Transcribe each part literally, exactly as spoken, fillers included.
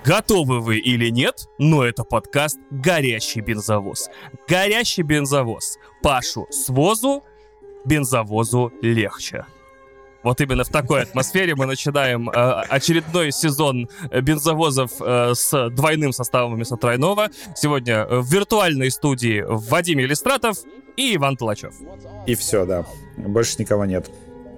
Готовы вы или нет, но это подкаст «Горящий бензовоз». Горящий бензовоз. Пашу с возу, бензовозу легче. Вот именно в такой атмосфере мы начинаем э, очередной сезон бензовозов э, с двойным составом вместо тройного. Сегодня в виртуальной студии Вадим Елистратов и Иван Толачев. И все, да. Больше никого нет.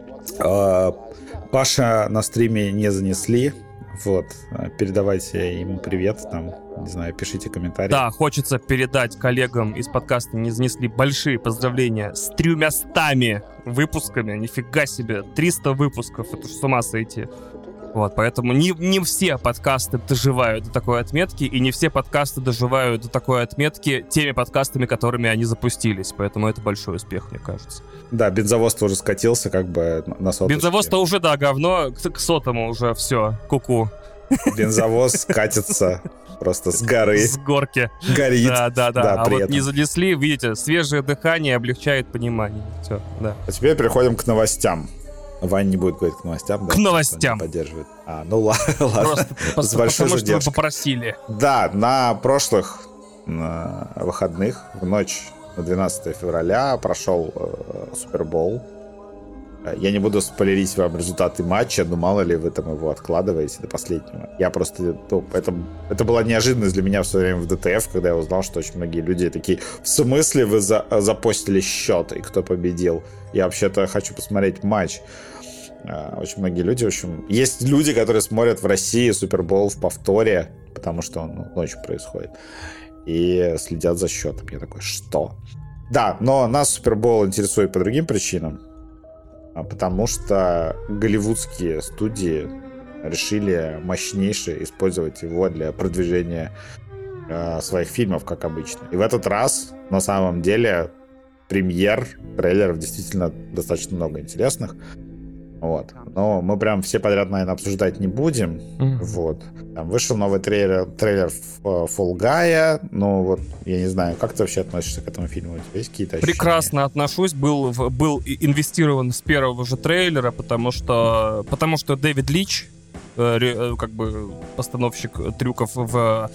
Э, Паша на стриме не занесли. Вот, передавайте ему привет, там, не знаю, пишите комментарии. Да, хочется передать коллегам из подкаста «Не занесли» большие поздравления с тремястами выпусками. Нифига себе, триста выпусков, это ж с ума сойти. Вот, поэтому не, не все подкасты доживают до такой отметки, и не все подкасты доживают до такой отметки теми подкастами, которыми они запустились. Поэтому это большой успех, мне кажется. Да, бензовоз-то уже скатился как бы на соточке. Бензовоз-то уже, да, говно, к, к сотому уже все, ку-ку. Бензовоз катится просто с горы. С горки. Горит. Да, да, да. да а вот этом. не занесли, видите, свежее дыхание облегчает понимание. Все, да. А теперь переходим к новостям. Ваня не будет говорить к новостям, да? К новостям. Поддерживает. А, ну ладно. Просто с большой потому задержкой. Что вы попросили. Да, на прошлых на выходных, в ночь на двенадцатое февраля прошел э, Супербол. Я не буду спойлерить вам результаты матча, но мало ли вы там его откладываете до последнего. Я просто... Ну, это, это была неожиданность для меня в свое время в ДТФ, когда я узнал, что очень многие люди такие: в смысле вы за, запостили счет и кто победил? Я вообще-то хочу посмотреть матч. Очень многие люди, в общем... Есть люди, которые смотрят в России Супербол в повторе, потому что он ну, ночью происходит, и следят за счетом. Я такой, что? Да, но нас Супербол интересует по другим причинам, потому что голливудские студии решили мощнейше использовать его для продвижения э, своих фильмов, как обычно. И в этот раз, на самом деле, премьер, трейлеров действительно достаточно много интересных. Вот. Но мы прям все подряд, наверное, обсуждать не будем. Mm. Вот. Там вышел новый трейлер, трейлер Fall Guy. Ну вот, я не знаю, как ты вообще относишься к этому фильму? У тебя есть какие-то ощущения? Прекрасно отношусь. Был, был инвестирован с первого же трейлера, потому что, потому что Дэвид Лич, э, как бы постановщик трюков в...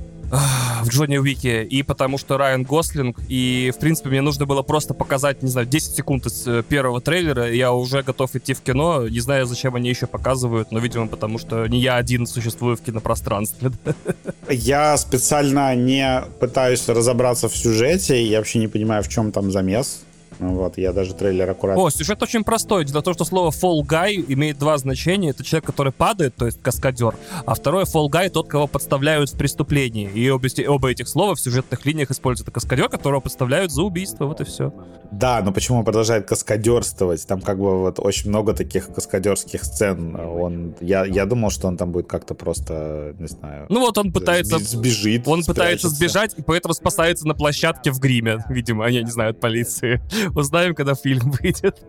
в Джонни Уике, и потому что Райан Гослинг, и, в принципе, мне нужно было просто показать, не знаю, десять секунд из первого трейлера, и я уже готов идти в кино, не знаю, зачем они еще показывают, но, видимо, потому что не я один существую в кинопространстве. Я специально не пытаюсь разобраться в сюжете, я вообще не понимаю, в чем там замес. Вот, я даже трейлер аккуратно... О, сюжет очень простой. Дело в том, что слово Fall Guy имеет два значения. Это человек, который падает, то есть каскадер. А второе Fall Guy — тот, кого подставляют в преступлении. И оба, оба этих слова в сюжетных линиях используют. Это каскадер, которого подставляют за убийство. Вот и все. Да, но почему он продолжает каскадерствовать? Там как бы вот очень много таких каскадерских сцен. Он... Я, я думал, что он там будет как-то просто, не знаю... Ну вот он пытается... Сбежит, Он спрячется. пытается сбежать, и поэтому спасается на площадке в гриме. Видимо, я не знаю, от полиции. Узнаем, когда фильм выйдет.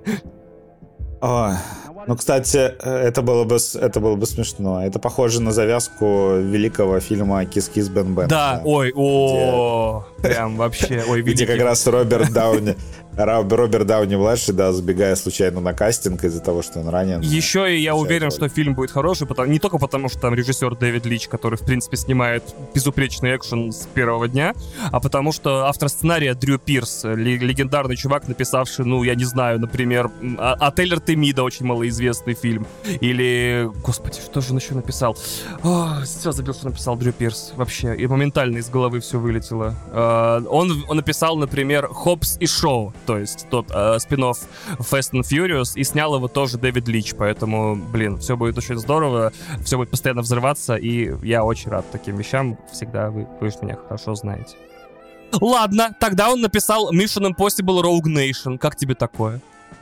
Ой. Ну, кстати, это было бы, это было бы смешно. Это похоже на завязку великого фильма «Кис-кис Бен-Бен». Да, ой, о, прям вообще, ой, где как раз Роберт Дауни, Роберт Дауни-младший, да, забегая случайно на кастинг из-за того, что он ранен. Еще и я уверен, что фильм будет хороший, потому, не только потому, что там режиссер Дэвид Лич, который, в принципе, снимает безупречный экшен с первого дня, а потому что автор сценария Дрю Пирс, легендарный чувак, написавший, ну, я не знаю, например, «Отель Артемида», очень малоизвестный фильм, или, господи, что же он еще написал? О, все, забыл, что написал Дрю Пирс, вообще, и моментально из головы все вылетело. Он, он написал, например, «Хоббс и Шоу», то есть тот э, спин-офф Fast and Furious, и снял его тоже Дэвид Лич, поэтому, блин, все будет очень здорово, все будет постоянно взрываться, и я очень рад таким вещам, всегда вы, вы же меня хорошо знаете. Ладно, тогда он написал Mission Impossible Rogue Nation, как тебе такое?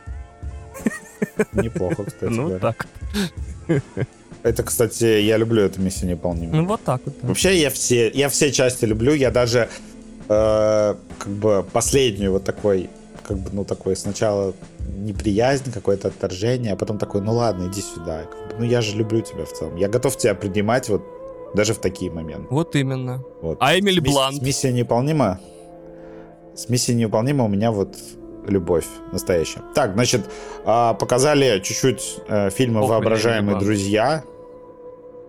Неплохо, кстати. Ну, говоря. так. Это, кстати, я люблю эту «Миссию невыполнимую». Ну, вот так вот. Да. Вообще, я все, я все части люблю, я даже э, как бы последнюю вот такой, как бы, ну, такой сначала неприязнь, какое-то отторжение, а потом такой, ну ладно, иди сюда. Как бы, ну, я же люблю тебя в целом. Я готов тебя принимать вот даже в такие моменты. Вот именно. Вот. А Эмили Блант? С «Миссией невыполнима»? С «Миссией невыполнима» у меня вот любовь настоящая. Так, значит, показали чуть-чуть фильма «Воображаемые друзья».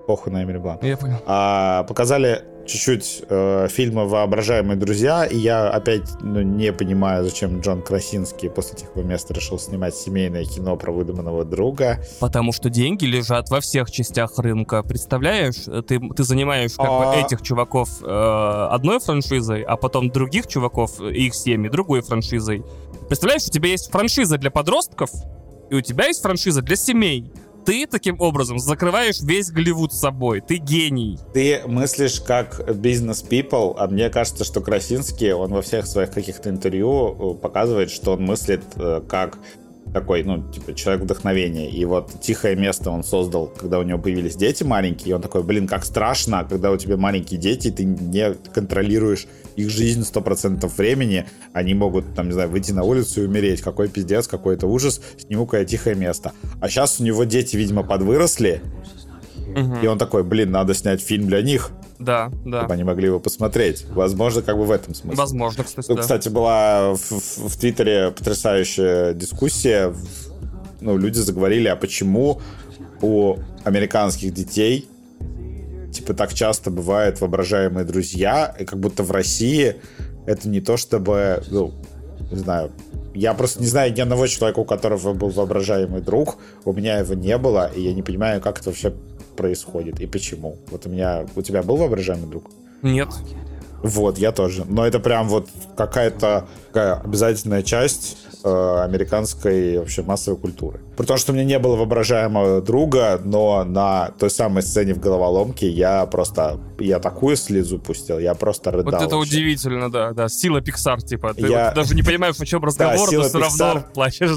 Похуй на Эмили Блант. Я понял. А, показали чуть-чуть э, фильма «Воображаемые друзья», и я опять ну, не понимаю, зачем Джон Красинский после «Тихого места» решил снимать семейное кино про выдуманного друга. Потому что деньги лежат во всех частях рынка. Представляешь, ты, ты занимаешь как А... бы этих чуваков э, одной франшизой, а потом других чуваков и их семьи другой франшизой. Представляешь, у тебя есть франшиза для подростков, и у тебя есть франшиза для семей. Ты таким образом закрываешь весь Голливуд с собой. Ты гений. Ты мыслишь как бизнес-people, а мне кажется, что Красинский, он во всех своих каких-то интервью показывает, что он мыслит как такой, ну, типа, человек вдохновения. И вот «Тихое место» он создал, когда у него появились дети маленькие, и он такой, блин, как страшно, когда у тебя маленькие дети, ты не контролируешь их жизнь сто процентов времени, они могут, там, не знаю, выйти на улицу и умереть. Какой пиздец, какой-то ужас, сниму-ка я «Тихое место». А сейчас у него дети, видимо, подвыросли, угу. И он такой, блин, надо снять фильм для них. Да, да. Чтобы они могли его посмотреть. Возможно, как бы в этом смысле. Возможно, кстати, ну, да. Кстати, была в, в, в Твиттере потрясающая дискуссия. Ну, люди заговорили, а почему у американских детей типа так часто бывают воображаемые друзья, и как будто в России это не то, чтобы, ну, не знаю, я просто не знаю ни одного человека, у которого был воображаемый друг, у меня его не было, и я не понимаю, как это вообще происходит и почему. Вот у меня, у тебя был воображаемый друг? Нет. Вот, я тоже. Но это прям вот какая-то такая обязательная часть э, американской вообще массовой культуры. При том, что у меня не было воображаемого друга, но на той самой сцене в головоломке я просто, я такую слезу пустил, я просто рыдал. Вот это вообще. Удивительно, да, да. Сила Pixar, типа. Ты я... вот даже не понимаешь, о чем разговор, да, но все Pixar... равно плачешь.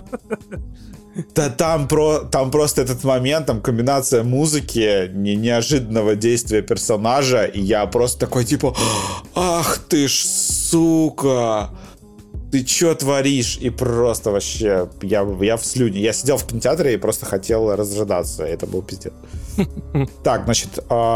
Да, там, про, там просто этот момент, там комбинация музыки, не, неожиданного действия персонажа, и я просто такой, типа, ах ты ж, сука, ты чё творишь? И просто вообще, я, я в слюне. Я сидел в кинотеатре и просто хотел разрыдаться, это был пиздец. Так, значит,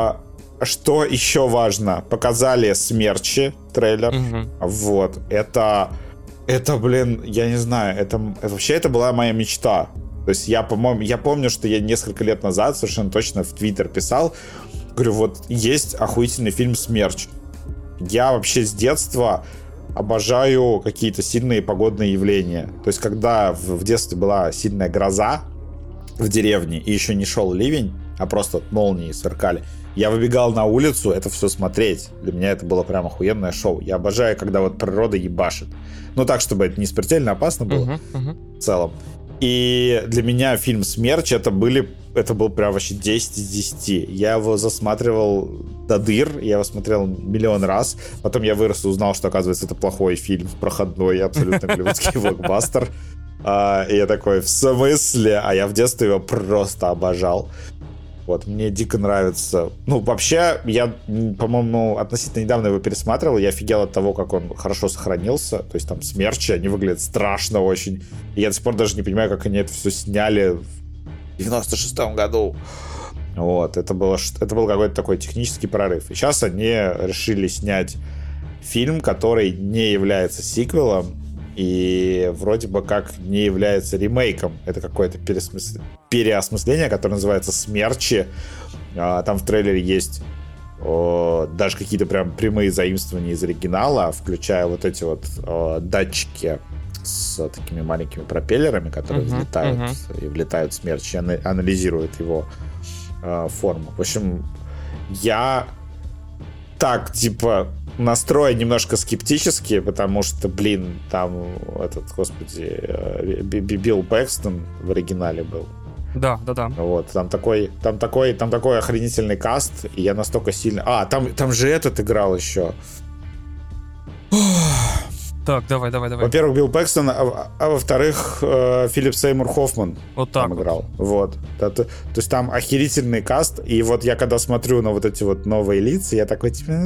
что еще важно? Показали «Смерчи» трейлер, вот, это... Это, блин, я не знаю, это, это вообще это была моя мечта. То есть я, по-моему, я помню, что я несколько лет назад совершенно точно в Твиттер писал, говорю, вот есть охуительный фильм «Смерч». Я вообще с детства обожаю какие-то сильные погодные явления. То есть когда в, в детстве была сильная гроза в деревне и еще не шел ливень, а просто молнии сверкали, я выбегал на улицу это все смотреть. Для меня это было прям охуенное шоу. Я обожаю, когда вот природа ебашит. Ну так, чтобы это не смертельно опасно было uh-huh, uh-huh. в целом. И для меня фильм «Смерч» это были, это был прям вообще десять из десяти. Я его засматривал до дыр, я его смотрел миллион раз. Потом я вырос и узнал, что, оказывается, это плохой фильм, проходной, абсолютно голливудский блокбастер. И я такой, в смысле? А я в детстве его просто обожал. Вот, мне дико нравится. Ну, вообще, я, по-моему, относительно недавно его пересматривал. Я офигел от того, как он хорошо сохранился. То есть там «Смерчи», они выглядят страшно очень. И я до сих пор даже не понимаю, как они это все сняли в девяносто шестом году. Вот, это было, это был какой-то такой технический прорыв. И сейчас они решили снять фильм, который не является сиквелом и вроде бы как не является ремейком. Это какое-то пересмыс... переосмысление, которое называется «Смерчи». Там в трейлере есть о, даже какие-то прям прямые заимствования из оригинала, включая вот эти вот о, датчики с такими маленькими пропеллерами, которые uh-huh, взлетают uh-huh. и влетают в смерч, и анализируют его э, форму. В общем, я так, типа, настрой немножко скептически, потому что, блин, там этот, господи, Билл Пэкстон в оригинале был. Да, да, да. Вот, там такой, там такой, там такой охренительный каст, и я настолько сильно... А, там, там же этот играл еще. Так, давай, давай, давай. Во-первых, Билл Пэкстон, а, а во-вторых, э, Филипп Сеймур Хоффман вот так там вот. играл. Вот. То, то, то есть там охерительный каст, и вот я когда смотрю на вот эти вот новые лица, я такой, типа,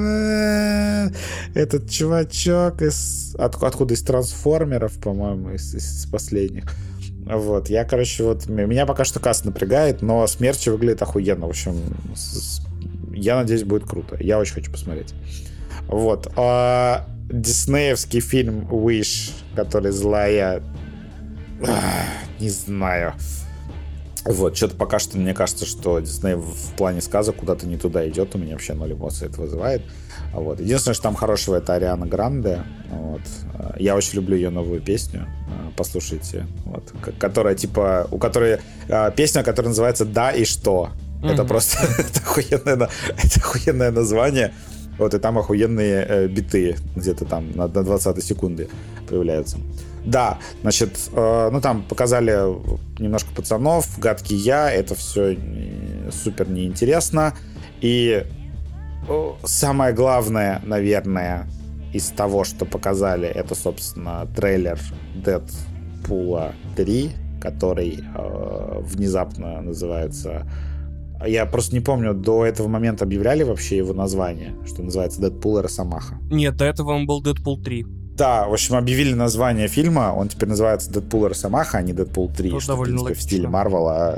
этот чувачок из... От, откуда? Из «Трансформеров», по-моему, из, из последних. Вот, я, короче, вот... Меня пока что каст напрягает, но «Смерчи» выглядит охуенно. В общем, с, я надеюсь, будет круто. Я очень хочу посмотреть. Вот. А... Диснеевский фильм «Wish», который злая... Ах, не знаю. Вот, что-то пока что мне кажется, что Дисней в плане сказок куда-то не туда идет. У меня вообще ноль эмоций это вызывает. Вот. Единственное, что там хорошего, это Ариана Гранде. Вот. Я очень люблю ее новую песню. Послушайте. Вот. Которая, типа, у которой песня, которая называется «Да и что». Mm-hmm. Это просто это охуенное, это охуенное название. Вот, и там охуенные э, биты где-то там на, на двадцатой секунде появляются. Да, значит, э, ну там показали немножко пацанов, гадкий я, это все супер неинтересно. И э, самое главное, наверное, из того, что показали, это, собственно, трейлер Дэдпула три, который э, внезапно называется... Я просто не помню, до этого момента объявляли вообще его название, что называется «Дэдпул и Росомаха». Нет, до этого он был «Дэдпул три». Да, в общем, объявили название фильма, он теперь называется «Дэдпул и Росомаха», а не «Дэдпул три», тут что, в принципе, логично. в стиле Марвела.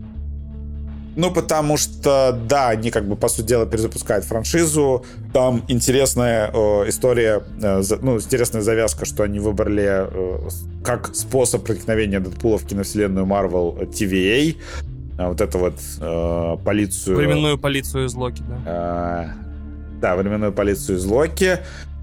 Ну, потому что, да, они, как бы, по сути дела, перезапускают франшизу. Там интересная э, история, э, за, ну, интересная завязка, что они выбрали э, как способ проникновения Дэдпула в киновселенную Марвел ти ви эй. Вот это вот э, полицию... Временную полицию из Локи, да. Э, да, временную полицию из Локи.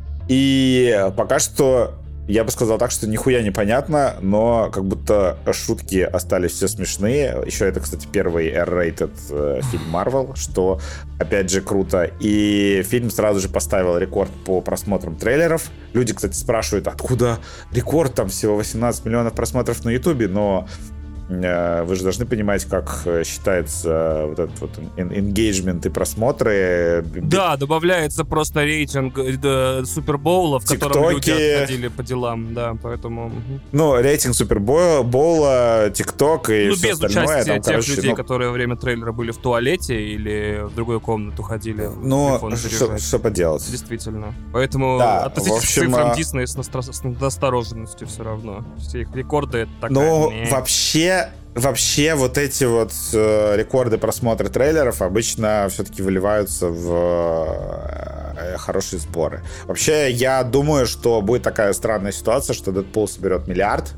И пока что, я бы сказал так, что нихуя не понятно, но как будто шутки остались все смешные. Еще это, кстати, первый эр-рейтед э, фильм Marvel, что, опять же, круто. И фильм сразу же поставил рекорд по просмотрам трейлеров. Люди, кстати, спрашивают, откуда рекорд, там всего восемнадцать миллионов просмотров на Ютубе, но... Вы же должны понимать, как считается вот этот вот engagement и просмотры. Да, добавляется просто рейтинг Супербоула, в котором люди отходили по делам, да, поэтому... Ну, рейтинг Супербоула, ТикТок и ну, все без остальное. участия там, тех короче, людей, ну... которые во время трейлера были в туалете или в другую комнату ходили. Ну, что, что поделать. Действительно. Поэтому да, относитесь общем, к цифрам а... Диснея с, настро... с настороженностью все равно. Все их рекорды это такая... Ну, не... вообще... Вообще, вот эти вот э, рекорды просмотра трейлеров обычно все-таки выливаются в э, хорошие сборы. Вообще, я думаю, что будет такая странная ситуация, что Дэдпул соберет миллиард,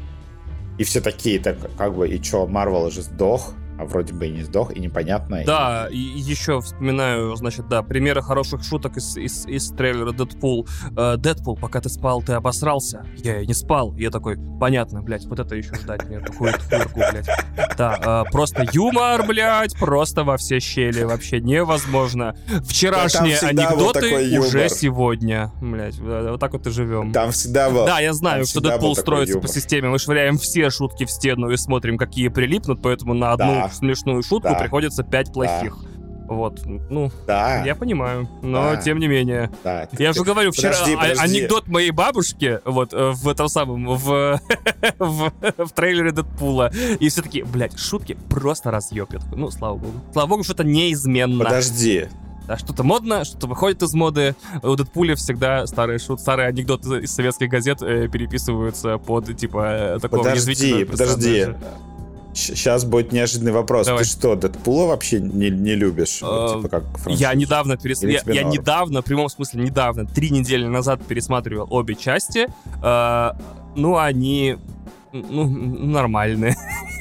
и все такие, так как бы, и чё, Марвел уже сдох, а вроде бы и не сдох, и непонятно. Да, и, и еще вспоминаю, значит, да, примеры хороших шуток из, из, из трейлера Дэдпул. Э, Дэдпул, пока ты спал, ты обосрался. Я и не спал. Я такой, понятно, блядь, вот это еще ждать мне, такую хуйку, блядь. Да, э, просто юмор, блядь, просто во все щели, вообще невозможно. Вчерашние анекдоты уже сегодня, блядь, вот так вот и живем. Там всегда был. Да, я знаю, что Дэдпул строится по системе, мы швыряем все шутки в стену и смотрим, какие прилипнут, поэтому на одну да. смешную шутку да. приходится пять плохих. Да. Вот, ну, да. я понимаю, но да. тем не менее. Да. Я же говорю, вчера подожди, подожди. анекдот моей бабушки, вот, в этом самом, в, в, в трейлере Дэдпула, и все такие, блядь, шутки просто разъеб. Я такой, ну, слава богу. Слава богу, что это неизменно. Подожди. Да, что-то модно, что-то выходит из моды. У Дэдпуля всегда старые шут, старые анекдоты из советских газет э, переписываются под, типа, такого подожди, подожди. Сейчас будет неожиданный вопрос. Давай. Ты что, Дэдпула вообще не, не любишь? Uh, типа как я недавно пересмотрел. Я, я недавно, в прямом смысле, недавно, три недели назад пересматривал обе части. Uh, ну, они ну, нормальные.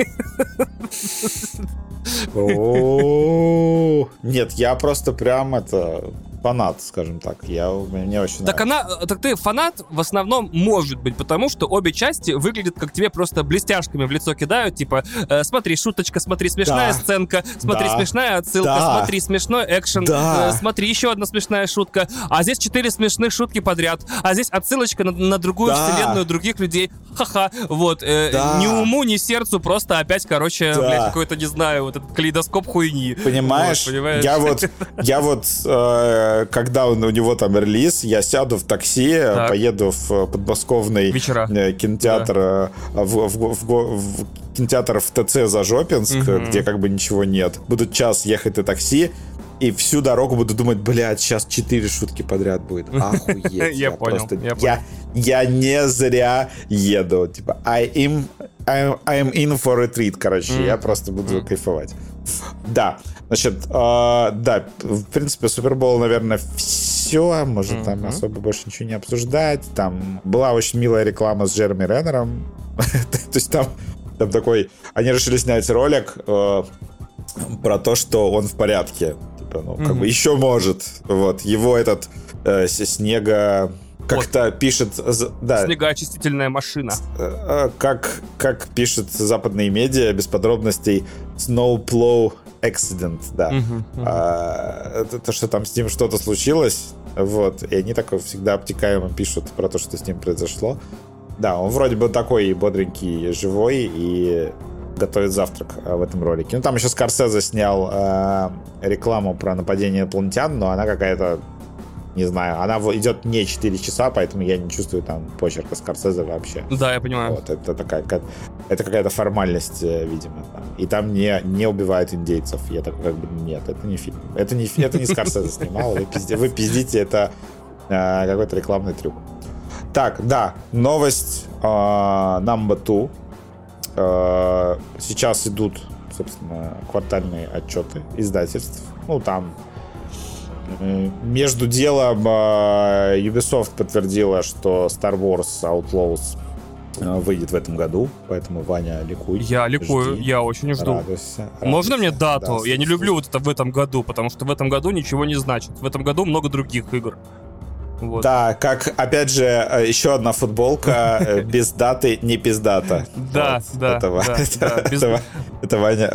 Нет, я просто прям это... фанат, скажем так. Я, мне очень так нравится. Она, так ты фанат в основном может быть, потому что обе части выглядят как тебе просто блестяшками в лицо кидают, типа, э, смотри, шуточка, смотри, смешная да. сценка, смотри, да. смешная отсылка, да. смотри, смешной экшен, да. э, смотри, еще одна смешная шутка, а здесь четыре смешных шутки подряд, а здесь отсылочка на, на другую да. вселенную других людей, ха-ха, вот, э, да. ни уму, ни сердцу, просто опять, короче, да. блядь, какой-то, не знаю, вот этот калейдоскоп хуйни. Понимаешь? Вот, понимаешь? Я вот, я вот, э, когда он, у него там релиз, я сяду в такси, так. поеду в подмосковный Вечера. кинотеатр, да. в, в, в, в кинотеатр в ТЦ Зажопинск, угу. где как бы ничего нет. Буду час ехать на такси, и всю дорогу буду думать, блядь, сейчас четыре шутки подряд будет. Охуеть. Я понял. Я не зря еду. Типа, I am in for a treat, короче. Я просто буду кайфовать. Да. Значит, да, в принципе, Супербол, наверное, все. Может, там особо больше ничего не обсуждать. Там была очень милая реклама с Джереми Реннером. То есть там Там такой... Они решили снять ролик э, про то, что он в порядке. Типа, ну, как mm-hmm. бы еще может. Вот. Его этот э, снега... Как-то вот. пишет... Да, снегоочистительная машина. Как, как пишет западные медиа, без подробностей, Snowplow Accident, да. Uh-huh, uh-huh. А, это, то, что там с ним что-то случилось, вот, и они так всегда обтекаемо пишут про то, что с ним произошло. Да, он вроде бы такой бодренький, живой и готовит завтрак в этом ролике. Ну, там еще Скорсезе снял э, рекламу про нападение инопланетян, но она какая-то, не знаю, она идет не четыре часа, поэтому я не чувствую там почерка Скорсезе вообще. Да, я понимаю. Вот, это, такая, это какая-то формальность, видимо. Там. И там не, не убивают индейцев. Я такой, как бы, нет, это не фильм. Это не, это не Скорсезе снимал. Вы пиздите, вы пиздите это э, какой-то рекламный трюк. Так, да, новость э, number two. Э, сейчас идут, собственно, квартальные отчеты издательств. Ну, там между делом Ubisoft подтвердила, что Star Wars Outlaws выйдет в этом году, поэтому, Ваня, ликуй. Я ликую, жди, я очень жду. Радуйся, радуйся. Можно мне дату? Да, я не люблю вот это в этом году, потому что в этом году ничего не значит. В этом году много других игр. Вот. Да, как, опять же, еще одна футболка без даты не пиздата. Да, да. Это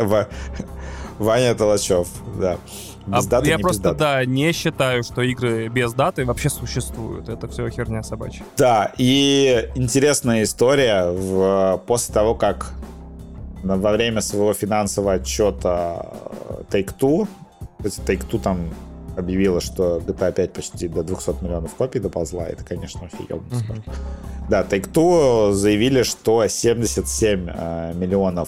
Ваня Толачев, да. Без а даты, я не просто, без да, не считаю, что игры без даты вообще существуют. Это все херня собачья. Да, и интересная история. В, после того, как во время своего финансового отчета Take-Two, Take-Two там объявила, что джи ти эй пять почти до двухсот миллионов копий доползла. Это, конечно, офигенно. Uh-huh. Да, Take-Two заявили, что семьдесят семь э, миллионов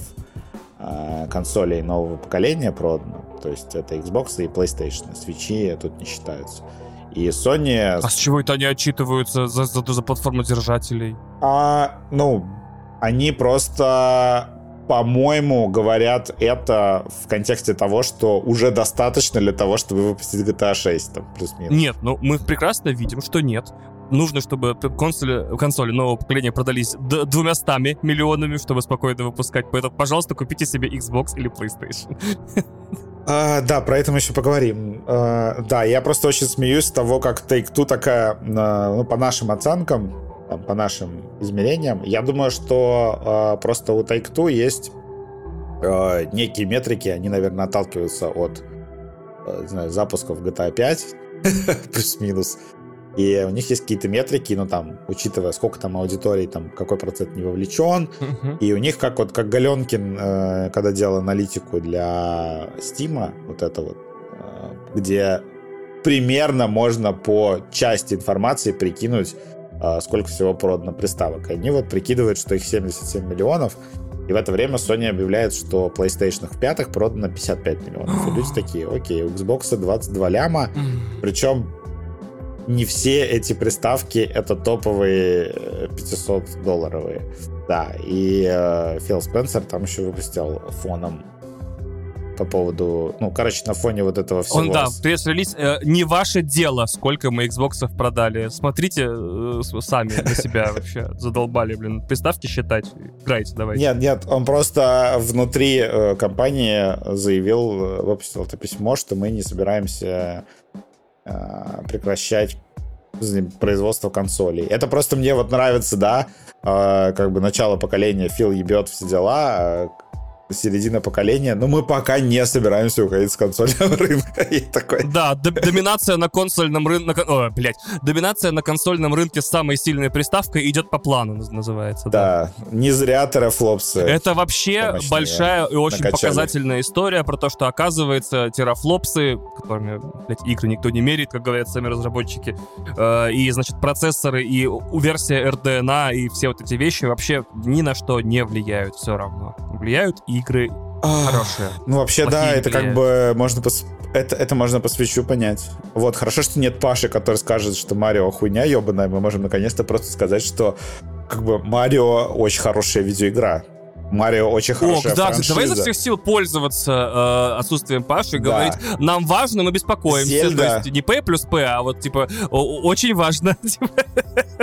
э, консолей нового поколения продано. То есть это Xbox и PlayStation. Switch'и тут не считаются. И Sony... А с чего это они отчитываются за, за, за платформу держателей? А, ну, они просто, по-моему, говорят это в контексте того, что уже достаточно для того, чтобы выпустить джи ти эй шесть, там, плюс-минус. Нет, ну мы прекрасно видим, что нет. Нужно, чтобы консоли, консоли нового поколения продались д- двумястами миллионами, чтобы спокойно выпускать. Поэтому, пожалуйста, купите себе Xbox или PlayStation. А, да, про это мы еще поговорим. А, да, я просто очень смеюсь с того, как Take-Two такая, ну, по нашим оценкам, там, по нашим измерениям, я думаю, что а, просто у Take-Two есть а, некие метрики, они, наверное, отталкиваются от, не знаю, запусков джи ти эй пять, плюс-минус. И у них есть какие-то метрики, ну, там, учитывая, сколько там аудиторий, там, какой процент не вовлечен. Uh-huh. И у них, как вот, как Галенкин, э, когда делал аналитику для Стима, вот это вот, э, где примерно можно по части информации прикинуть, э, сколько всего продано приставок. И они вот прикидывают, что их семьдесят семь миллионов, и в это время Sony объявляет, что PlayStation в пятых продано пятьдесят пять миллионов. И люди такие, окей, у Xbox двадцать два ляма, причем не все эти приставки это топовые пятисот-долларовые. Да, и э, Фил Спенсер там еще выпустил фоном по поводу... Ну, короче, на фоне вот этого всего. Он, да, пресс-релиз. Э, не ваше дело, сколько мы Xbox'ов продали. Смотрите э, сами на себя вообще. Задолбали, блин. Приставки считать. Играйте, давайте. Нет, нет, он просто внутри э, компании заявил, выпустил это письмо, что мы не собираемся прекращать производство консолей. Это просто мне вот нравится, да, как бы начало поколения, Фил ебет все дела, середина поколения, но мы пока не собираемся уходить с консольного рынка. И такой... Да, д- доминация на консольном рынке... О, блядь. Доминация на консольном рынке с самой сильной приставкой идет по плану, называется. Да, да. Не зря терафлопсы. Это вообще помощнее, большая и очень накачали. Показательная история про то, что, оказывается, терафлопсы, которыми, блядь, игры никто не меряет, как говорят сами разработчики, э, и, значит, процессоры, и версия эр ди эн эй, и все вот эти вещи вообще ни на что не влияют все равно. Влияют и игры хорошие. Ну, вообще, да, это влияют. Как бы можно пос... это, это можно по свечу понять. Вот, хорошо, что нет Паши, который скажет, что Марио хуйня ебаная. Мы можем наконец-то просто сказать, что как бы Марио очень хорошая видеоигра. Марио очень хорошая О, да, франшиза. Давай изо всех сил пользоваться э, отсутствием Паши и да. говорить, нам важно, мы беспокоимся. Зельда. То есть не P плюс P, а вот типа о- очень важно.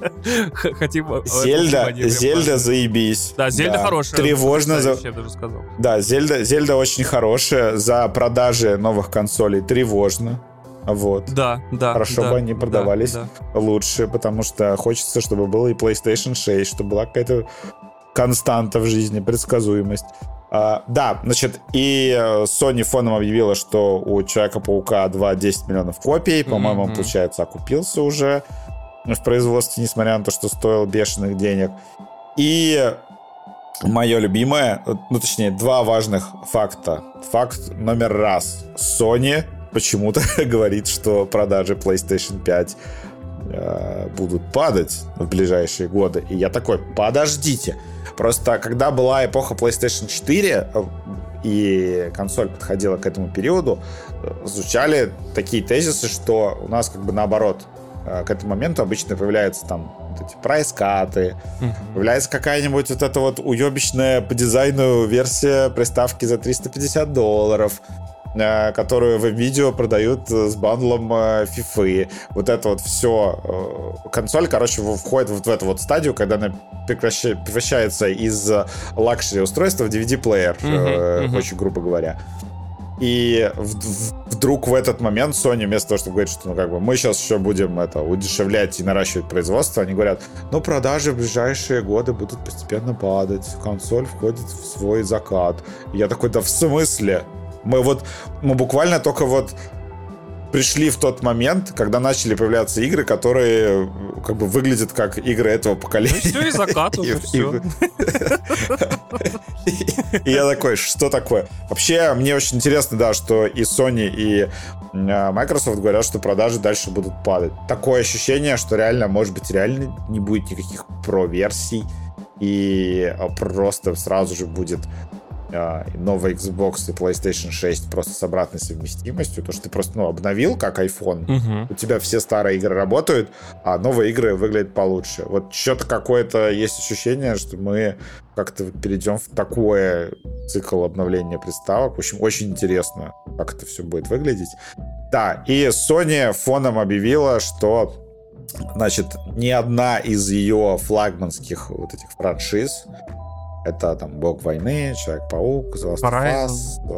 Хотим... Зельда, Зельда заебись. Да, Зельда хорошая. Тревожно. За... Я даже сказал. Да, Зельда, Зельда очень хорошая. За продажи новых консолей тревожно. Вот. Да, да. Хорошо да, бы они продавались да, да. лучше, потому что хочется, чтобы было и PlayStation шесть, чтобы была какая-то константа в жизни, предсказуемость. Uh, да, значит, и Sony фоном объявила, что у Человека-паука два десять миллионов копий. По-моему, mm-hmm. он, получается, окупился уже в производстве, несмотря на то, что стоил бешеных денег. И мое любимое, ну, точнее, два важных факта. Факт номер раз. Sony почему-то говорит, что продажи PlayStation пять э, будут падать в ближайшие годы. И я такой, подождите. Просто когда была эпоха PlayStation четыре и консоль подходила к этому периоду, звучали такие тезисы, что у нас как бы наоборот. К этому моменту обычно появляются там вот эти прайс-каты, uh-huh. появляется какая-нибудь вот эта вот уебищная по дизайну версия приставки за триста пятьдесят долларов, которую в видео продают с бандлом FIFA. Вот это вот все. Консоль, короче, входит вот в эту вот стадию, когда она превращается из лакшери устройства в ди ви ди-плеер, uh-huh, uh-huh. очень грубо говоря. И вдруг в этот момент Sony, вместо того, чтобы говорить, что ну, как бы, мы сейчас еще будем это, удешевлять и наращивать производство, они говорят, ну, продажи в ближайшие годы будут постепенно падать, консоль входит в свой закат. И я такой, да в смысле? Мы вот, мы буквально только вот пришли в тот момент, когда начали появляться игры, которые как бы выглядят как игры этого поколения. Ну все, и закат уже, все. И я такой, что такое? Вообще, мне очень интересно, да, что и Sony, и Microsoft говорят, что продажи дальше будут падать. Такое ощущение, что реально, может быть, реально не будет никаких про-версий, и просто сразу же будет новый Xbox и PlayStation шесть просто с обратной совместимостью, то, что ты просто, ну, обновил, как iPhone, uh-huh. у тебя все старые игры работают, а новые игры выглядят получше. Вот что-то какое-то есть ощущение, что мы как-то перейдем в такое цикл обновления приставок. В общем, очень интересно, как это все будет выглядеть. Да, и Sony фоном объявила, что, значит, ни одна из ее флагманских вот этих франшиз, это там Бог войны, Человек-паук, The Last of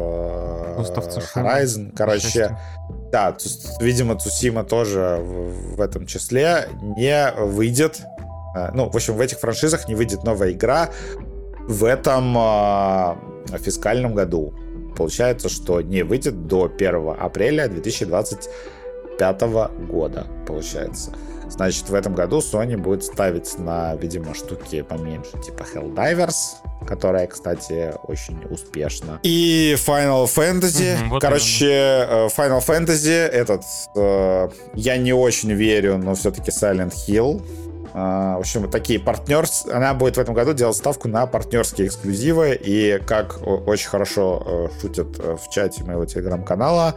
Us, Horizon. Короче, да, видимо, Цусима тоже в, в этом числе не выйдет. Ну, в общем, в этих франшизах не выйдет новая игра в этом э, фискальном году. Получается, что не выйдет до первого апреля две тысячи двадцать пятого года, получается. Значит, в этом году Sony будет ставить на, видимо, штуки поменьше, типа Helldivers, которая, кстати, очень успешна. И Final Fantasy. Mm-hmm, вот Короче, именно. Final Fantasy этот, э, я не очень верю, но все-таки Silent Hill. Э, в общем, такие партнерс... Она будет в этом году делать ставку на партнерские эксклюзивы. И, как очень хорошо э, шутят в чате моего телеграм-канала,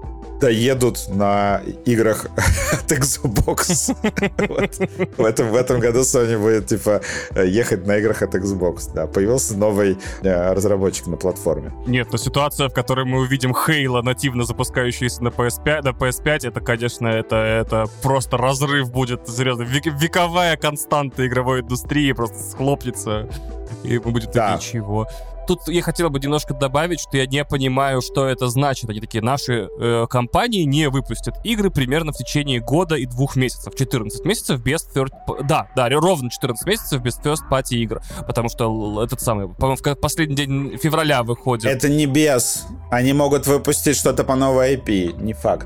доедут на играх от Xbox. Вот. В, этом, в этом году Sony будет, типа, ехать на играх от Xbox. Да, появился новый э, разработчик на платформе. Нет, но ситуация, в которой мы увидим Halo, нативно запускающийся на пи эс пять, на пи эс пять, это, конечно, это, это просто разрыв будет, серьезно. Век, вековая константа игровой индустрии просто схлопнется, и будет да. ничего. Тут я хотел бы немножко добавить, что я не понимаю, что это значит. Они такие, наши э, компании не выпустят игры примерно в течение года и двух месяцев. четырнадцать месяцев без third... Да, да, ровно четырнадцать месяцев без first party игр. Потому что этот самый, по-моему, в последний день февраля выходит. Это не без. Они могут выпустить что-то по новой ай пи. Не факт.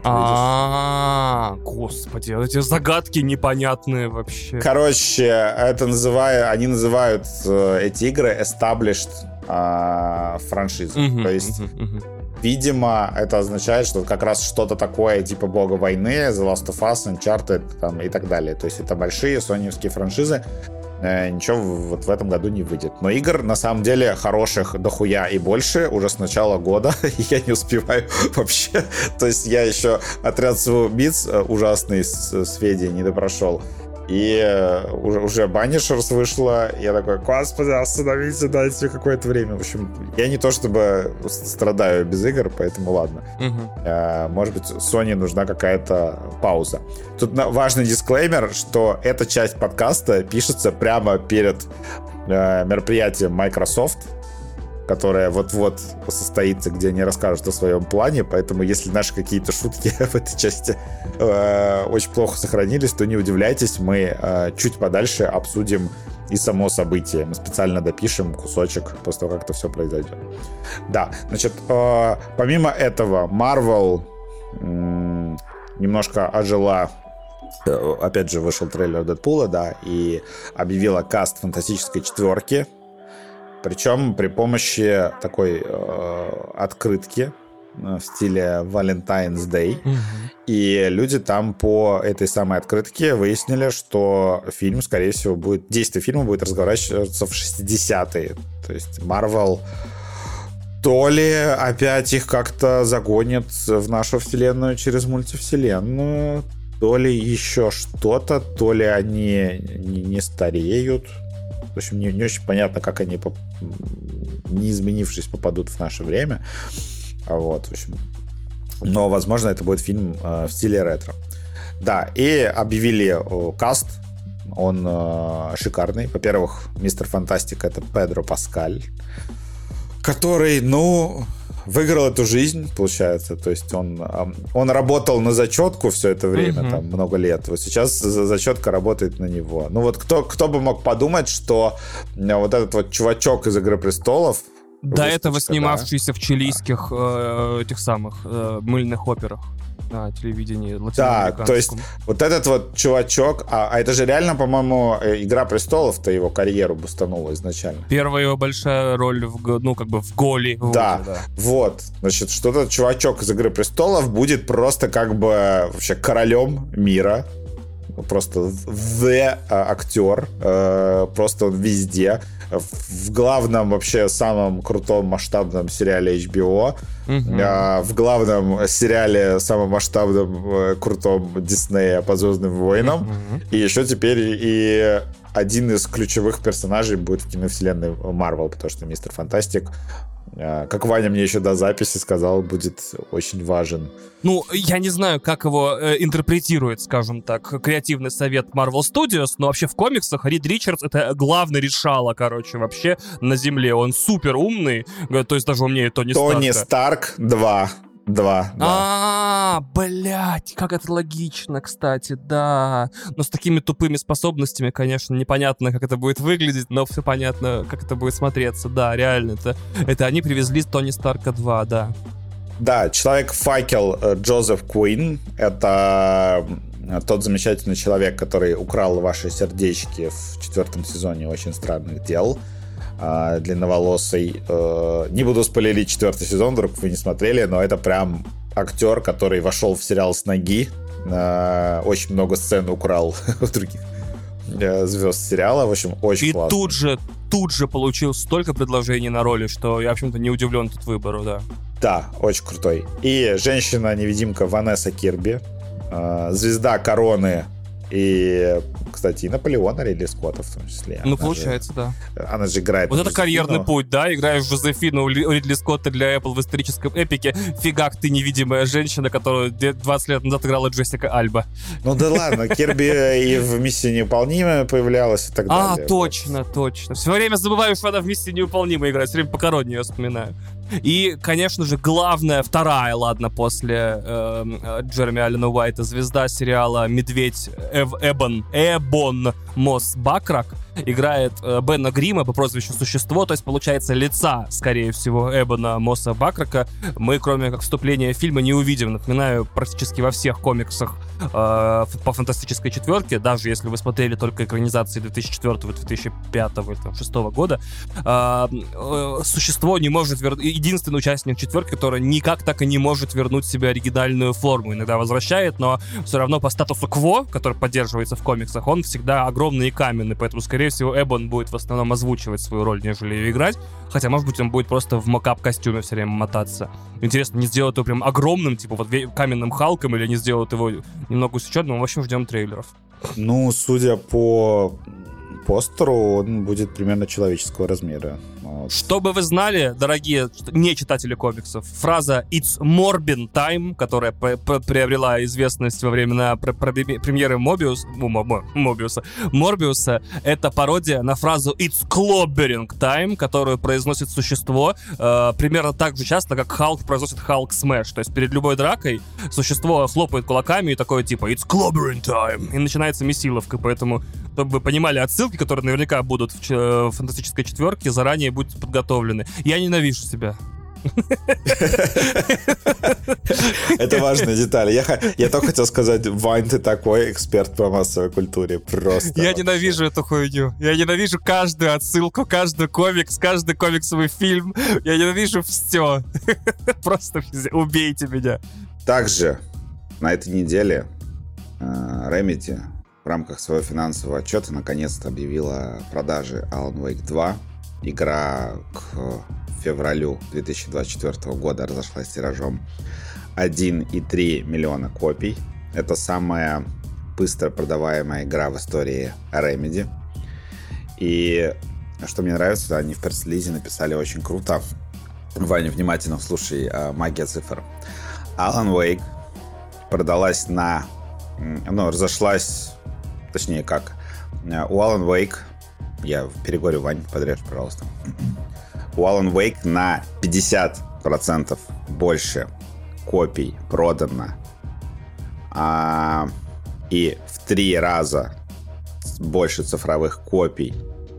А-а-а, господи, эти загадки непонятные вообще. Короче, это называют, они называют эти игры established франшизы. Uh-huh, То есть, uh-huh, uh-huh. видимо, это означает, что как раз что-то такое типа Бога войны, The Last of Us, Uncharted там, и так далее. То есть это большие соневские франшизы. Э, ничего вот в этом году не выйдет. Но игр на самом деле хороших дохуя и больше уже с начала года. Я не успеваю вообще. То есть я еще отряд самоубийц ужасный с, с Федей не допрошел. И уже, уже Банишерс вышла. Я такой, господи, остановите, дайте какое-то время. В общем, я не то чтобы страдаю без игр, поэтому ладно. Uh-huh. Может быть, Sony нужна какая-то пауза. Тут важный дисклеймер, что эта часть подкаста пишется прямо перед э, мероприятием Microsoft, которая вот-вот состоится, где они расскажут о своем плане, поэтому если наши какие-то шутки в этой части э, очень плохо сохранились, то не удивляйтесь, мы э, чуть подальше обсудим и само событие. Мы специально допишем кусочек после того, как это все произойдет. Да, значит, э, помимо этого, Marvel э, немножко ожила. Опять же, вышел трейлер Дэдпула, да, и объявила каст фантастической четверки. Причем при помощи такой э, открытки в стиле Valentine's Day. Mm-hmm. И люди там по этой самой открытке выяснили, что фильм, скорее всего, будет... Действие фильма будет разворачиваться в шестидесятые. То есть Marvel то ли опять их как-то загонит в нашу вселенную через мультивселенную, то ли еще что-то, то ли они не, не стареют. В общем, не, не очень понятно, как они, поп... не изменившись, попадут в наше время. Вот, в общем. Но, возможно, это будет фильм э, в стиле ретро. Да, и объявили э, каст. Он э, шикарный. Во-первых, Мистер Фантастик — это Педро Паскаль, который, ну... выиграл эту жизнь, получается. То есть он, он работал на зачетку все это время, mm-hmm. там, много лет. Вот сейчас зачетка работает на него. Ну вот кто, кто бы мог подумать, что вот этот вот чувачок из «Игры престолов», до этого снимавшийся, да, в чилийских э, этих самых э, мыльных операх на телевидении латиноамериканском. Да, то есть вот этот вот чувачок, а, а это же реально, по-моему, «Игра престолов»-то его карьеру бустанула изначально. Первая его большая роль, в, ну, как бы в голе. Да, да, вот. Значит, что этот чувачок из «Игры престолов» будет просто как бы вообще королем мира. Просто the актер. Просто он везде. В главном, вообще, самом крутом масштабном сериале эйч би о. Uh-huh. В главном сериале, самом масштабном, крутом Диснея по «Звездным войнам». Uh-huh. И еще теперь и один из ключевых персонажей будет в киновселенной Marvel, потому что Мистер Фантастик, как Ваня мне еще до записи сказал, будет очень важен. Ну, я не знаю, как его э, интерпретирует, скажем так, креативный совет Marvel Studios, но вообще в комиксах Рид Ричардс — это главный решала, короче, вообще на Земле. Он супер умный, то есть даже умнее Тони Старка. Тони Старк два. Два, да. А, блять, как это логично, кстати, да. Но с такими тупыми способностями, конечно, непонятно, как это будет выглядеть, но все понятно, как это будет смотреться. Да, реально, это, это они привезли Тони Старка два, да. Да, Человек-факел Джозеф Куин — это тот замечательный человек, который украл ваши сердечки в четвертом сезоне «Очень странных дел». Длинноволосый. Не буду спойлерить четвертый сезон, вдруг вы не смотрели, но это прям актер, который вошел в сериал с ноги. Очень много сцен украл у других звезд сериала. В общем, очень и классно. И тут же, тут же получил столько предложений на роли, что я, в общем-то, не удивлен тут выбору, да. Да, очень крутой. И женщина-невидимка Ванесса Кирби, звезда «Короны», и, кстати, и Наполеона Ридли Скотта в том числе. Ну, она получается, же, да. Она же играет. Вот это карьерный путь, да? Играешь в Жозефину у Ридли Скотта для Apple в историческом эпике. Фигак, ты невидимая женщина, которая двадцать лет назад играла Джессика Альба. Ну да ладно, Кирби и в «Миссии невыполнимая» появлялась и так далее. А, точно, точно. Все время забываю, что она в «Миссии невыполнимой» играет. Все время по короне ее вспоминаю. И, конечно же, главная, вторая, ладно, после э, Джереми Аллена Уайта звезда сериала «Медведь» Эв, Эбон, Эбон Мосс Бакрак играет э, Бена Грима по прозвищу Существо, то есть, получается, лица, скорее всего, Эбона Мосса Бакрака мы, кроме как вступления фильма, не увидим. Напоминаю, практически во всех комиксах э, по фантастической четверке, даже если вы смотрели только экранизации две тысячи четвёртого, две тысячи пятого или две тысячи шестого года, э, э, Существо не может вернуть. Единственный участник четверки, который никак так и не может вернуть себе оригинальную форму. Иногда возвращает, но все равно по статусу кво, который поддерживается в комиксах, он всегда огромный и каменный, поэтому, скорее всего, Эбон будет в основном озвучивать свою роль, нежели ее играть. Хотя, может быть, он будет просто в мокап-костюме все время мотаться. Интересно, не сделают его прям огромным, типа вот каменным Халком, или не сделают его немного усеченным. В общем, ждем трейлеров. Ну, судя по постеру, он будет примерно человеческого размера. Вот. Чтобы вы знали, дорогие не читатели комиксов, фраза «It's Morbin Time», которая приобрела известность во времена премьеры Мобиус, Мобиуса, Морбиуса, это пародия на фразу «It's Clobbering Time», которую произносит существо э, примерно так же часто, как Халк произносит Халк Смэш. То есть перед любой дракой существо хлопает кулаками и такое типа «It's Clobbering Time», и начинается месиловка, поэтому, чтобы вы понимали отсылки, которые наверняка будут в, в фантастической четверке, заранее будут подготовлены. Я ненавижу себя. Это важная деталь. Я, я только хотел сказать, Вань, ты такой эксперт по массовой культуре. Просто. Я вообще. ненавижу эту хуйню. Я ненавижу каждую отсылку, каждый комикс, каждый комиксовый фильм. Я ненавижу все. Просто убейте меня. Также на этой неделе Remedy в рамках своего финансового отчета наконец-то объявила продажи Alan Wake два. Игра к февралю две тысячи двадцать четвёртого года разошлась тиражом один и три миллиона копий. Это самая быстро продаваемая игра в истории Remedy. И что мне нравится, они в пресс-релизе написали очень круто. Ваня, внимательно слушай, магия цифр. Alan Wake продалась на... Ну, разошлась... Точнее, как? У Alan Wake... Я переговорю, Вань, подрежь, пожалуйста. У Alan Wake на пятьдесят процентов больше копий продано. А, и в три раза больше цифровых копий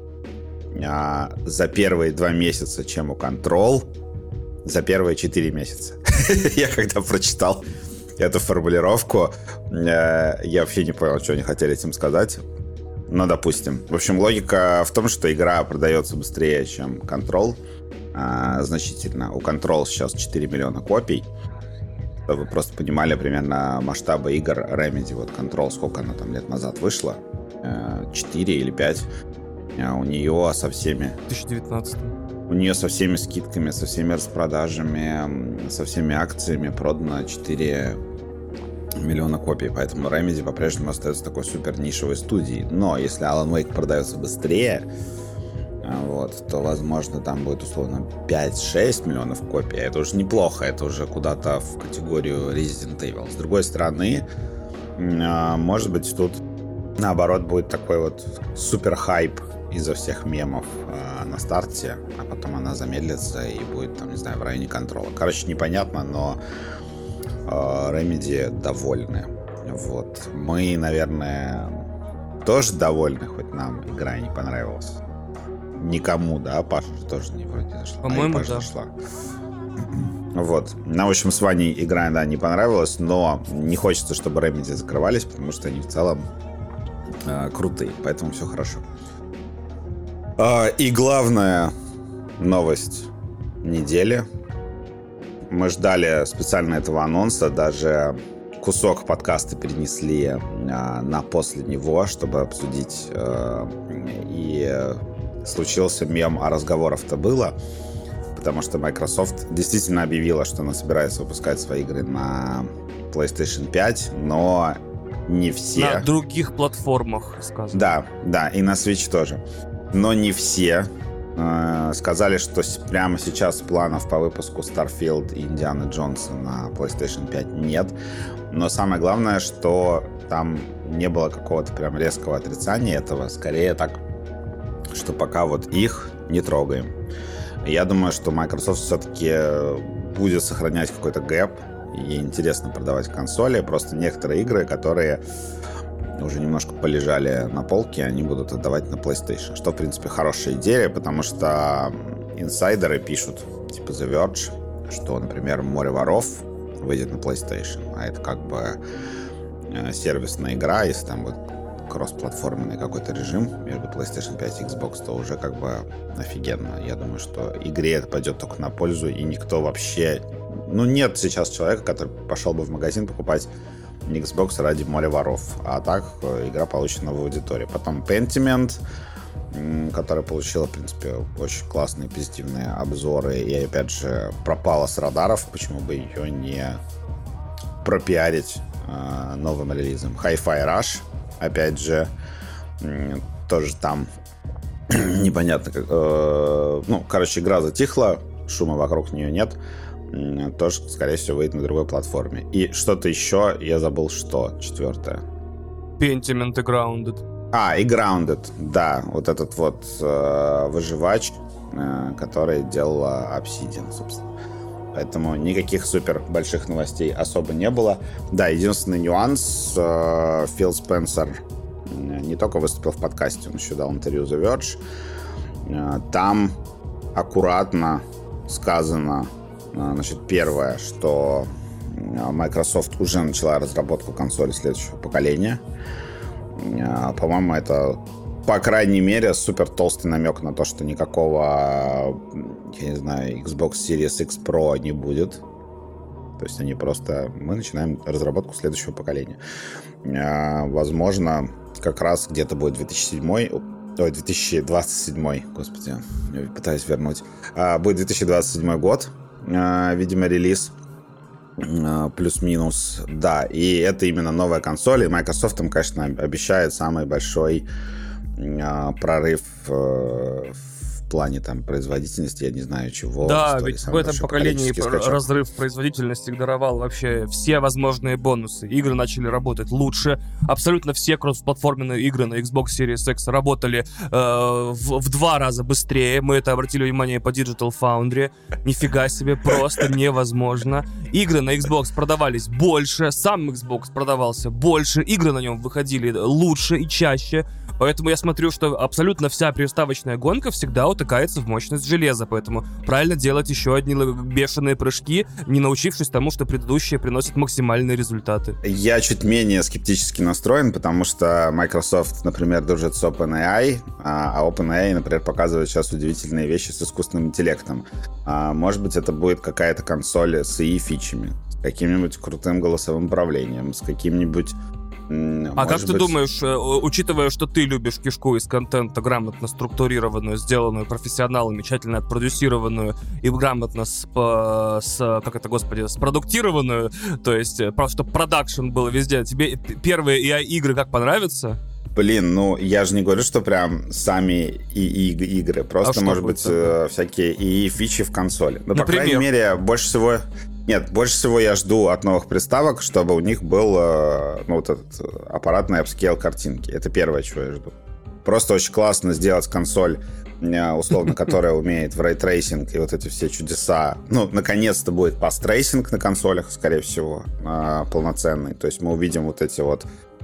а, за первые два месяца, чем у Control за первые четыре месяца. Я когда прочитал эту формулировку, я вообще не понял, что они хотели этим сказать. Ну, допустим. В общем, логика в том, что игра продается быстрее, чем Control. А, значительно. У Control сейчас четыре миллиона копий. Чтобы вы просто понимали примерно масштабы игр Remedy. Вот Control, сколько она там лет назад вышла? четыре или пять. А у нее со всеми... В две тысячи девятнадцатом. У нее со всеми скидками, со всеми распродажами, со всеми акциями продано четыре миллиона копий, поэтому Remedy по-прежнему остается такой супер нишевой студией. Но если Alan Wake продается быстрее, вот, то, возможно, там будет условно пять-шесть миллионов копий. Это уже неплохо, это уже куда-то в категорию Resident Evil. С другой стороны, может быть, тут наоборот будет такой вот супер хайп из-за всех мемов э, на старте, а потом она замедлится и будет, там, не знаю, в районе контроля. Короче, непонятно, но Remedy довольны. Вот. Мы, наверное, тоже довольны, хоть нам игра не понравилась. Никому, да? Паша тоже не вроде зашла. По-моему, а Паша да. зашла. Вот. Ну, в общем, с Ваней игра, да, не понравилась, но не хочется, чтобы Remedy закрывались, потому что они в целом э, крутые, поэтому все хорошо. Э, и главная новость недели. Мы ждали специально этого анонса, даже кусок подкаста перенесли э, на после него, чтобы обсудить. Э, и случился мем, а разговоров-то было, потому что Microsoft действительно объявила, что она собирается выпускать свои игры на PlayStation пять, но не все. На других платформах, сказано. Да, да, и на Switch тоже. Но не все. Сказали, что прямо сейчас планов по выпуску Starfield и Индианы Джонса на PlayStation пять нет. Но самое главное, что там не было какого-то прям резкого отрицания этого. Скорее так, что пока вот их не трогаем. Я думаю, что Microsoft все-таки будет сохранять какой-то гэп. Ей интересно продавать консоли. Просто некоторые игры, которые уже немножко полежали на полке, они будут отдавать на PlayStation. Что, в принципе, хорошая идея, потому что инсайдеры пишут, типа The Verge, что, например, «Море воров» выйдет на PlayStation. А это как бы сервисная игра, если там будет кроссплатформенный какой-то режим между PlayStation пять и Xbox, то уже как бы офигенно. Я думаю, что игре это пойдет только на пользу, и никто вообще... Ну, нет сейчас человека, который пошел бы в магазин покупать Xbox ради «Моря воров». А так игра получит новую аудиторию. Потом Pentiment, которая получила, в принципе, очень классные позитивные обзоры. И, опять же, пропала с радаров. Почему бы ее не пропиарить э, новым релизом? Hi-Fi Rush, опять же, тоже там непонятно, как, э, ну, короче, игра затихла, шума вокруг нее нет, тоже, скорее всего, выйдет на другой платформе. И что-то еще, я забыл, что, четвертое. Pentiment и Grounded. А, и Grounded, да, вот этот вот э, выживач, э, который делала Obsidian, собственно. Поэтому никаких супер больших новостей особо не было. Да, единственный нюанс, э, Фил Спенсер не только выступил в подкасте, он еще дал интервью The Verge. Э, там аккуратно сказано, э, значит, первое, что Microsoft уже начала разработку консоли следующего поколения. Э, по-моему, это, по крайней мере, супер толстый намек на то, что никакого, я не знаю, Xbox Series X Pro не будет. То есть они просто... Мы начинаем разработку следующего поколения. Возможно, как раз где-то будет две тысячи седьмой... Ой, две тысячи двадцать седьмой, господи, я пытаюсь вернуть. Будет две тысячи двадцать седьмой год, видимо, релиз. Плюс-минус, да. И это именно новая консоль. И Microsoft им, конечно, обещает самый большой прорыв в плане там производительности, я не знаю чего. Да, ведь в этом поколении разрыв производительности даровал вообще все возможные бонусы. Игры начали работать лучше. Абсолютно все кроссплатформенные игры на Xbox Series X работали э, в, в два раза быстрее. Мы это обратили внимание по Digital Foundry. Нифига себе, просто невозможно. Игры на Xbox продавались больше, сам Xbox продавался больше, игры на нем выходили лучше и чаще. Поэтому я смотрю, что абсолютно вся приставочная гонка всегда утыкается в мощность железа. Поэтому правильно делать еще одни бешеные прыжки, не научившись тому, что предыдущие приносят максимальные результаты. Я чуть менее скептически настроен, потому что Microsoft, например, дружит с OpenAI, а OpenAI, например, показывает сейчас удивительные вещи с искусственным интеллектом. Может быть, это будет какая-то консоль с эй ай-фичами, с каким-нибудь крутым голосовым управлением, с каким-нибудь... А Может как ты быть... думаешь, учитывая, что ты любишь кишку из контента, грамотно структурированную, сделанную профессионалами, тщательно отпродюсированную и грамотно с, с как это, господи, спродуктированную, то есть просто чтобы продакшн был везде, тебе первые эй ай-игры как понравятся? Блин, ну я же не говорю, что прям сами эй ай-игры, просто, а может быть, э, всякие эй ай-фичи в консоли. Но, Например? по крайней мере, больше всего... Нет, больше всего я жду от новых приставок, чтобы у них был, ну, вот этот аппаратный апскейл картинки. Это первое, чего я жду. Просто очень классно сделать консоль, условно, которая умеет в рейтрейсинг и вот эти все чудеса. Ну, наконец-то будет пастрейсинг на консолях, скорее всего, полноценный. То есть мы увидим вот эти вот...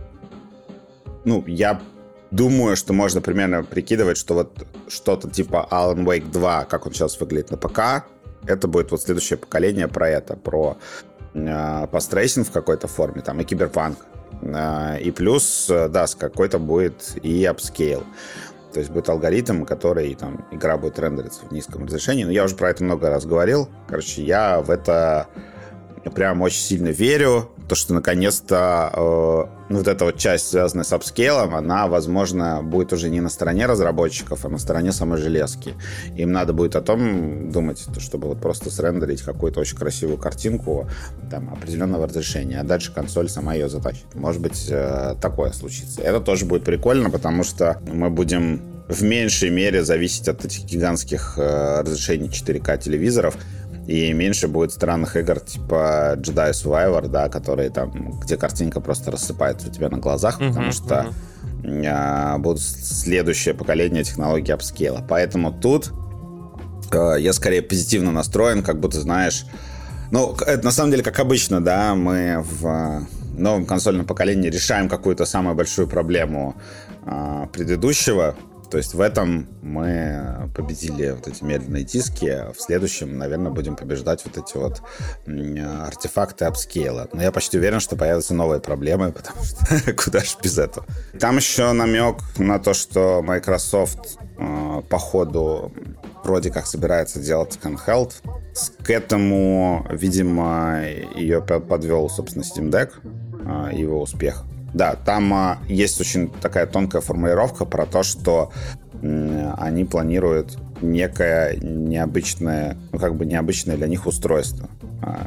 Ну, я думаю, что можно примерно прикидывать, что вот что-то типа Alan Wake два, как он сейчас выглядит на ПК, это будет вот следующее поколение про это, про э, пастрейсинг в какой-то форме, там, и киберпанк. Э, и плюс, э, да, с какой-то будет и апскейл. То есть будет алгоритм, который, там, игра будет рендериться в низком разрешении. Но я уже про это много раз говорил. Короче, я в это прям очень сильно верю. То, что наконец-то э, вот эта вот часть, связанная с апскейлом, она, возможно, будет уже не на стороне разработчиков, а на стороне самой железки. Им надо будет о том думать, чтобы вот просто срендерить какую-то очень красивую картинку там, определенного разрешения, а дальше консоль сама ее затащит. Может быть, э, такое случится. Это тоже будет прикольно, потому что мы будем в меньшей мере зависеть от этих гигантских э, разрешений четыре ка телевизоров, и меньше будет странных игр типа Jedi Survivor, да, которые там, где картинка просто рассыпается у тебя на глазах, uh-huh, потому что uh-huh. а, будут следующее поколение технологий апскейла. Поэтому тут а, я скорее позитивно настроен, как будто, знаешь... Ну, это на самом деле, как обычно, да, мы в новом консольном поколении решаем какую-то самую большую проблему а, предыдущего. То есть в этом мы победили вот эти медленные диски. В следующем, наверное, будем побеждать вот эти вот артефакты апскейла. Но я почти уверен, что появятся новые проблемы, потому что куда же без этого. Там еще намек на то, что Microsoft э, по ходу вроде как собирается делать handheld. К этому, видимо, ее подвел, собственно, Steam Deck э, и его успех. Да, там а, есть очень такая тонкая формулировка про то, что м, они планируют некое необычное, ну как бы необычное для них устройство. А,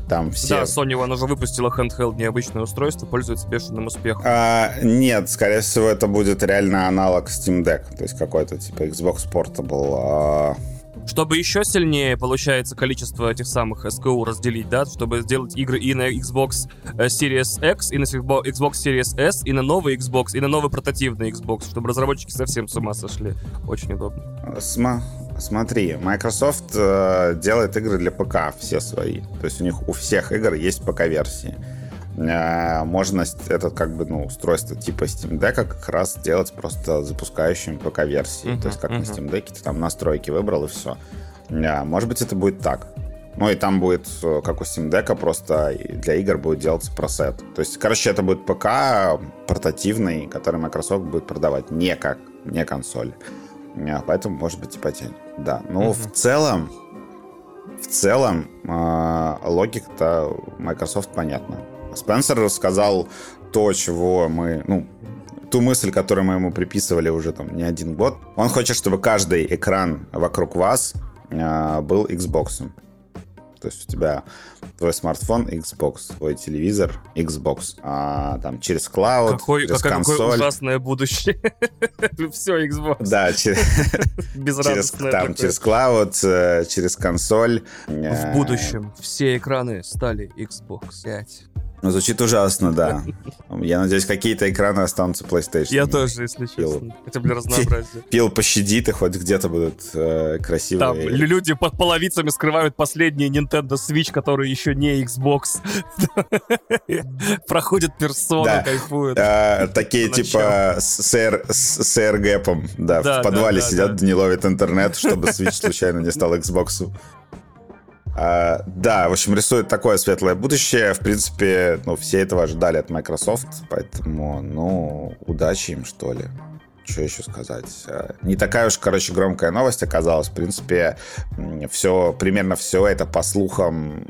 Там все... Да, Sony, она же выпустила handheld необычное устройство, пользуется бешеным успехом. А, нет, скорее всего, это будет реально аналог Steam Deck, то есть какой-то типа Xbox Portable. А... Чтобы еще сильнее, получается, количество этих самых эс ка у разделить, да, чтобы сделать игры и на Xbox Series X, и на Xbox Series S, и на новый Xbox, и на новый портативный Xbox, чтобы разработчики совсем с ума сошли. Очень удобно. Сма... Смотри, Microsoft э, делает игры для ПК, все свои. То есть у них у всех игр есть ПК-версии. Э, можно этот как бы, ну, устройство типа Steam Deck как раз сделать просто запускающим ПК-версии. Uh-huh, То есть как uh-huh. на Steam Deck ты там настройки выбрал и все. Э, может быть, это будет так. Ну и там будет, как у Steam Deck, просто для игр будет делаться пресет. То есть, короче, это будет ПК портативный, который Microsoft будет продавать не как, не консоль. Поэтому, может быть, и потянет. Да. Ну, uh-huh. в целом, в целом, э, логика-то Microsoft понятна. Спенсер рассказал то, чего мы, ну, ту мысль, которую мы ему приписывали уже там не один год. Он хочет, чтобы каждый экран вокруг вас э, был Xbox. То есть у тебя твой смартфон Xbox, твой телевизор Xbox, а там через клауд, какой, через какое, консоль. Какое ужасное будущее. Все Xbox. Да, через, через, там, через клауд, через консоль. В будущем все экраны стали Xbox пять. Ну, звучит ужасно, да. Я надеюсь, какие-то экраны останутся PlayStation. Я тоже, если честно. Хотя бы для разнообразия. Пил пощадит, и хоть где-то будут э, красивые... Там люди под половицами скрывают последний Nintendo Switch, который еще не Xbox. Проходит персона, кайфуют. Такие типа с эйр-гэпом, да, в подвале сидят, не ловят интернет, чтобы Switch случайно не стал Xbox. Uh, да, в общем, рисует такое светлое будущее. В принципе, ну, все этого ожидали от Microsoft, поэтому, ну, удачи им, что ли. Что еще сказать? Uh, не такая уж, короче, громкая новость оказалась. В принципе, все, примерно все это, по слухам,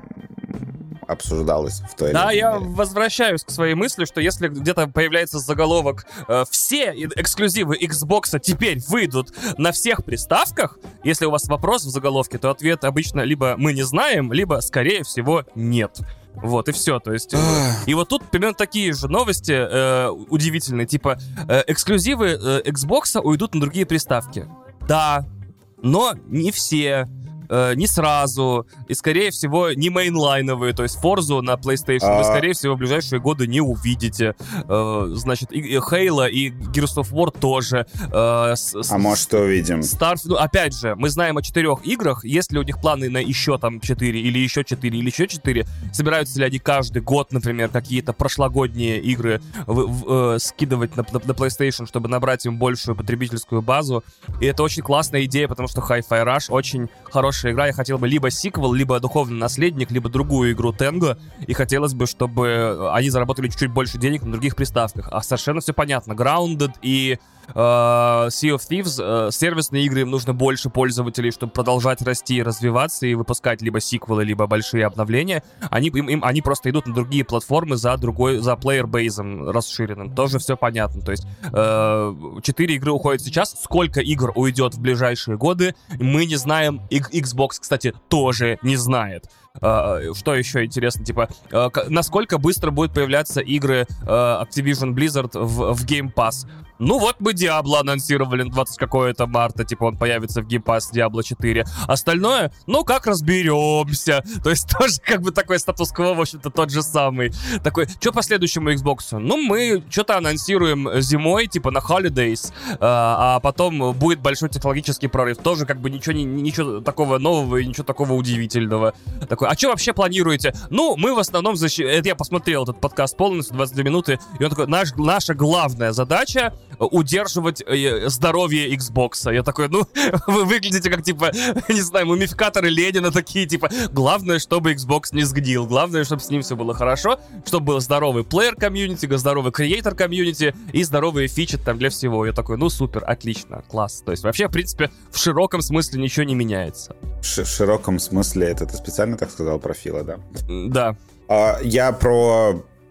обсуждалось в той Да, я мере. возвращаюсь к своей мысли, что если где-то появляется заголовок э, «Все эксклюзивы Xbox теперь выйдут на всех приставках», если у вас вопрос в заголовке, то ответ обычно либо «мы не знаем», либо, скорее всего, «нет». Вот, и все, то есть... И вот тут примерно такие же новости э, удивительные, типа э, эксклюзивы э, Xbox уйдут на другие приставки. Да, но не все... не сразу, и, скорее всего, не мейнлайновые, то есть Forza на PlayStation а... вы, скорее всего, в ближайшие годы не увидите. Значит, и Halo, и Gears of War тоже. А может, увидим. Star... Ну, опять же, мы знаем о четырех играх, есть ли у них планы на еще там четыре, или еще четыре, или еще четыре, собираются ли они каждый год, например, какие-то прошлогодние игры в, в, э, скидывать на, на, на PlayStation, чтобы набрать им большую потребительскую базу, и это очень классная идея, потому что Hi-Fi Rush очень хорошая игра, я хотел бы либо сиквел, либо духовный наследник, либо другую игру Tango, и хотелось бы, чтобы они заработали чуть-чуть больше денег на других приставках. А совершенно все понятно. Grounded и э, Sea of Thieves, э, сервисные игры, им нужно больше пользователей, чтобы продолжать расти и развиваться, и выпускать либо сиквелы, либо большие обновления. Они, им, им, они просто идут на другие платформы за другой, за плеер-бейзом расширенным. Тоже все понятно. То есть э, четыре игры уходят сейчас. Сколько игр уйдет в ближайшие годы, мы не знаем. Xbox, кстати, тоже не знает. Uh, что еще интересно, типа, uh, к- насколько быстро будут появляться игры uh, Activision Blizzard в, в Game Pass? Ну вот мы Diablo анонсировали на двадцатого какого-то марта, типа он появится в Game Pass Diablo четыре. Остальное, ну как разберемся. То есть тоже как бы такой статус-кво, в общем-то, тот же самый. Такой, что по следующему Xbox? Ну мы что-то анонсируем зимой, типа на Holidays, uh, а потом будет большой технологический прорыв. Тоже как бы ничего, ни, ничего такого нового и ничего такого удивительного. Такой, а что вообще планируете? Ну, мы в основном защищаем... Это я посмотрел этот подкаст полностью, двадцать две минуты, и он такой, Наш, наша главная задача удерживать э, здоровье Xbox. Я такой, ну, вы выглядите как, типа, не знаю, мумификаторы Ленина такие, типа, главное, чтобы Xbox не сгнил, главное, чтобы с ним все было хорошо, чтобы был здоровый плеер-комьюнити, здоровый креатор-комьюнити и здоровые фичи там для всего. Я такой, ну, супер, отлично, класс. То есть вообще, в принципе, в широком смысле ничего не меняется. В широком смысле, это ты специально так сказал про Фила, да? Да. А, я про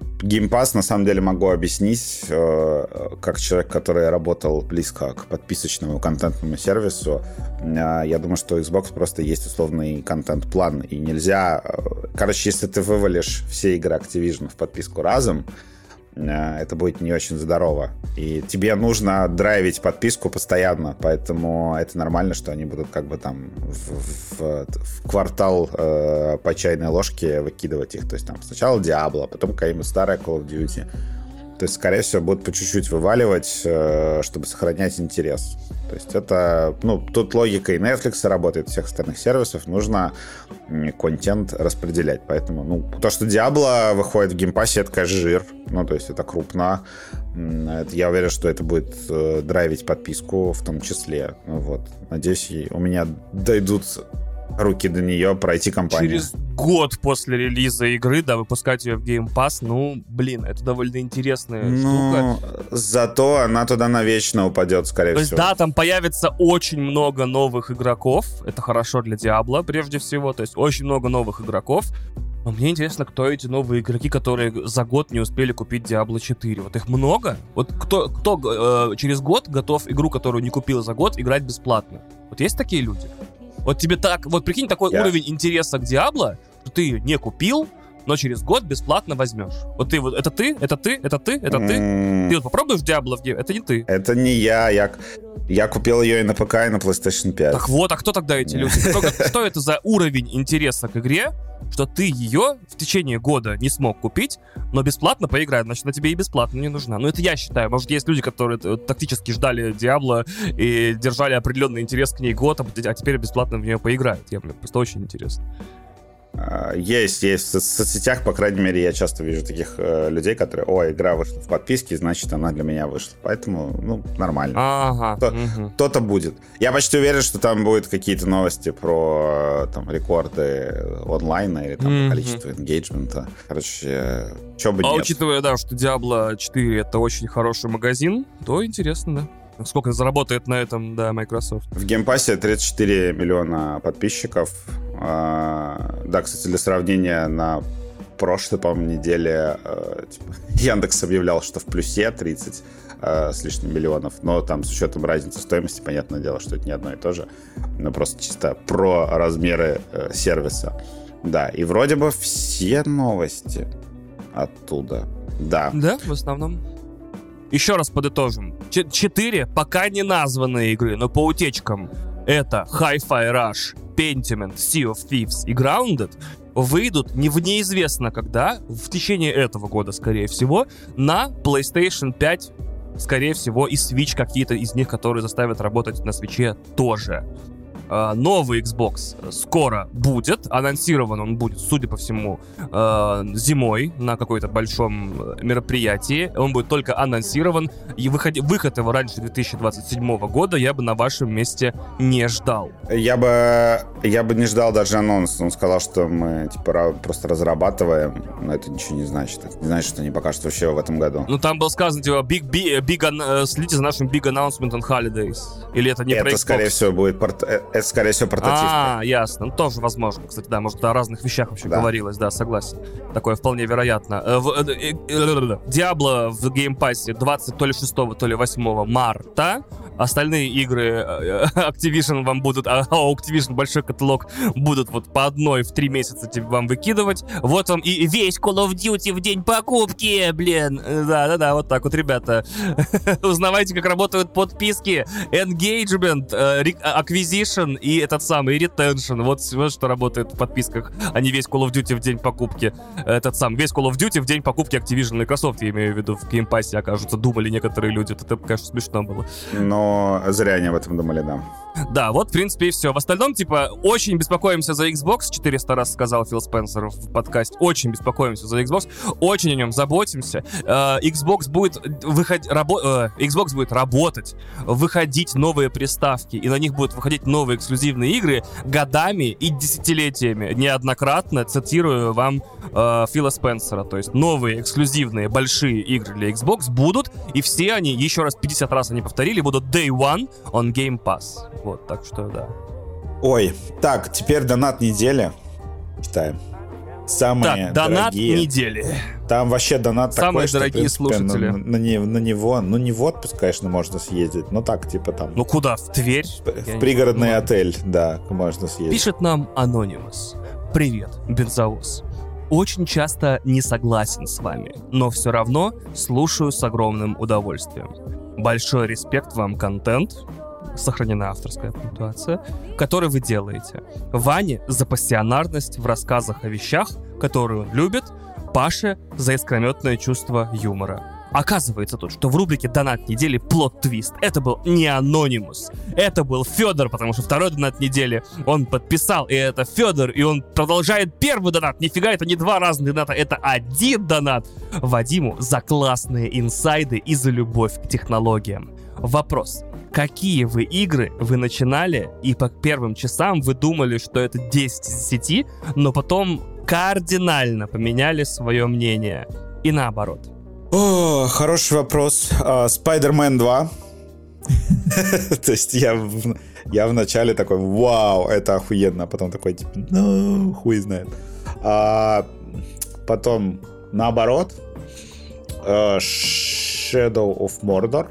Game Pass, на самом деле, могу объяснить, как человек, который работал близко к подписочному контентному сервису. Я думаю, что Xbox просто есть условный контент-план, и нельзя... Короче, если ты вывалишь все игры Activision в подписку разом, это будет не очень здорово. И тебе нужно драйвить подписку постоянно, поэтому это нормально, что они будут как бы там в, в, в квартал э, по чайной ложке выкидывать их. То есть там сначала Diablo, потом какая-нибудь старая Call of Duty. То есть, скорее всего, будут по чуть-чуть вываливать, э, чтобы сохранять интерес. То есть это, ну, тут логика и Netflix работает, и всех остальных сервисов, нужно контент распределять. Поэтому, ну, то, что Diablo выходит в геймпассе, это, конечно, жир. Ну, то есть это крупно. Я уверен, что это будет э, драйвить подписку в том числе. Вот. Надеюсь, у меня дойдут руки до нее, пройти кампанию. Через год после релиза игры, да, выпускать ее в Game Pass, ну, блин, это довольно интересная ну, штука. Зато она туда навечно упадет, скорее То всего. есть, да, там появится очень много новых игроков. Это хорошо для Diablo, прежде всего. То есть, очень много новых игроков. Но мне интересно, кто эти новые игроки, которые за год не успели купить Diablo четыре. Вот их много? Вот кто, кто э, через год готов игру, которую не купил за год, играть бесплатно? Вот есть такие люди? Вот тебе так, вот прикинь, такой Я... уровень интереса к Diablo, что ты ее не купил, но через год бесплатно возьмешь. Вот ты вот, это ты, это ты, это ты, это ты. Mm. Ты вот попробуешь Diablo в Game, это не ты. Это не я, я, я купил ее и на ПК, и на PlayStation пять. Так вот, а кто тогда эти люди? Кто, что это за уровень интереса к игре, что ты ее в течение года не смог купить, но бесплатно поиграть, значит, она тебе и бесплатно не нужна. Ну, это я считаю. Может, есть люди, которые тактически ждали Diablo и держали определенный интерес к ней год, а теперь бесплатно в нее поиграют. Я, блин, просто очень интересно. Есть, есть. В соцсетях, по крайней мере, я часто вижу таких э, людей, которые, о, игра вышла в подписке, значит, она для меня вышла. Поэтому, ну, нормально. Ага. То, угу. То-то будет. Я почти уверен, что там будут какие-то новости про там рекорды онлайна или там угу. количество энгейджмента. Короче, чё бы а нет. Учитывая, да, что Diablo четыре это очень хороший магазин, то интересно, да. Сколько заработает на этом, да, Microsoft? В геймпассе тридцать четыре миллиона подписчиков. А, да, кстати, для сравнения, на прошлой, по-моему, неделе а, типа, Яндекс объявлял, что в плюсе тридцать а, с лишним миллионов. Но там с учетом разницы стоимости, понятное дело, что это не одно и то же. Но просто чисто про размеры а, сервиса. Да, и вроде бы все новости оттуда. Да. Да, в основном. Еще раз подытожим. Ч- четыре пока не названные игры, но по утечкам это Hi-Fi Rush, Pentiment, Sea of Thieves и Grounded выйдут не в неизвестно когда, в течение этого года, скорее всего, на PlayStation пять, скорее всего, и Switch, какие-то из них, которые заставят работать на Switch'е тоже. Новый Xbox скоро будет. Анонсирован он будет, судя по всему, зимой на какой-то большом мероприятии. Он будет только анонсирован. И выход, выход его раньше две тысячи двадцать седьмого года я бы на вашем месте не ждал. Я бы, я бы не ждал даже анонс. Он сказал, что мы типа просто разрабатываем, но это ничего не значит. Это не значит, что они покажут вообще в этом году. Ну там было сказано, типа, big, big, big, следите за нашим Big Announcement on Holidays. Или это не это, про Xbox? скорее всего, будет порт... это, скорее всего, прототип. А, ясно. Ну, тоже возможно. Кстати, да, может, о разных вещах вообще да. говорилось, да, согласен. Такое вполне вероятно. Diablo в Game Pass'е двадцать то ли шестого, то ли восьмого марта. Остальные игры Activision вам будут, а Activision большой каталог будут вот по одной в три месяца тебе вам выкидывать. Вот вам и весь Call of Duty в день покупки, блин. Да-да-да, вот так вот, ребята. Узнавайте, как работают подписки, engagement, acquisition и этот самый retention. Вот, вот что работает в подписках, а не весь Call of Duty в день покупки. Этот сам, весь Call of Duty в день покупки Activision и Microsoft, я имею в виду, в Game Pass'е, окажутся, думали некоторые люди. Это, конечно, смешно было. Но зря они об этом думали, да. Да, вот, в принципе, и все. В остальном, типа, очень беспокоимся за Xbox, четыреста раз сказал Фил Спенсер в подкасте. Очень беспокоимся за Xbox, очень о нем заботимся. Uh, Xbox будет выходить, рабо- uh, Xbox будет работать, выходить новые приставки, и на них будут выходить новые эксклюзивные игры годами и десятилетиями. Неоднократно цитирую вам uh, Фила Спенсера. То есть новые эксклюзивные большие игры для Xbox будут, и все они, еще раз пятьдесят раз они повторили, будут Day One on Game Pass. Вот, так что да. Ой, так, теперь донат недели. Читаем. самые так, донат дорогие. недели. Там вообще донат Самые такой, что, дорогие в принципе, слушатели. На, на, не- на него, ну не в отпуск, конечно, можно съездить, но так, типа там, Ну куда? В Тверь? в Я не пригородный понимаю. отель, да, можно съездить. Пишет нам Анонимус. Привет, бензовоз. Очень часто не согласен с вами, но все равно слушаю с огромным удовольствием. Большой респект вам, контент, сохранена авторская пунктуация, который вы делаете. Ване за пассионарность в рассказах о вещах, которые он любит, Паше за искрометное чувство юмора. Оказывается тут, что в рубрике «Донат недели» плот-твист. Это был не Анонимус. Это был Федор, потому что второй донат недели он подписал, и это Федор, и он продолжает первый донат. Нифига, это не два разных доната, это один донат. Вадиму за классные инсайды и за любовь к технологиям. Вопрос. Какие вы игры вы начинали, и по первым часам вы думали, что это десять из десяти, но потом кардинально поменяли свое мнение? И наоборот. О, хороший вопрос. А, Spider-Man два. То есть я в, я вначале такой, вау, это охуенно, а потом такой, типа, ну, хуй знает. А потом, наоборот, Shadow of Mordor.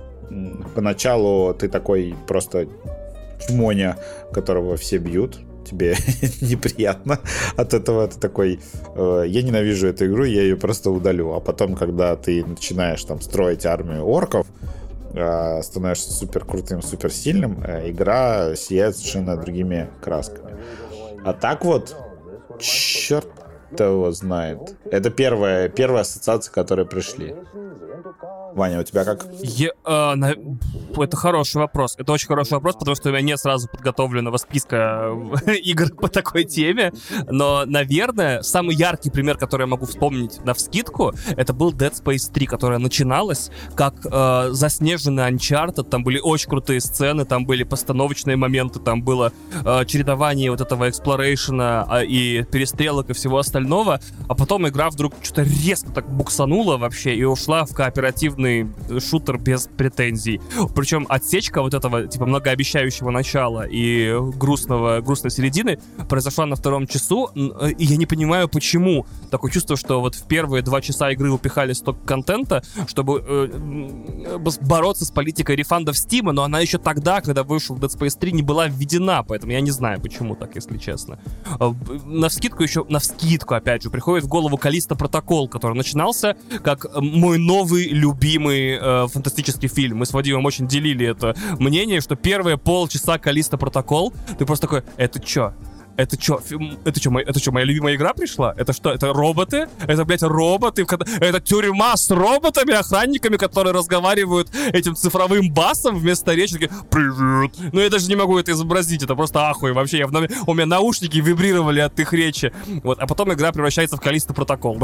Поначалу ты такой просто чмоня, которого все бьют. Тебе неприятно от этого. Ты такой, э, я ненавижу эту игру, я ее просто удалю. А потом, когда ты начинаешь там строить армию орков, э, становишься супер крутым, супер сильным, э, игра сияет совершенно другими красками. А так вот, черт его знает. Это первая, первая ассоциация, которые пришли. Ваня, у тебя как? Я, э, на- Это хороший вопрос. Это очень хороший вопрос, потому что у меня нет сразу подготовленного списка игр по такой теме. Но, наверное, самый яркий пример, который я могу вспомнить навскидку, это был Dead Space три, которая начиналась как э, заснеженный Uncharted. Там были очень крутые сцены, там были постановочные моменты, там было э, чередование вот этого эксплорейшена э, и перестрелок и всего остального. А потом игра вдруг что-то резко так буксанула вообще и ушла в кооперативный шутер без претензий. Причем отсечка вот этого, типа, многообещающего начала и грустного, грустной середины произошла на втором часу, и я не понимаю, почему. Такое чувство, что вот в первые два часа игры упихали столько контента, чтобы э, бороться с политикой рефандов Steam, но она еще тогда, когда вышел Dead Space три, не была введена, поэтому я не знаю, почему так, если честно. Навскидку еще, навскидку, опять же, приходит в голову Callisto Protocol, который начинался как мой новый любимый э, фантастический фильм. Мы с Вадимом очень делили это мнение, что первые полчаса Callisto Protocol, ты просто такой, это чё? Это чё? Это чё, моя, это чё, моя любимая игра пришла? Это что? Это роботы? Это, блядь, роботы? Это тюрьма с роботами, охранниками, которые разговаривают этим цифровым басом вместо речи. Такие, привет! Ну, я даже не могу это изобразить. Это просто ахуй. Вообще, я в, у меня наушники вибрировали от их речи. Вот. А потом игра превращается в Callisto Protocol.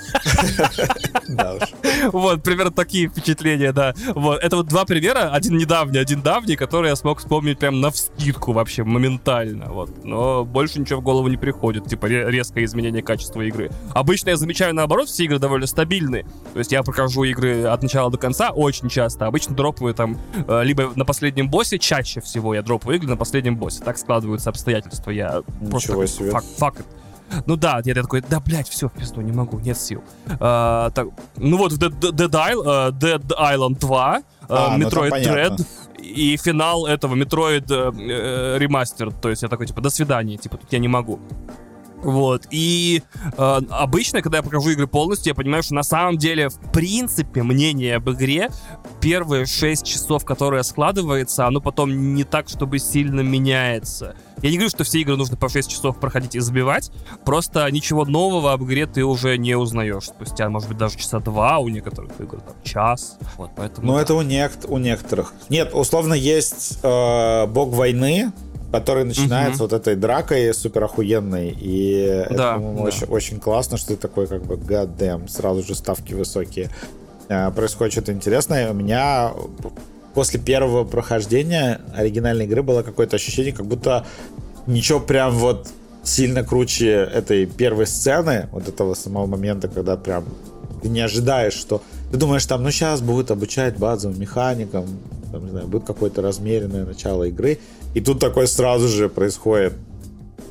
Да уж. Вот, примерно такие впечатления, да. Вот. Это вот два примера. Один недавний, один давний, который я смог вспомнить прям навскидку вообще, моментально. Вот. Но больше больше ничего в голову не приходит, типа резкое изменение качества игры. Обычно я замечаю, наоборот, все игры довольно стабильные. То есть я прохожу игры от начала до конца очень часто. Обычно дропаю там либо на последнем боссе, чаще всего я дропаю игры на последнем боссе. Так складываются обстоятельства. Я Ничего просто себе. факт, факт. Ну да, я, я такой, да, блядь, все, в пизду, не могу, нет сил. А, так, ну вот в Dead, Dead, Island, Dead Island два, а, Metroid ну Dread и финал этого Metroid э, Remastered. То есть я такой, типа, до свидания, типа, тут я не могу. Вот, и э, обычно, когда я прохожу игры полностью, я понимаю, что на самом деле, в принципе, мнение об игре первые шесть часов, которые складывается, оно потом не так, чтобы сильно меняется. Я не говорю, что все игры нужно по шесть часов проходить и забивать, просто ничего нового об игре ты уже не узнаешь. Спустя, может быть, даже часа два, у некоторых игр там час. Вот, поэтому... Ну, да. это у, нек- у некоторых. Нет, условно, есть э, бог войны, который начинается mm-hmm. вот этой дракой супер охуенной. И да, это, по-моему, да. очень, очень классно, что ты такой, как бы, god damn, сразу же ставки высокие. Э, происходит что-то интересное. У меня после первого прохождения оригинальной игры было какое-то ощущение, как будто ничего прям вот сильно круче этой первой сцены, вот этого самого момента, когда прям ты не ожидаешь, что... Ты думаешь, там, ну, сейчас будут обучать базовым механикам, там, не знаю, будет какое-то размеренное начало игры, и тут такое сразу же происходит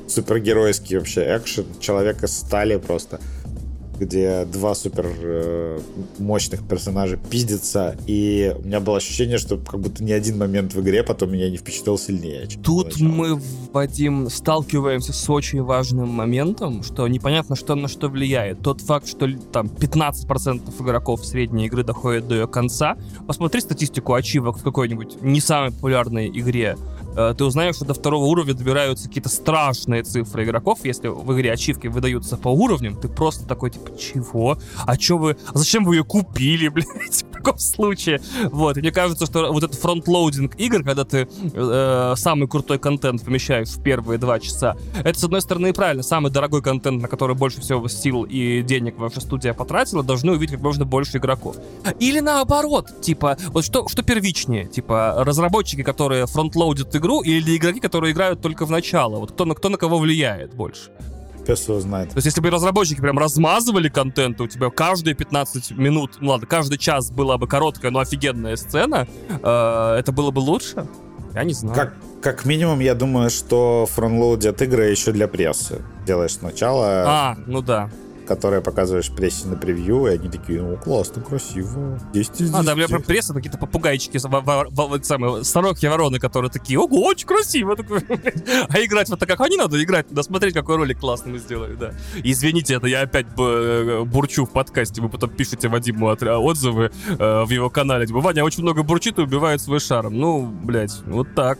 супергеройский вообще экшен, человек из стали просто, где два супер э, мощных персонажа пиздятся, и у меня было ощущение, что как будто ни один момент в игре потом меня не впечатлил сильнее. Тут мы, Вадим, сталкиваемся с очень важным моментом, что непонятно, что на что влияет. Тот факт, что там пятнадцать процентов игроков средней игры доходят до ее конца. Посмотри статистику ачивок в какой-нибудь не самой популярной игре. Ты узнаешь, что до второго уровня добираются какие-то страшные цифры игроков. Если в игре ачивки выдаются по уровням, ты просто такой, типа, чего? А чё вы... А зачем вы ее купили, блядь, в таком случае? Вот, и мне кажется, что вот этот фронтлоудинг игр, когда ты э, самый крутой контент помещаешь в первые два часа, это, с одной стороны, и правильно. Самый дорогой контент, на который больше всего сил и денег ваша студия потратила, должны увидеть как можно больше игроков. Или наоборот, типа, вот что, что первичнее? Типа, разработчики, которые фронтлоудят игру, или игроки, которые играют только в начало? Вот кто на, кто на кого влияет больше? Пес его знает. То есть, если бы разработчики прям размазывали контент, у тебя каждые пятнадцать минут, ну ладно, каждый час была бы короткая, но офигенная сцена, э, это было бы лучше? Я не знаю. Как, как минимум, я думаю, что фронтлоудят игры еще для прессы. Делаешь сначала... А, ну да. Которые показываешь прессе на превью, и они такие, ну, классно, красиво, десять из десяти. А, да, бля, пресса, какие-то попугайчики, самые сороки вороны, которые такие, ого, очень красиво. А играть вот так, как они надо играть, надо смотреть, какой ролик классный мы сделали, да. Извините, это я опять бурчу в подкасте, вы потом пишете Вадиму отзывы в его канале, типа, Ваня очень много бурчит и убивает свой шаром. Ну, блядь, вот так.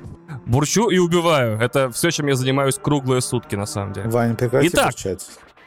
Бурчу и убиваю. Это все, чем я занимаюсь круглые сутки, на самом деле. Ваня, прекрати Итак, бурчать.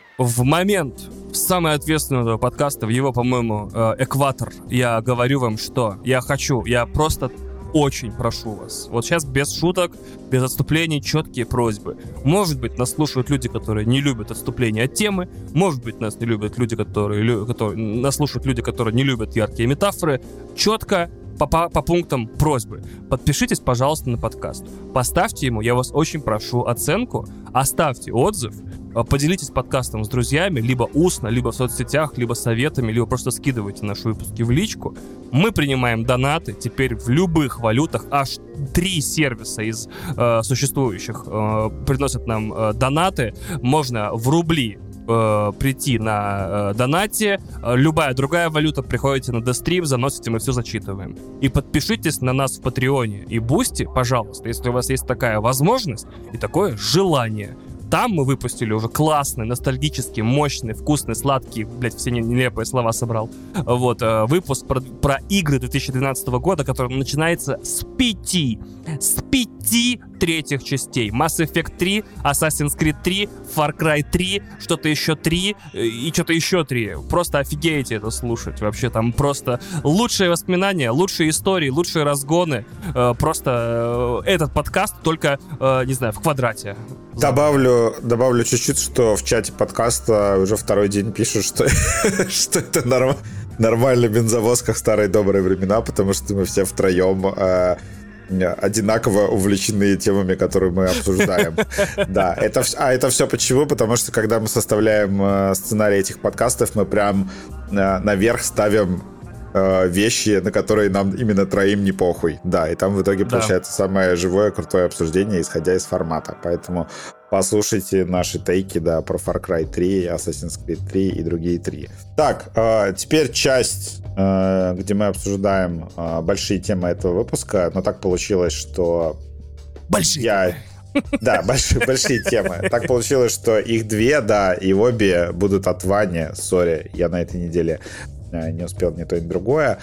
В момент самый ответственный этого подкаста, в его, по-моему, экватор, я говорю вам, что я хочу, я просто очень прошу вас. Вот сейчас без шуток, без отступлений, четкие просьбы. Может быть, нас слушают люди, которые не любят отступления от темы. Может быть, нас не любят люди, которые, которые нас слушают люди, которые не любят яркие метафоры. Четко. По, по, по пунктам просьбы. Подпишитесь, пожалуйста, на подкаст. Поставьте ему, я вас очень прошу, оценку. Оставьте отзыв. Поделитесь подкастом с друзьями, либо устно, либо в соцсетях, либо советами, либо просто скидывайте наши выпуски в личку. Мы принимаем донаты теперь в любых валютах. Аж три сервиса из э, существующих э, приносят нам э, донаты. Можно в рубли прийти на э, донате, любая другая валюта, приходите на Дестрим, заносите, мы все зачитываем. И подпишитесь на нас в Патреоне и Бусти, пожалуйста, если у вас есть такая возможность и такое желание. Там мы выпустили уже классный, ностальгический, мощный, вкусный, сладкий, блять, все нелепые слова собрал, вот, э, выпуск про, про игры две тысячи двенадцатого года, который начинается с пяти, с пяти третьих частей. Mass Effect три, Assassin's Creed три, Far Cry три, что-то еще три и что-то еще три. Просто офигеете это слушать. Вообще там просто лучшие воспоминания, лучшие истории, лучшие разгоны. Э, просто э, этот подкаст только, э, не знаю, в квадрате. Добавлю, добавлю чуть-чуть, что в чате подкаста уже второй день пишут, что, что это норм, нормальный бензовоз, как в старые добрые времена, потому что мы все втроем э, одинаково увлечены темами, которые мы обсуждаем. Да, это, а это все почему? Потому что когда мы составляем э, сценарий этих подкастов, мы прям э, наверх ставим э, вещи, на которые нам именно троим не похуй. Да, и там в итоге да. получается самое живое, крутое обсуждение, исходя из формата. Поэтому послушайте наши тейки, да, про Far Cry три, Assassin's Creed три и другие три. Так, э, теперь часть, э, где мы обсуждаем э, большие темы этого выпуска, но так получилось, что... Большие я... Да, большие, большие темы. Так получилось, что их две, да, и обе будут от Вани. Сори, я на этой неделе не успел ни то, ни другое.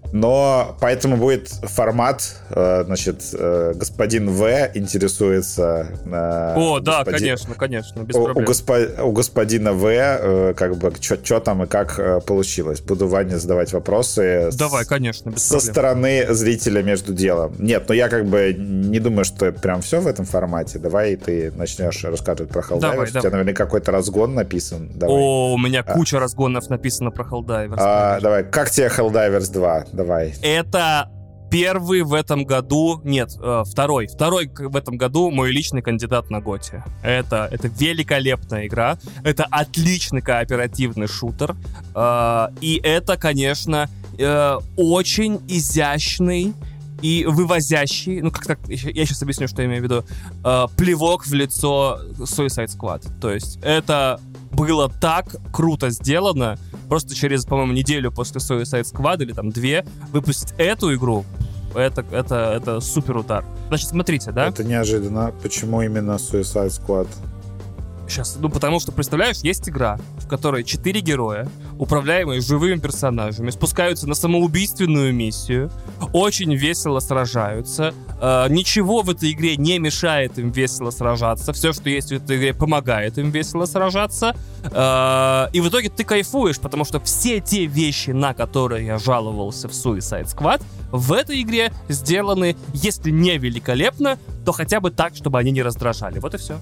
Но поэтому будет формат, значит, господин В интересуется... О, господин... да, конечно, конечно, без у, проблем. У, госпо... у господина В, как бы, что там и как получилось. Буду Ване задавать вопросы. Давай, с... конечно, без со проблем. стороны зрителя между делом. Нет, но я как бы не думаю, что это прям все в этом формате. Давай ты начнешь рассказывать про Helldivers. У тебя наверняка какой-то разгон написан. Давай. О, у меня а. куча разгонов написано про Helldivers. А, давай, как тебе Helldivers два? Давай. Это первый в этом году, нет, э, второй, второй в этом году мой личный кандидат на Готи. Это, это великолепная игра, это отличный кооперативный шутер, э, и это, конечно, э, очень изящный и вывозящий, ну, как так, я сейчас объясню, что я имею в виду, э, плевок в лицо Suicide Squad. То есть это было так круто сделано, просто через, по-моему, неделю после Suicide Squad или там две выпустить эту игру, это, это, это супер удар. Значит, смотрите, да? Это неожиданно. Почему именно Suicide Squad? Сейчас, ну, потому что, представляешь, есть игра, в которой четыре героя, управляемые живыми персонажами, спускаются на самоубийственную миссию, очень весело сражаются, э, ничего в этой игре не мешает им весело сражаться, все, что есть в этой игре, помогает им весело сражаться, э, и в итоге ты кайфуешь, потому что все те вещи, на которые я жаловался в Suicide Squad, в этой игре сделаны, если не великолепно, то хотя бы так, чтобы они не раздражали. Вот и все.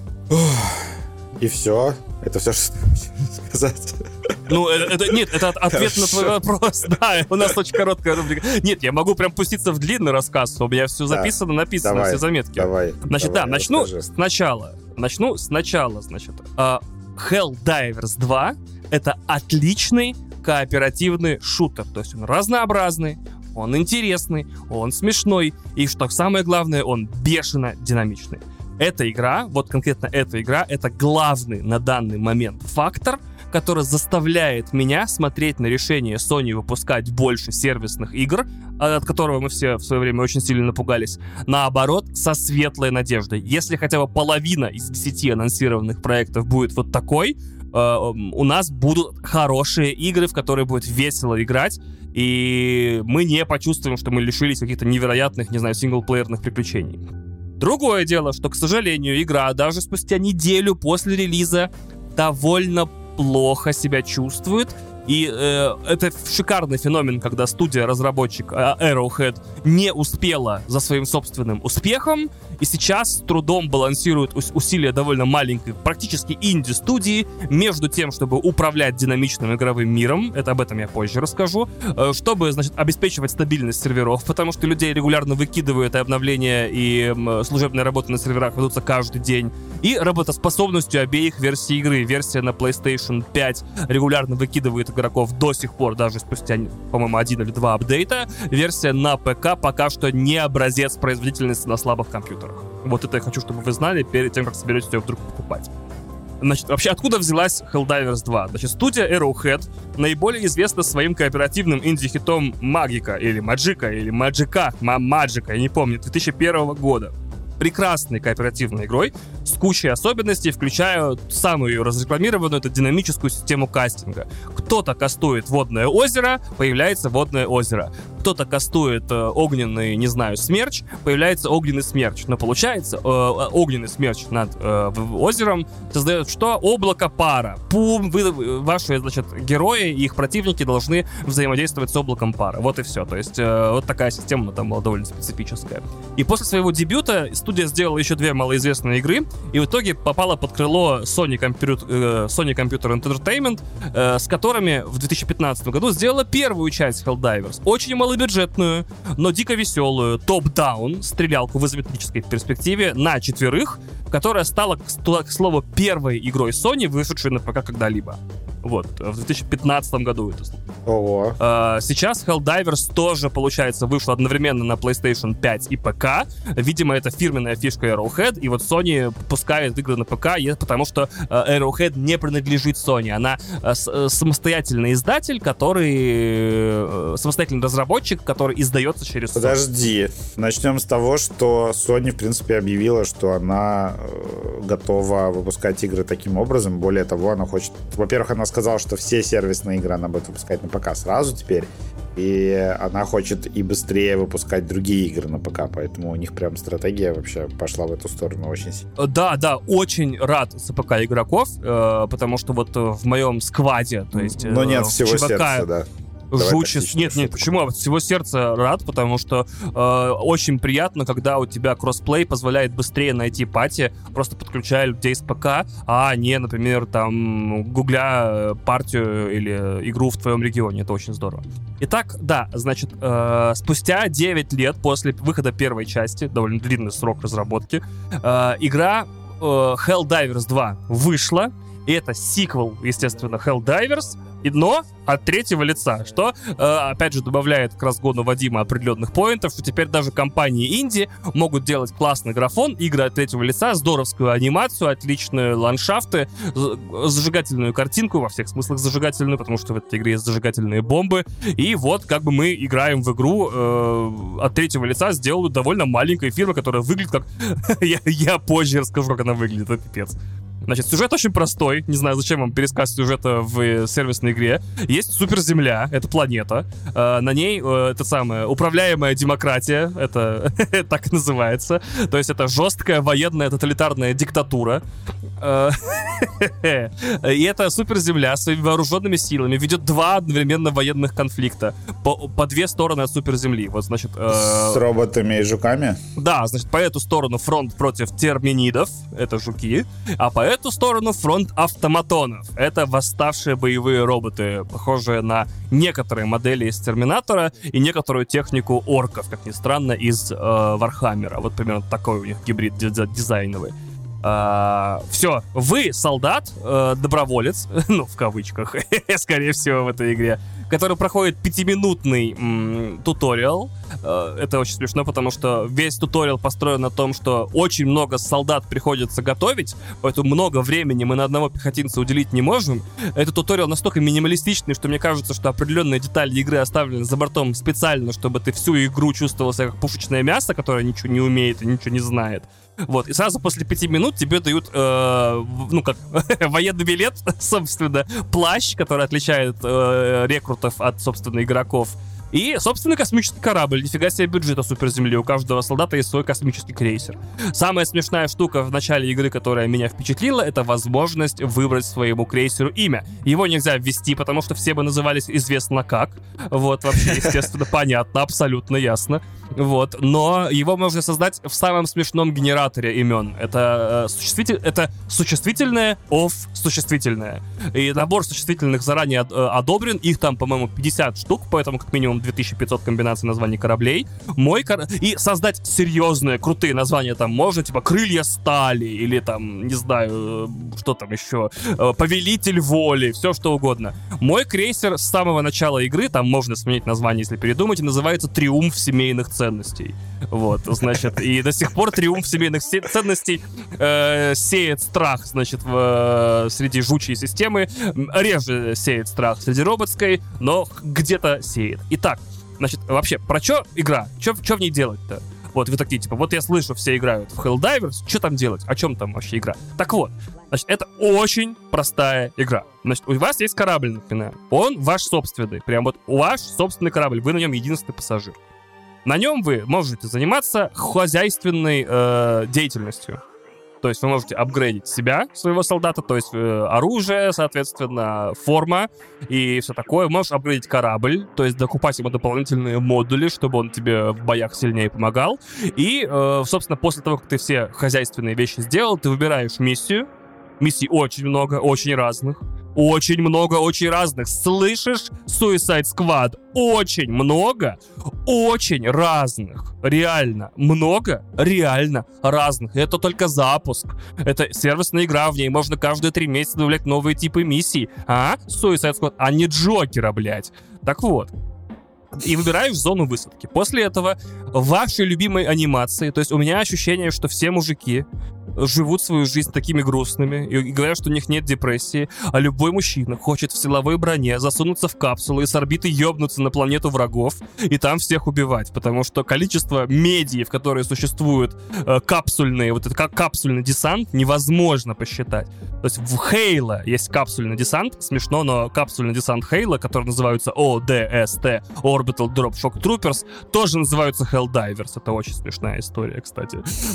И все? Это все, что ты хочешь сказать? Ну, это, это нет, это ответ на твой вопрос. Да, у нас очень короткая рубрика. Нет, я могу прям пуститься в длинный рассказ. У меня все записано, да, написано, давай, все заметки. Давай. Значит, давай, да, начну расскажи. сначала. Начну сначала, значит. Uh, Helldivers два — это отличный кооперативный шутер. То есть он разнообразный, он интересный, он смешной. И, что самое главное, он бешено динамичный. Эта игра, вот конкретно эта игра, это главный на данный момент фактор, который заставляет меня смотреть на решение Sony выпускать больше сервисных игр, от которого мы все в свое время очень сильно напугались, наоборот, со светлой надеждой. Если хотя бы половина из десяти анонсированных проектов будет вот такой, э, у нас будут хорошие игры, в которые будет весело играть, и мы не почувствуем, что мы лишились каких-то невероятных, не знаю, синглплеерных приключений. Другое дело, что, к сожалению, игра даже спустя неделю после релиза довольно плохо себя чувствует. И э, это шикарный феномен, когда студия-разработчик э, Arrowhead не успела за своим собственным успехом, и сейчас с трудом балансирует ус- усилия довольно маленькой, практически инди-студии, между тем, чтобы управлять динамичным игровым миром, это об этом я позже расскажу, э, чтобы, значит, обеспечивать стабильность серверов, потому что людей регулярно выкидывают, и обновления, и э, служебные работы на серверах ведутся каждый день, и работоспособностью обеих версий игры. Версия на PlayStation пять регулярно выкидывает игроков до сих пор, даже спустя, по-моему, один или два апдейта. Версия на ПК пока что не образец производительности на слабых компьютерах. Вот это я хочу, чтобы вы знали перед тем, как соберетесь ее вдруг покупать. Значит, вообще, откуда взялась Helldivers два? Значит, студия Arrowhead наиболее известна своим кооперативным инди-хитом Магика, или Маджика, или Маджика, Маджика, я не помню, две тысячи первого года. Прекрасной кооперативной игрой с кучей особенностей, включая самую ее разрекламированную, это динамическую систему кастинга. Кто-то кастует водное озеро, появляется водное озеро. Кто-то кастует э, огненный, не знаю, смерч, появляется огненный смерч. Но получается, э, огненный смерч над э, озером создает что? Облако пара. Пум! Вы, ваши, значит, герои и их противники должны взаимодействовать с облаком пара. Вот и все. То есть э, вот такая система, она там была довольно специфическая. И после своего дебюта студия сделала еще две малоизвестные игры, и в итоге попала под крыло Sony Computer, э, Sony Computer Entertainment, э, с которыми в две тысячи пятнадцатом году сделала первую часть Helldivers. Очень малобюджетную, но дико веселую, топ-даун, стрелялку в изометрической перспективе на четверых, которая стала, к слову, первой игрой Sony, вышедшей на ПК когда-либо. Вот, в две тысячи пятнадцатом году это. Ого. Uh, сейчас Helldivers тоже, получается, вышла одновременно на PlayStation пять и ПК. Видимо, это фирменная фишка Arrowhead, и вот Sony пускает игры на ПК, потому что uh, Arrowhead не принадлежит Sony. Она uh, с- самостоятельный издатель, который... Uh, самостоятельный разработчик, который издается через Sony. Подожди. Начнем с того, что Sony, в принципе, объявила, что она э, готова выпускать игры таким образом. Более того, она хочет... Во-первых, она сказала, что все сервисные игры она будет выпускать на ПК сразу теперь, и она хочет и быстрее выпускать другие игры на ПК, поэтому у них прям стратегия вообще пошла в эту сторону очень сильно. Да, да, очень рад за ПК игроков, э, потому что вот в моем скваде, то есть... Но нет всего ЧВК, сердца, да. Жучи... Нет, нет, почему? От всего сердца рад, потому что э, очень приятно, когда у тебя кроссплей позволяет быстрее найти пати, просто подключая людей с ПК, а не, например, там, гугля партию или игру в твоем регионе. Это очень здорово. Итак, да, значит, э, спустя девять лет после выхода первой части, довольно длинный срок разработки, э, игра э, Helldivers два вышла. И это сиквел, естественно, Helldivers, но от третьего лица, что, э, опять же, добавляет к разгону Вадима определенных поинтов, что теперь даже компании инди могут делать классный графон, игры от третьего лица, здоровскую анимацию, отличные ландшафты, зажигательную картинку, во всех смыслах зажигательную, потому что в этой игре есть зажигательные бомбы, и вот как бы мы играем в игру э, от третьего лица, сделают довольно маленькая фирма, которая выглядит как... я, я позже расскажу, как она выглядит, это пипец. Значит, сюжет очень простой. Не знаю, зачем вам пересказ сюжета в сервисной игре. Есть суперземля, это планета. Э, на ней э, это самое управляемая демократия. Это так и называется. То есть это жесткая военная тоталитарная диктатура. Э, и эта суперземля своими вооруженными силами ведет два одновременно военных конфликта. По, по две стороны от суперземли. Вот, значит... Э, С роботами и жуками? Да, значит, по эту сторону фронт против терминидов. Это жуки. А по эту сторону фронт автоматонов. Это восставшие боевые роботы, похожие на некоторые модели из Терминатора и некоторую технику орков, как ни странно, из э, Вархаммера. Вот примерно такой у них гибрид дизайновый. Uh, все, вы солдат, uh, доброволец, ну, в кавычках, скорее всего, в этой игре, который проходит пятиминутный м, туториал. Uh, это очень смешно, потому что весь туториал построен на том, что очень много солдат приходится готовить, поэтому много времени мы на одного пехотинца уделить не можем. Этот туториал настолько минималистичный, что мне кажется, что определенные детали игры оставлены за бортом специально, чтобы ты всю игру чувствовал себя как пушечное мясо, которое ничего не умеет и ничего не знает. Вот, и сразу после пяти минут тебе дают, э, ну как, военный билет, собственно, плащ, который отличает э, рекрутов от, собственно, игроков. И, собственно, космический корабль. Нифига себе бюджета суперземли. У каждого солдата есть свой космический крейсер. Самая смешная штука в начале игры, которая меня впечатлила, это возможность выбрать своему крейсеру имя. Его нельзя ввести, потому что все бы назывались известно как. Вот, вообще, естественно, понятно, абсолютно ясно. Вот, но его можно создать в самом смешном генераторе имен. Это, э, существитель... это существительное of существительное. И набор существительных заранее э, одобрен. Их там, по-моему, пятьдесят штук, поэтому как минимум две тысячи пятьсот комбинаций названий кораблей. Мой кор... И создать серьезные, крутые названия там можно, типа «Крылья стали» или там, не знаю, что там еще, «Повелитель воли», все что угодно. Мой крейсер с самого начала игры, там можно сменить название, если передумать, называется «Триумф семейных ценностей». Вот, значит, и до сих пор «Триумф семейных се- ценностей» э, сеет страх, значит, в, э, среди жучьей системы, реже сеет страх среди роботской, но где-то сеет. Итак, значит, вообще, про что игра? Что в ней делать-то? Вот, вы такие, типа, вот я слышу, все играют в Helldivers, что там делать? О чем там вообще игра? Так вот, значит, это очень простая игра. Значит, у вас есть корабль, например, он ваш собственный, прям вот ваш собственный корабль, вы на нем единственный пассажир. На нем вы можете заниматься хозяйственной э, деятельностью. То есть вы можете апгрейдить себя, своего солдата, то есть э, оружие, соответственно, форма и все такое. Можешь апгрейдить корабль, то есть докупать ему дополнительные модули, чтобы он тебе в боях сильнее помогал. И, э, собственно, после того, как ты все хозяйственные вещи сделал, ты выбираешь миссию. Миссий очень много, очень разных. Очень много, очень разных. Слышишь, Suicide Squad? Очень много, очень разных. Реально много, реально разных. Это только запуск. Это сервисная игра, в ней можно каждые три месяца добавлять новые типы миссий. А? Suicide Squad, а не Джокера, блядь. Так вот. И выбираешь зону высадки. После этого ваши любимые анимации. То есть у меня ощущение, что все мужики живут свою жизнь такими грустными и говорят, что у них нет депрессии, а любой мужчина хочет в силовой броне засунуться в капсулу и с орбиты ёбнуться на планету врагов и там всех убивать, потому что количество медий, в которые существуют э, капсульные, вот это как капсульный десант, невозможно посчитать. То есть в Halo есть капсульный десант, смешно, но капсульный десант Halo, который называется о ди эс ти, Orbital Drop Shock Troopers, тоже называются Helldivers. Это очень смешная история, кстати.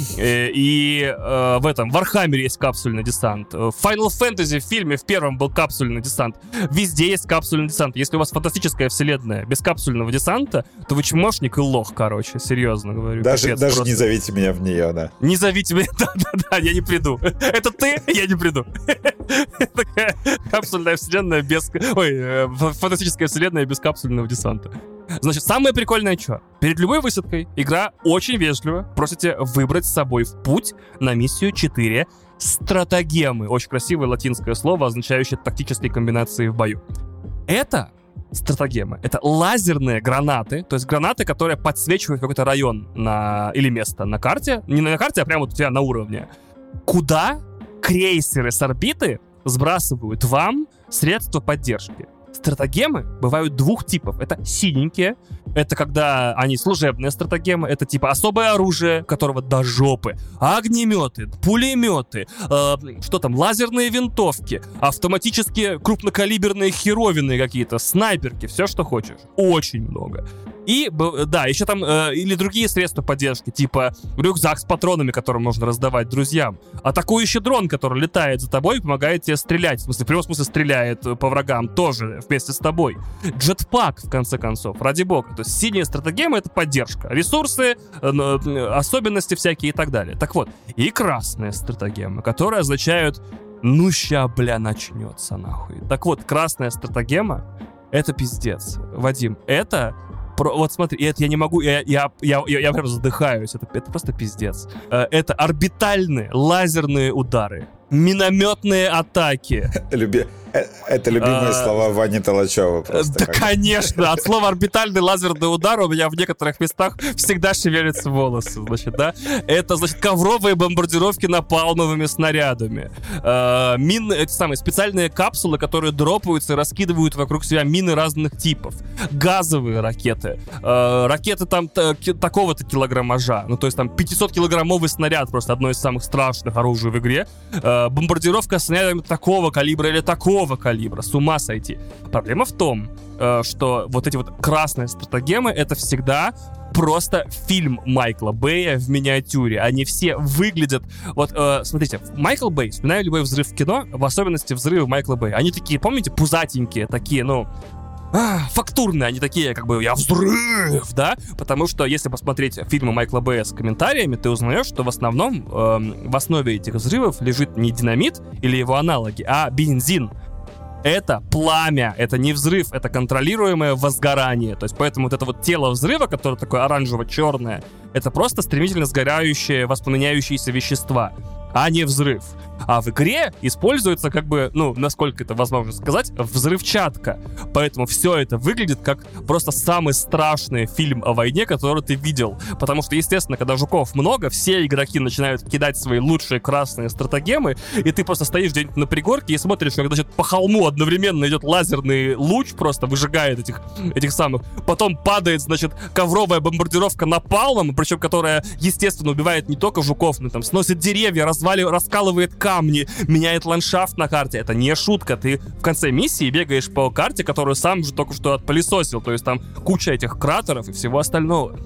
И в этом, в Вархаммере есть капсульный десант. В Final Fantasy в фильме в первом был капсульный десант. Везде есть капсульный десант. Если у вас фантастическая вселенная без капсульного десанта, то вы чмошник и лох, короче. Серьезно говорю. Даже, Капец, даже просто. Не зовите меня в нее, да. Не зовите меня, да-да-да, я не приду. Это ты? Я не приду. Такая капсульная вселенная без... Ой, фантастическая вселенная без капсульного десанта. Значит, самое прикольное что? Перед любой высадкой игра очень вежливо просите выбрать с собой в путь на миссию четыре стратагемы. Очень красивое латинское слово, означающее тактические комбинации в бою. Это стратагемы. Это лазерные гранаты, то есть гранаты, которые подсвечивают какой-то район на... или место на карте. Не на карте, а прямо вот у тебя на уровне. Куда крейсеры с орбиты сбрасывают вам средства поддержки. Стратагемы бывают двух типов. Это синенькие, это когда они служебные стратагемы, это типа особое оружие, которого до жопы. Огнеметы, пулеметы, э, что там, лазерные винтовки, автоматические крупнокалиберные херовины какие-то, снайперки, все, что хочешь. Очень много. И, да, еще там э, или другие средства поддержки, типа рюкзак с патронами, который можно раздавать друзьям. Атакующий дрон, который летает за тобой и помогает тебе стрелять. В смысле, в прямом смысле стреляет по врагам тоже вместе с тобой. Джетпак, в конце концов, ради бога. То есть синие стратегемы — это поддержка. Ресурсы, э, особенности всякие и так далее. Так вот, и красные стратегемы, которые означают «ну ща, бля, начнется нахуй». Так вот, красная стратегема — это пиздец. Вадим, это... Про, вот смотри, это я не могу, я, я, я, я, я прям задыхаюсь, это, это просто пиздец. Это орбитальные лазерные удары, минометные атаки. Люби... Это любимые а... слова Вани Толачева. Просто да, как... конечно. От слова орбитальный лазерный удар у меня в некоторых местах всегда шевелятся волосы. Значит, да? Это, значит, ковровые бомбардировки напалмовыми снарядами. А, мины, эти самые специальные капсулы, которые дропаются и раскидывают вокруг себя мины разных типов. Газовые ракеты. А, ракеты там т- такого-то килограммажа. Ну, то есть там пятисоткилограммовый снаряд, просто одно из самых страшных оружий в игре. А, бомбардировка снарядами такого калибра или такого калибра, с ума сойти. Проблема в том, что вот эти вот красные стратагемы — это всегда просто фильм Майкла Бэя в миниатюре. Они все выглядят... Вот, э, смотрите, Майкл Бэй, вспоминаю любой взрыв в кино, в особенности взрывы Майкла Бэя. Они такие, помните, пузатенькие, такие, ну... А, фактурные, они такие, как бы, я взрыв, да? Потому что, если посмотреть фильмы Майкла Бэя с комментариями, ты узнаешь, что в основном э, в основе этих взрывов лежит не динамит или его аналоги, а бензин. Это пламя, это не взрыв, это контролируемое возгорание. То есть поэтому вот это вот тело взрыва, которое такое оранжево-черное, это просто стремительно сгорающие, воспламеняющиеся вещества, а не взрыв. А в игре используется, как бы, ну, насколько это возможно сказать, взрывчатка. Поэтому все это выглядит как просто самый страшный фильм о войне, который ты видел. Потому что, естественно, когда жуков много, все игроки начинают кидать свои лучшие красные стратагемы, и ты просто стоишь где-нибудь на пригорке и смотришь, как, значит, по холму одновременно идет лазерный луч, просто выжигает этих, этих самых. Потом падает, значит, ковровая бомбардировка напалмом, причем которая, естественно, убивает не только жуков, но там сносит деревья, разваливает, раскалывает камни, меняет ландшафт на карте. Это не шутка. Ты в конце миссии бегаешь по карте, которую сам же только что отпылесосил. То есть там куча этих кратеров и всего остального.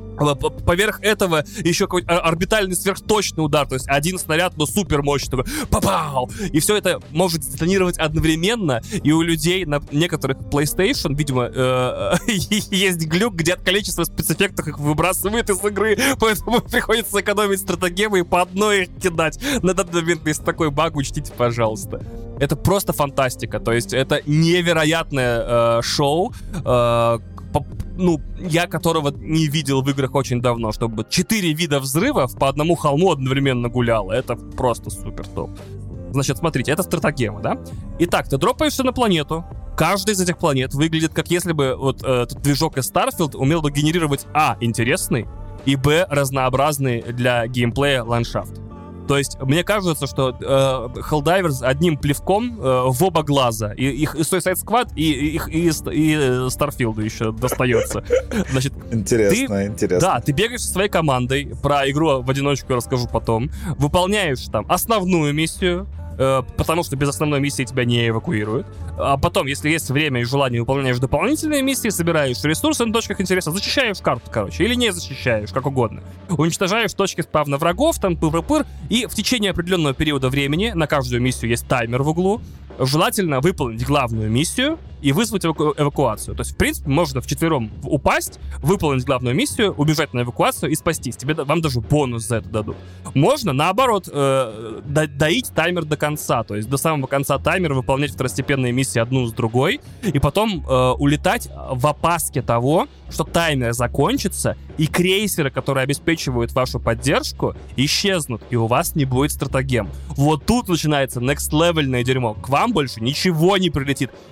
Поверх этого еще какой-то орбитальный сверхточный удар, то есть один снаряд, но супер мощный, такой па-пау! И все это может детонировать одновременно, и у людей на некоторых PlayStation, видимо, э, есть глюк, где от количества спецэффектов их выбрасывает из игры, поэтому приходится экономить стратегемы и по одной их кидать. На данный момент, если такой баг, учтите, пожалуйста. Это просто фантастика, то есть это невероятное э, шоу, э, по, ну, я которого не видел в играх очень давно, чтобы четыре вида взрывов по одному холму одновременно гуляло. Это просто супер топ. Значит, смотрите, это стратагема, да? Итак, ты дропаешься на планету. Каждая из этих планет выглядит как если бы вот э, этот движок из Starfield умел бы генерировать а. интересный и б. разнообразный для геймплея ландшафт. То есть, мне кажется, что э, Helldivers одним плевком э, в оба глаза. И, их и Suicide Squad, и, и, и, и Starfield еще достается. Значит, интересно, ты, интересно. Да, ты бегаешь со своей командой, про игру в одиночку я расскажу потом, выполняешь там основную миссию, э, потому что без основной миссии тебя не эвакуируют. А потом, если есть время и желание, выполняешь дополнительные миссии, собираешь ресурсы на точках интереса, зачищаешь карту, короче, или не зачищаешь, как угодно. Уничтожаешь точки спавна врагов, там пыр-пыр-пыр, и в течение определенного периода времени на каждую миссию есть таймер в углу. Желательно выполнить главную миссию и вызвать эваку- эвакуацию. То есть, в принципе, можно вчетвером упасть, выполнить главную миссию, убежать на эвакуацию и спастись. Тебе, вам даже бонус за это дадут. Можно, наоборот, э, до- доить таймер до конца. То есть до самого конца таймера выполнять второстепенные миссии одну с другой, и потом э, улетать в опаске того, что таймер закончится, и крейсеры, которые обеспечивают вашу поддержку, исчезнут, и у вас не будет стратагем. Вот тут начинается next-levelное дерьмо. К вам больше ничего не прилетит.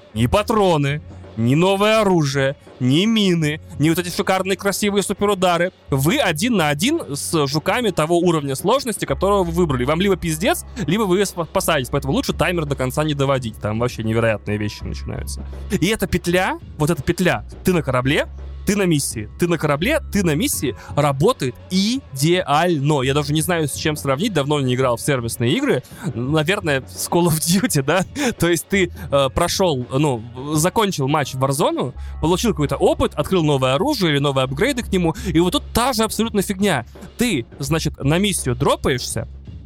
ни патроны, ни новое оружие, ни мины, ни вот эти шикарные красивые суперудары. Вы один на один с жуками того уровня сложности, которого вы выбрали. Вам либо пиздец, либо вы спасаетесь. Поэтому лучше таймер до конца не доводить. Там вообще невероятные вещи начинаются. И эта петля, вот эта петля, ты на корабле, ты на миссии. Ты на корабле, ты на миссии, работает идеально. Я даже не знаю, с чем сравнить. Давно не играл в сервисные игры. Наверное, с Call of Duty, да? То есть ты э, прошел, ну, закончил матч в Warzone, получил какой-то опыт, открыл новое оружие или новые апгрейды к нему, и вот тут та же абсолютно фигня. Ты, значит, на миссию дропаешься,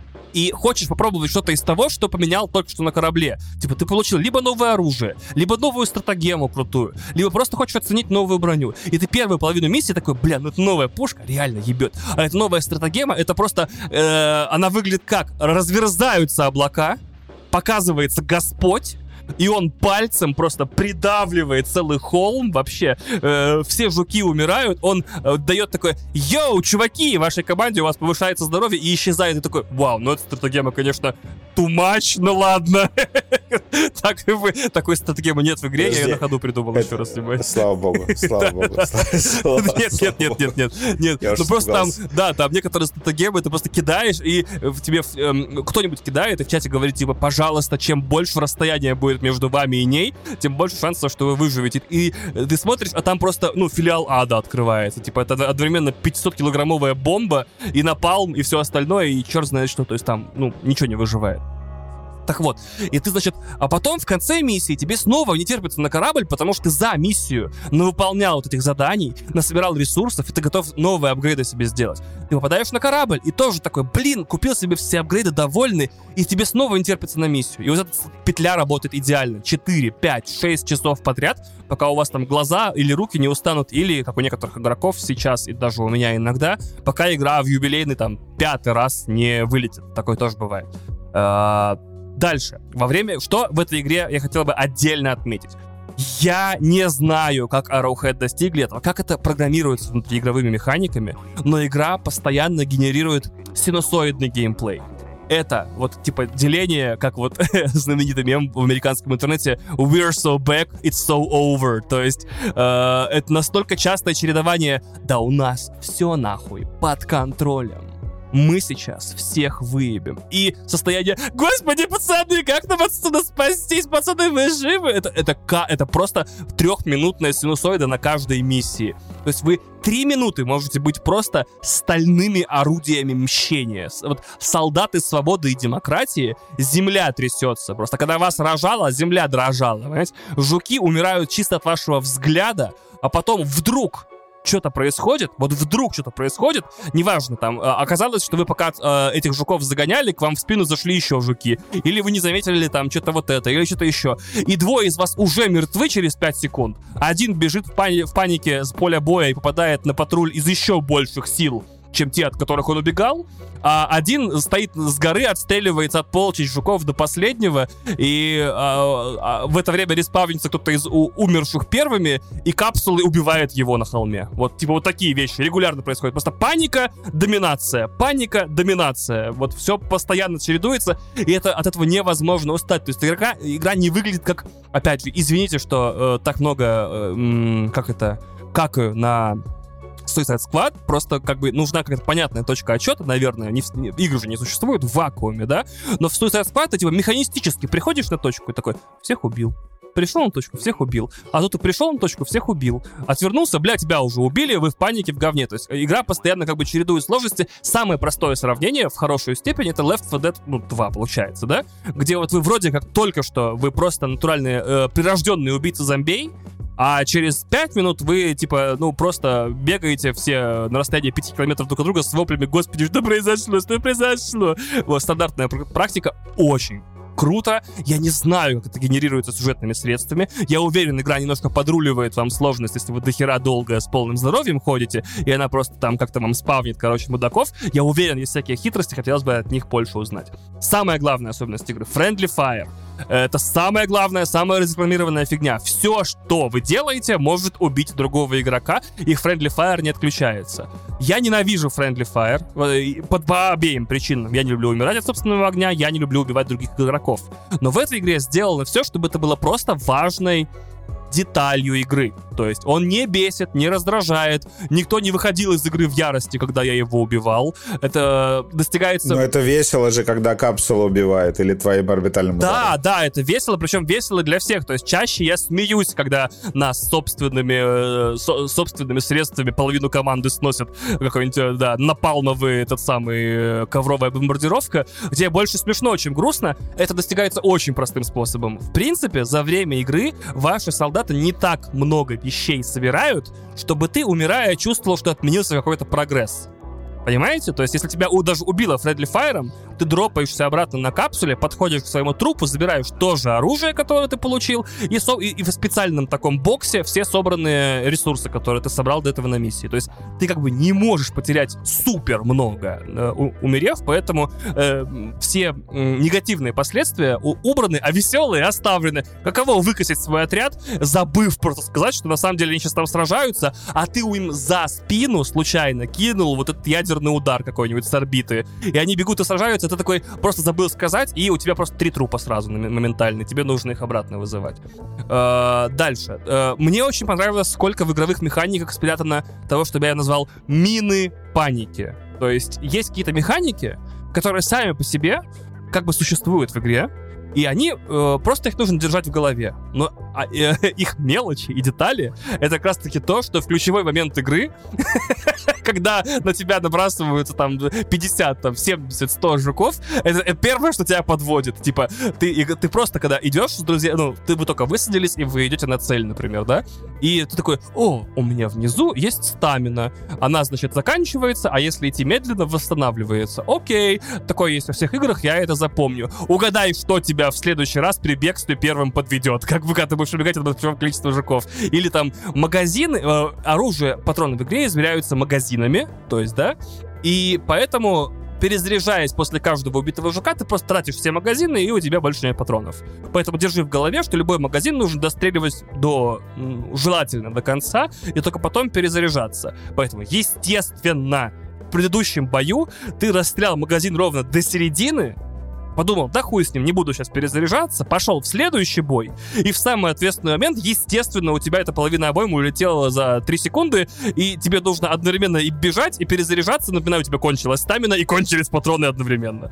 и хочешь попробовать что-то из того, что поменял только что на корабле. Типа, ты получил либо новое оружие, либо новую стратагему крутую, либо просто хочешь оценить новую броню. И ты первую половину миссии такой, бля, ну это новая пушка, реально ебет. А это новая стратагема, это просто... Э, она выглядит как? Разверзаются облака, показывается Господь, и он пальцем просто придавливает целый холм, вообще, э, все жуки умирают, он э, дает такое: йоу, чуваки, в вашей команде у вас повышается здоровье, и исчезает, и такой: вау, ну эта стратегема, конечно, too much, ну ладно. Так и вы, такой стратегемы нет в игре, я ее на ходу придумал еще раз снимать. Слава богу, слава богу. Нет, нет, нет, нет, нет, нет, ну просто там, да, там некоторые стратегемы ты просто кидаешь, и в тебе кто-нибудь кидает, и в чате говорит, типа, пожалуйста, чем больше расстояние будет между вами и ней, тем больше шансов, что вы выживете. И ты смотришь, а там просто, ну, филиал ада открывается. Типа, это одновременно пятисоткилограммовая бомба, и напалм, и все остальное, и черт знает что. То есть там, ну, ничего не выживает. Так вот, и ты, значит, а потом в конце миссии тебе снова не терпится на корабль, потому что ты за миссию навыполнял вот этих заданий, насобирал ресурсов, и ты готов новые апгрейды себе сделать. Ты попадаешь на корабль, и тоже такой, блин, купил себе все апгрейды, довольный, и тебе снова не терпится на миссию. И вот эта петля работает идеально. четыре, пять, шесть часов подряд, пока у вас там глаза или руки не устанут, или, как у некоторых игроков сейчас, и даже у меня иногда, пока игра в юбилейный там пятый раз не вылетит. Такое тоже бывает. Дальше. Во время... Что в этой игре я хотел бы отдельно отметить? Я не знаю, как Arrowhead достигли этого, как это программируется внутриигровыми механиками, но игра постоянно генерирует синусоидный геймплей. Это вот типа деление, как вот знаменитый мем в американском интернете «We're so back, it's so over». То есть э, это настолько частое чередование «Да у нас все нахуй под контролем. Мы сейчас всех выебем». И состояние «Господи, пацаны, как нам отсюда спастись? Пацаны, вы живы?» Это, это, это просто трехминутная синусоида на каждой миссии. То есть вы три минуты можете быть просто стальными орудиями мщения. Вот солдаты свободы и демократии, земля трясется. Просто когда вас рожало, земля дрожала. Понимаете? Жуки умирают чисто от вашего взгляда, а потом вдруг... что-то происходит, вот вдруг что-то происходит, неважно, там, оказалось, что вы пока э, этих жуков загоняли, к вам в спину зашли еще жуки, или вы не заметили там что-то вот это, или что-то еще, и двое из вас уже мертвы через пять секунд, один бежит в, пани- в панике с поля боя и попадает на патруль из еще больших сил, чем те, от которых он убегал, а один стоит с горы, отстреливается от полчищ жуков до последнего, и а, а, в это время респавнится кто-то из у, умерших первыми, и капсулы убивает его на холме. Вот, типа, вот такие вещи регулярно происходят. Просто паника, доминация, паника, доминация. Вот все постоянно чередуется, и это, от этого невозможно устать. То есть игра, игра не выглядит как... Опять же, извините, что э, так много... Э, м, как это... какаю на... Suicide Squad, просто как бы нужна какая-то понятная точка отчета, наверное, не в, не, игры же не существуют в вакууме, да, но в Suicide Squad ты типа механистически приходишь на точку и такой, всех убил. Пришел на точку, всех убил. А тут ты пришел на точку, всех убил. Отвернулся, бля, тебя уже убили, вы в панике, в говне. То есть игра постоянно как бы чередует сложности. Самое простое сравнение в хорошую степень это Left фор Dead, ну, два получается, да? Где вот вы вроде как только что, вы просто натуральные, э, прирожденные убийцы зомбей, а через пять минут вы, типа, ну, просто бегаете все на расстоянии пяти километров друг от друга с воплями «Господи, что произошло? Что произошло?» Вот, стандартная практика, очень круто. Я не знаю, как это генерируется сюжетными средствами. Я уверен, игра немножко подруливает вам сложность, если вы дохера долго с полным здоровьем ходите, и она просто там как-то вам спавнит, короче, мудаков. Я уверен, есть всякие хитрости, хотелось бы от них больше узнать. Самая главная особенность игры — Friendly Fire. Это самое главное, самая разрекламированная фигня. Все, что вы делаете, может убить другого игрока, и Friendly Fire не отключается. Я ненавижу Friendly Fire по, по обеим причинам. Я не люблю умирать от собственного огня, я не люблю убивать других игроков. Но в этой игре сделано все, чтобы это было просто важной деталью игры. То есть он не бесит, не раздражает. Никто не выходил из игры в ярости, когда я его убивал. Это достигается... Но это весело же, когда капсула убивает или твоим орбитальным ударом. Да, да, это весело, причем весело для всех. То есть чаще я смеюсь, когда нас собственными, э, со, собственными средствами половину команды сносят какой-нибудь, да, напалмовый этот самый э, ковровая бомбардировка, где больше смешно, чем грустно. Это достигается очень простым способом. В принципе, за время игры ваши солдаты не так много вещей собирают, чтобы ты, умирая, чувствовал, что отменился какой-то прогресс. Понимаете? То есть, если тебя у, даже убило Friendly Fire, ты дропаешься обратно на капсуле, подходишь к своему трупу, забираешь то же оружие, которое ты получил, и, со, и, и в специальном таком боксе все собранные ресурсы, которые ты собрал до этого на миссии. То есть, ты как бы не можешь потерять супер много, э, у, умерев, поэтому э, все э, негативные последствия у, убраны, а веселые оставлены. Каково выкосить свой отряд, забыв просто сказать, что на самом деле они сейчас там сражаются, а ты им за спину случайно кинул вот этот ядерный удар какой-нибудь с орбиты, и они бегут и сражаются, ты такой просто забыл сказать, и у тебя просто три трупа сразу моментально, тебе нужно их обратно вызывать. Э, дальше. Э, мне очень понравилось, сколько в игровых механиках спрятано того, что я назвал мины паники. То есть есть какие-то механики, которые сами по себе как бы существуют в игре, и они, э, просто их нужно держать в голове. Но а, э, их мелочи и детали — это как раз-таки то, что в ключевой момент игры, когда на тебя набрасываются там пятьдесят, там, семьдесят, сто жуков, это первое, что тебя подводит. Типа, ты, ты просто, когда идешь с друзьями, ну, ты вы только высадились, и вы идете на цель, например, да? И ты такой: о, у меня внизу есть стамина. Она, значит, заканчивается, а если идти медленно, восстанавливается. Окей, такое есть во всех играх, я это запомню. Угадай, что тебя в следующий раз при бегстве первым подведет. Как бы, когда ты будешь убегать от большого количества жуков. Или там магазины, э, оружие, патроны в игре измеряются магазинами, то есть, да, и поэтому, перезаряжаясь после каждого убитого жука, ты просто тратишь все магазины, и у тебя больше нет патронов. Поэтому держи в голове, что любой магазин нужно достреливать до, желательно, до конца, и только потом перезаряжаться. Поэтому, естественно, в предыдущем бою ты расстрелял магазин ровно до середины, подумал: да хуй с ним, не буду сейчас перезаряжаться, пошел в следующий бой, и в самый ответственный момент, естественно, у тебя эта половина обоймы улетела за три секунды, и тебе нужно одновременно и бежать, и перезаряжаться. Напоминаю, у тебя кончилась стамина, и кончились патроны одновременно.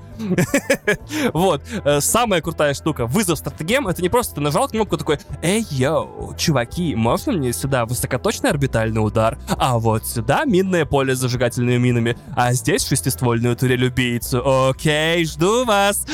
Вот. Самая крутая штука. Вызов стратегем — это не просто ты нажал кнопку такой: эй, йоу, чуваки, можно мне сюда высокоточный орбитальный удар, а вот сюда минное поле с зажигательными минами, а здесь шестиствольную турель-убийцу. Окей, жду вас.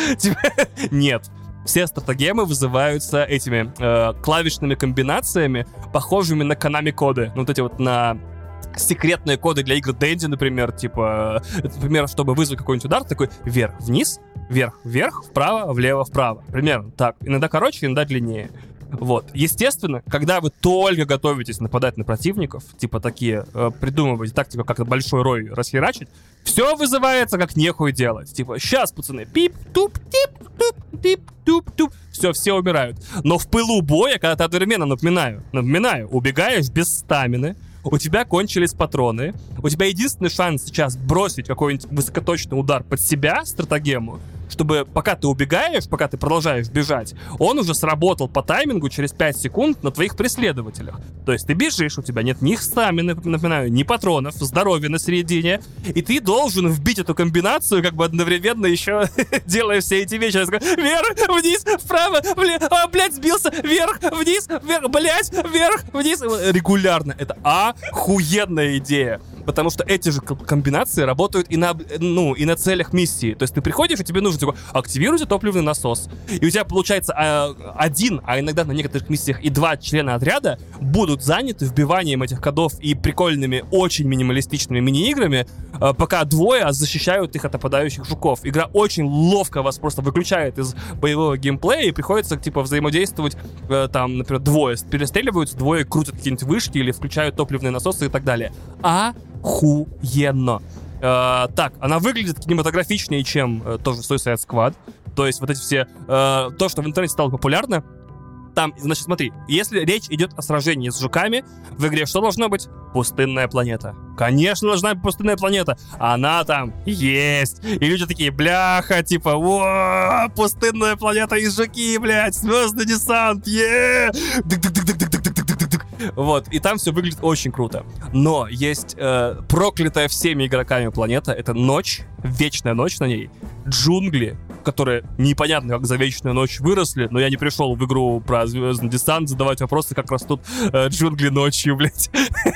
Нет. Все стратегемы вызываются этими э, клавишными комбинациями, похожими на Konami-коды. Ну, вот эти вот на секретные коды для игр Dendy, например. Типа, например, чтобы вызвать какой-нибудь удар, такой вверх-вниз, вверх-вверх, вправо, влево, вправо. Примерно так. Иногда короче, иногда длиннее. Вот. Естественно, когда вы только готовитесь нападать на противников, типа такие, э, придумываете тактику, как большой рой расхерачить, все вызывается как нехуй делать. Типа, сейчас, пацаны, пип-туп, тип-туп, тип-туп-туп. Все, все умирают. Но в пылу боя, когда ты одновременно, напоминаю, напоминаю, убегаешь без стамины, у тебя кончились патроны, у тебя единственный шанс сейчас бросить какой-нибудь высокоточный удар под себя, стратегему, чтобы пока ты убегаешь, пока ты продолжаешь бежать, он уже сработал по таймингу через пять секунд на твоих преследователях. То есть ты бежишь, у тебя нет ни стамины, напоминаю, ни патронов, здоровья на середине, и ты должен вбить эту комбинацию, как бы одновременно еще делая все эти вещи. Вверх, вниз, вправо, влево, а, блядь, сбился, вверх, вниз, вверх, блядь, вверх, вниз. Регулярно. Это охуенная идея. Потому что эти же комбинации работают и на, ну, и на целях миссии. То есть ты приходишь, и тебе нужно типа: активируйте топливный насос. И у тебя получается а, один, а иногда на некоторых миссиях и два члена отряда будут заняты вбиванием этих кодов и прикольными, очень минималистичными мини-играми, а, пока двое защищают их от нападающих жуков. Игра очень ловко вас просто выключает из боевого геймплея, и приходится типа взаимодействовать, а, там, например, двое перестреливаются, двое крутят какие-нибудь вышки или включают топливные насосы и так далее. А Охуенно. Э, так, она выглядит кинематографичнее, чем э, тоже Suicide Squad. То есть вот эти все... Э, то, что в интернете стало популярно, там, значит, смотри, если речь идет о сражении с жуками, в игре что должно быть? Пустынная планета. Конечно, должна быть пустынная планета. Она там есть. И люди такие, бляха, типа, о, пустынная планета и жуки, блядь, звездный десант, е Вот, и там все выглядит очень круто. Но есть э, проклятая всеми игроками планета, это ночь, вечная ночь на ней, джунгли, которые непонятно как за вечную ночь выросли, но я не пришел в игру про звездный десант задавать вопросы, как растут э, джунгли ночью, блядь.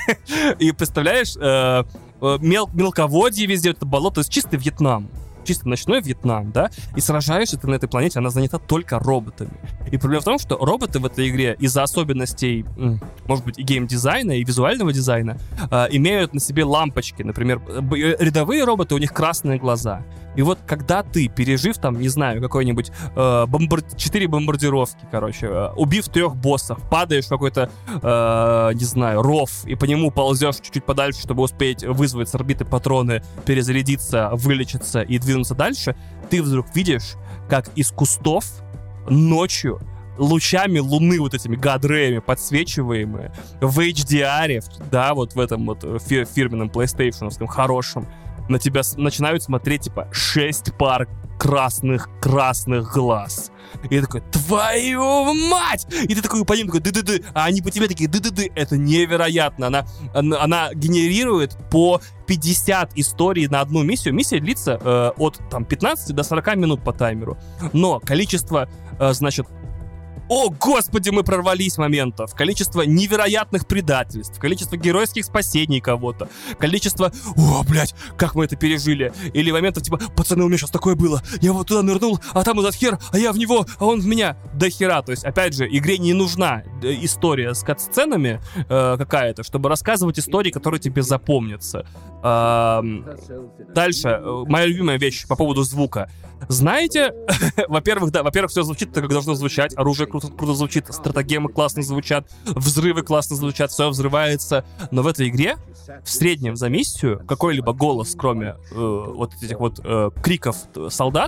И представляешь, э, мел- мелководье везде, это болото, то есть чистый Вьетнам. Чисто ночной Вьетнам, да, и сражаешься ты на этой планете, она занята только роботами. И проблема в том, что роботы в этой игре из-за особенностей, может быть, и геймдизайна, и визуального дизайна, э, имеют на себе лампочки. Например, рядовые роботы, у них красные глаза. И вот когда ты, пережив там, не знаю, какой-нибудь э, бомбар... четыре бомбардировки, короче, э, убив трех боссов, падаешь в какой-то, э, не знаю, ров, и по нему ползешь чуть-чуть подальше, чтобы успеть вызвать с орбиты патроны, перезарядиться, вылечиться и двинуться дальше, ты вдруг видишь, как из кустов ночью лучами луны, вот этими гадреями подсвечиваемые, в эйч ди ар, да, вот в этом вот фир- фирменном PlayStation-овском хорошем, на тебя с- начинают смотреть, типа, шесть пар красных-красных глаз. И я такой, твою мать! И ты такой по ним такой, ды-ды-ды, а они по тебе такие, ды-ды-ды. Это невероятно. Она, она, она генерирует по пятьдесят историй на одну миссию. Миссия длится э, от там, пятнадцати до сорока минут по таймеру. Но количество, э, значит, о, господи, мы прорвались моментов. Количество невероятных предательств, количество геройских спасений кого-то, количество, о, блядь, как мы это пережили. Или моментов типа, пацаны, у меня сейчас такое было, я вот туда нырнул, а там этот хер, а я в него, а он в меня. До хера. То есть, опять же, игре не нужна история с кат-сценами э, какая-то, чтобы рассказывать истории, которые тебе запомнятся. Э, дальше, моя любимая вещь по поводу звука. Знаете, во-первых, да, во-первых, все звучит так, как должно звучать, оружие круто, круто звучит, стратегемы классно звучат, взрывы классно звучат, все взрывается, но в этой игре в среднем за миссию какой-либо голос, кроме э, вот этих вот э, криков солдат,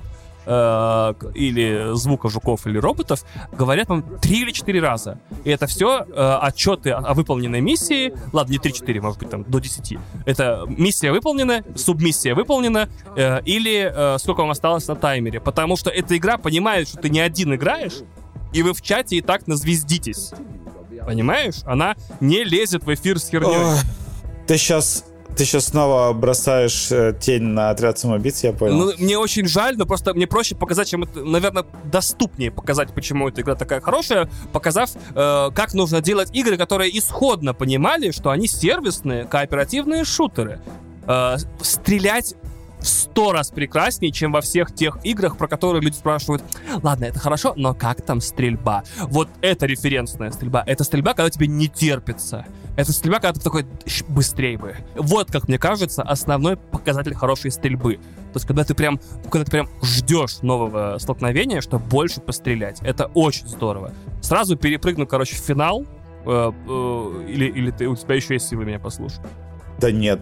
э, или звука жуков или роботов, говорят вам три или четыре раза. И это все э, отчеты о, о выполненной миссии. Ладно, не три-четыре, может быть, там, до десяти. Это миссия выполнена, субмиссия выполнена, э, или э, сколько вам осталось на таймере. Потому что эта игра понимает, что ты не один играешь, и вы в чате и так назвездитесь. Понимаешь? Она не лезет в эфир с херней. Ой, ты сейчас... Ты сейчас снова бросаешь э, тень на отряд самоубийц, я понял. Ну, мне очень жаль, но просто мне проще показать, чем это, наверное, доступнее показать, почему эта игра такая хорошая, показав, э, как нужно делать игры, которые исходно понимали, что они сервисные, кооперативные шутеры. Э, стрелять в сто раз прекраснее, чем во всех тех играх, про которые люди спрашивают, ладно, это хорошо, но как там стрельба? Вот это референсная стрельба. Это стрельба, когда тебе не терпится. Это стрельба, когда ты такой, быстрее бы. Вот, как мне кажется, основной показатель хорошей стрельбы. То есть, когда ты прям, когда ты прям ждешь нового столкновения, чтобы больше пострелять. Это очень здорово. Сразу перепрыгну, короче, в финал. Э, э, или, или ты, у тебя еще есть силы меня послушать? Да нет.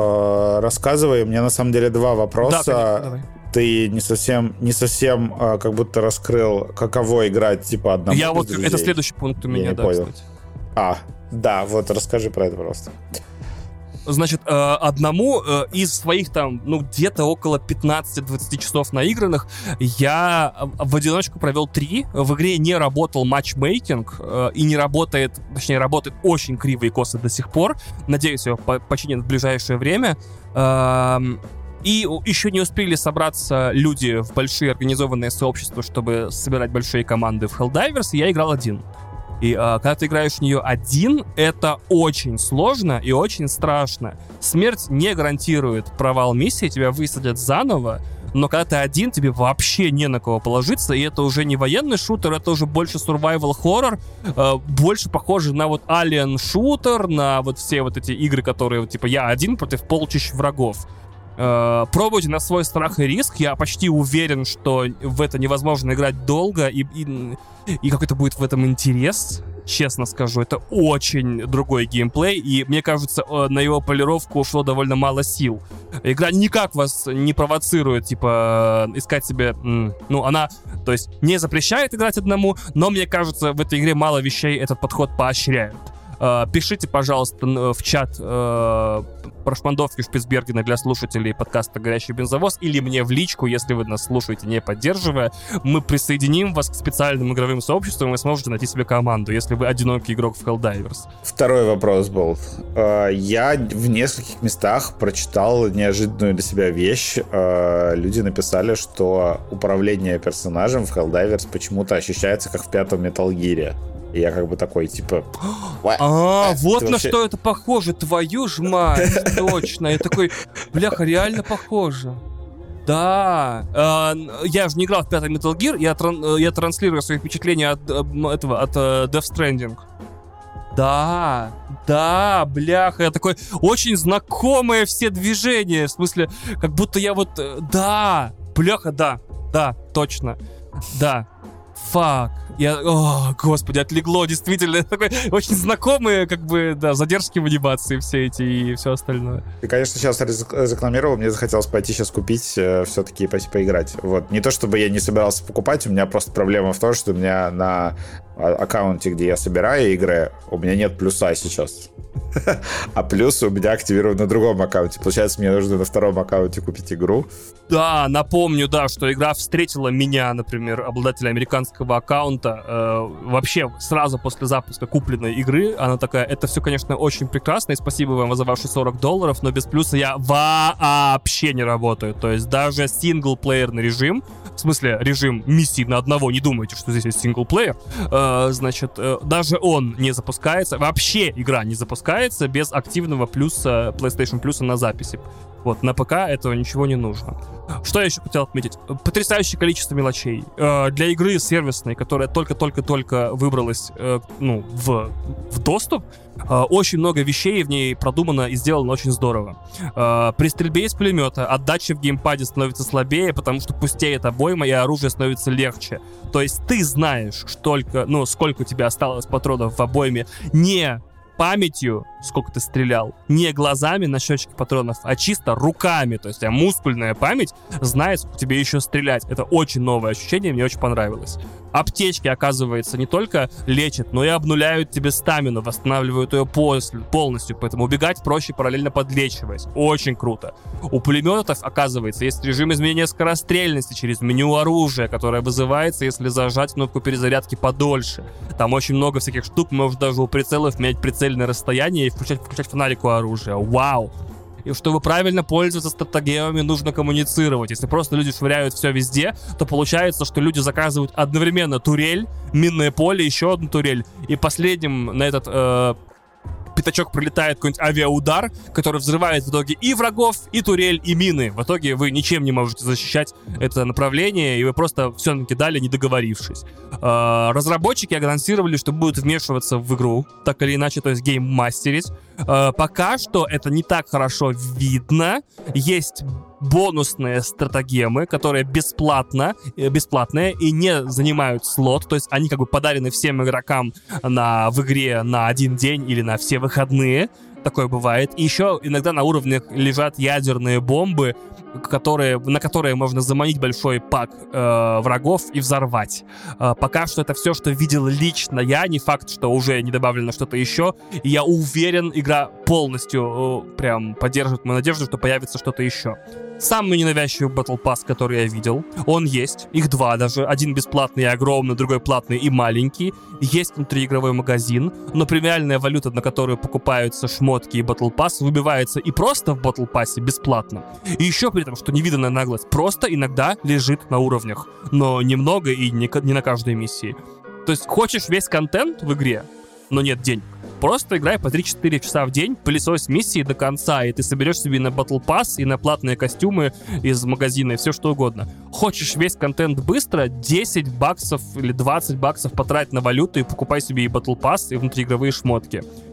Э, рассказывай. У меня на самом деле два вопроса. Да, конечно, давай. Ты не совсем, не совсем э, как будто раскрыл, каково играть типа одному. Я вот, друзей. это следующий пункт у меня, Я не да, понял. кстати. А, да, вот расскажи про это просто. Значит, э, одному э, из своих там, ну, где-то около пятнадцати-двадцати часов наигранных я в одиночку провел три. В игре не работал матчмейкинг э, и не работает, точнее, работает очень криво и косо до сих пор. Надеюсь, его по- починят в ближайшее время. Э, И еще не успели собраться люди в большие организованные сообщества, чтобы собирать большие команды в Helldivers, и я играл один. И а, когда ты играешь в нее один, это очень сложно и очень страшно. Смерть не гарантирует провал миссии, тебя высадят заново, но когда ты один, тебе вообще не на кого положиться, и это уже не военный шутер, это уже больше survival horror, э, больше похоже на вот Alien шутер, на вот все вот эти игры, которые типа я один против полчищ врагов. Uh, пробуйте на свой страх и риск. Я почти уверен, что в это невозможно играть долго, и, и, и какой-то будет в этом интерес, честно скажу, это очень другой геймплей, и мне кажется, на его полировку ушло довольно мало сил. Игра никак вас не провоцирует, типа, искать себе... Ну, она, то есть, не запрещает играть одному, но, мне кажется, в этой игре мало вещей этот подход поощряют. Пишите, пожалуйста, в чат э, про шмандовки Шпицбергена для слушателей подкаста «Горящий бензовоз» или мне в личку, если вы нас слушаете, не поддерживая. Мы присоединим вас к специальным игровым сообществам, и вы сможете найти себе команду, если вы одинокий игрок в Helldivers. Второй вопрос был. Я в нескольких местах прочитал неожиданную для себя вещь. Люди написали, что управление персонажем в Helldivers почему-то ощущается как в пятом Metal Gear. И я как бы такой, типа... А, вот на что это похоже, твою ж мать, точно. Я такой, бляха, реально похоже. Да, я же не играл в пятый Metal Gear, я, тран- я транслирую свои впечатления от этого, от Death Stranding. Да, да, бляха, я такой, очень знакомые все движения, в смысле, как будто я вот, да, бляха, да, да, точно, да. Фак. Я... О, господи, отлегло, действительно. Такой очень знакомые, как бы, да, задержки в анимации все эти и все остальное. Ты, конечно, сейчас рекламировал, мне захотелось пойти сейчас купить, э, все-таки пойти поиграть. Вот. Не то, чтобы я не собирался покупать, у меня просто проблема в том, что у меня на аккаунте, где я собираю игры, у меня нет плюса сейчас. А плюс у меня активирован на другом аккаунте. Получается, мне нужно на втором аккаунте купить игру. Да, напомню, да, что игра встретила меня, например, обладателя американского аккаунта, э, вообще сразу после запуска купленной игры. Она такая, это все, конечно, очень прекрасно, и спасибо вам за ваши сорок долларов, но без плюса я вообще не работаю. То есть даже синглплеерный режим, в смысле режим миссий на одного, не думайте, что здесь есть синглплеер, э, значит, э, даже он не запускается, вообще игра не запускается без активного плюса, PlayStation плюса на записи. Вот, на ПК этого ничего не нужно. Что я еще хотел отметить? Потрясающее количество мелочей. Э, для игры сервисной, которая только-только-только выбралась э, ну, в, в доступ, э, очень много вещей в ней продумано и сделано очень здорово. Э, при стрельбе из пулемета отдача в геймпаде становится слабее, потому что пустеет обойма, и оружие становится легче. То есть ты знаешь, только, ну, сколько у тебя осталось патронов в обойме, не памятью, сколько ты стрелял, не глазами на счетчике патронов, а чисто руками. То есть, а мускульная память знает, сколько тебе еще стрелять. Это очень новое ощущение, мне очень понравилось. Аптечки, оказывается, не только лечат, но и обнуляют тебе стамину, восстанавливают ее после, полностью, поэтому убегать проще, параллельно подлечиваясь. Очень круто. У пулеметов, оказывается, есть режим изменения скорострельности через меню оружия, которое вызывается, если зажать кнопку перезарядки подольше. Там очень много всяких штук, можно даже у прицелов менять прицельное расстояние и включать, включать фонарик у оружия. Вау! И чтобы правильно пользоваться стратегемами, нужно коммуницировать. Если просто люди швыряют все везде, то получается, что люди заказывают одновременно турель, минное поле, еще одну турель. И последним на этот э, пятачок прилетает какой-нибудь авиаудар, который взрывает в итоге и врагов, и турель, и мины. В итоге вы ничем не можете защищать это направление, и вы просто все накидали, не договорившись. Э, разработчики анонсировали, что будут вмешиваться в игру, так или иначе, то есть гейммастерить. Uh, пока что это не так хорошо видно. Есть бонусные стратегемы, которые бесплатно, бесплатные и не занимают слот. То есть они как бы подарены всем игрокам на, в игре на один день или на все выходные. Такое бывает. И еще иногда на уровнях лежат ядерные бомбы, которые, на которые можно заманить большой пак э, врагов и взорвать. Э, пока что это все, что видел лично я. Не факт, что уже не добавлено что-то еще. И я уверен, игра полностью э, прям поддерживает мою надежду, что появится что-то еще. Самый ненавязчивый Battle Pass, который я видел, он есть. Их два даже. Один бесплатный и огромный, другой платный и маленький. Есть внутриигровой магазин, но премиальная валюта, на которую покупаются шмотки и Battle Pass, выбивается и просто в Battle Pass бесплатно. И еще при этом, что невиданная наглость, просто иногда лежит на уровнях. Но немного и не, не на каждой миссии. То есть хочешь весь контент в игре, но нет денег. Просто играй по три-четыре часа в день, пылесось миссии до конца, и ты соберешь себе на Battle Pass, и на платные костюмы из магазина, и все что угодно. Хочешь весь контент быстро, десять баксов или двадцать баксов потрать на валюту и покупай себе и Battle Pass, и внутриигровые шмотки.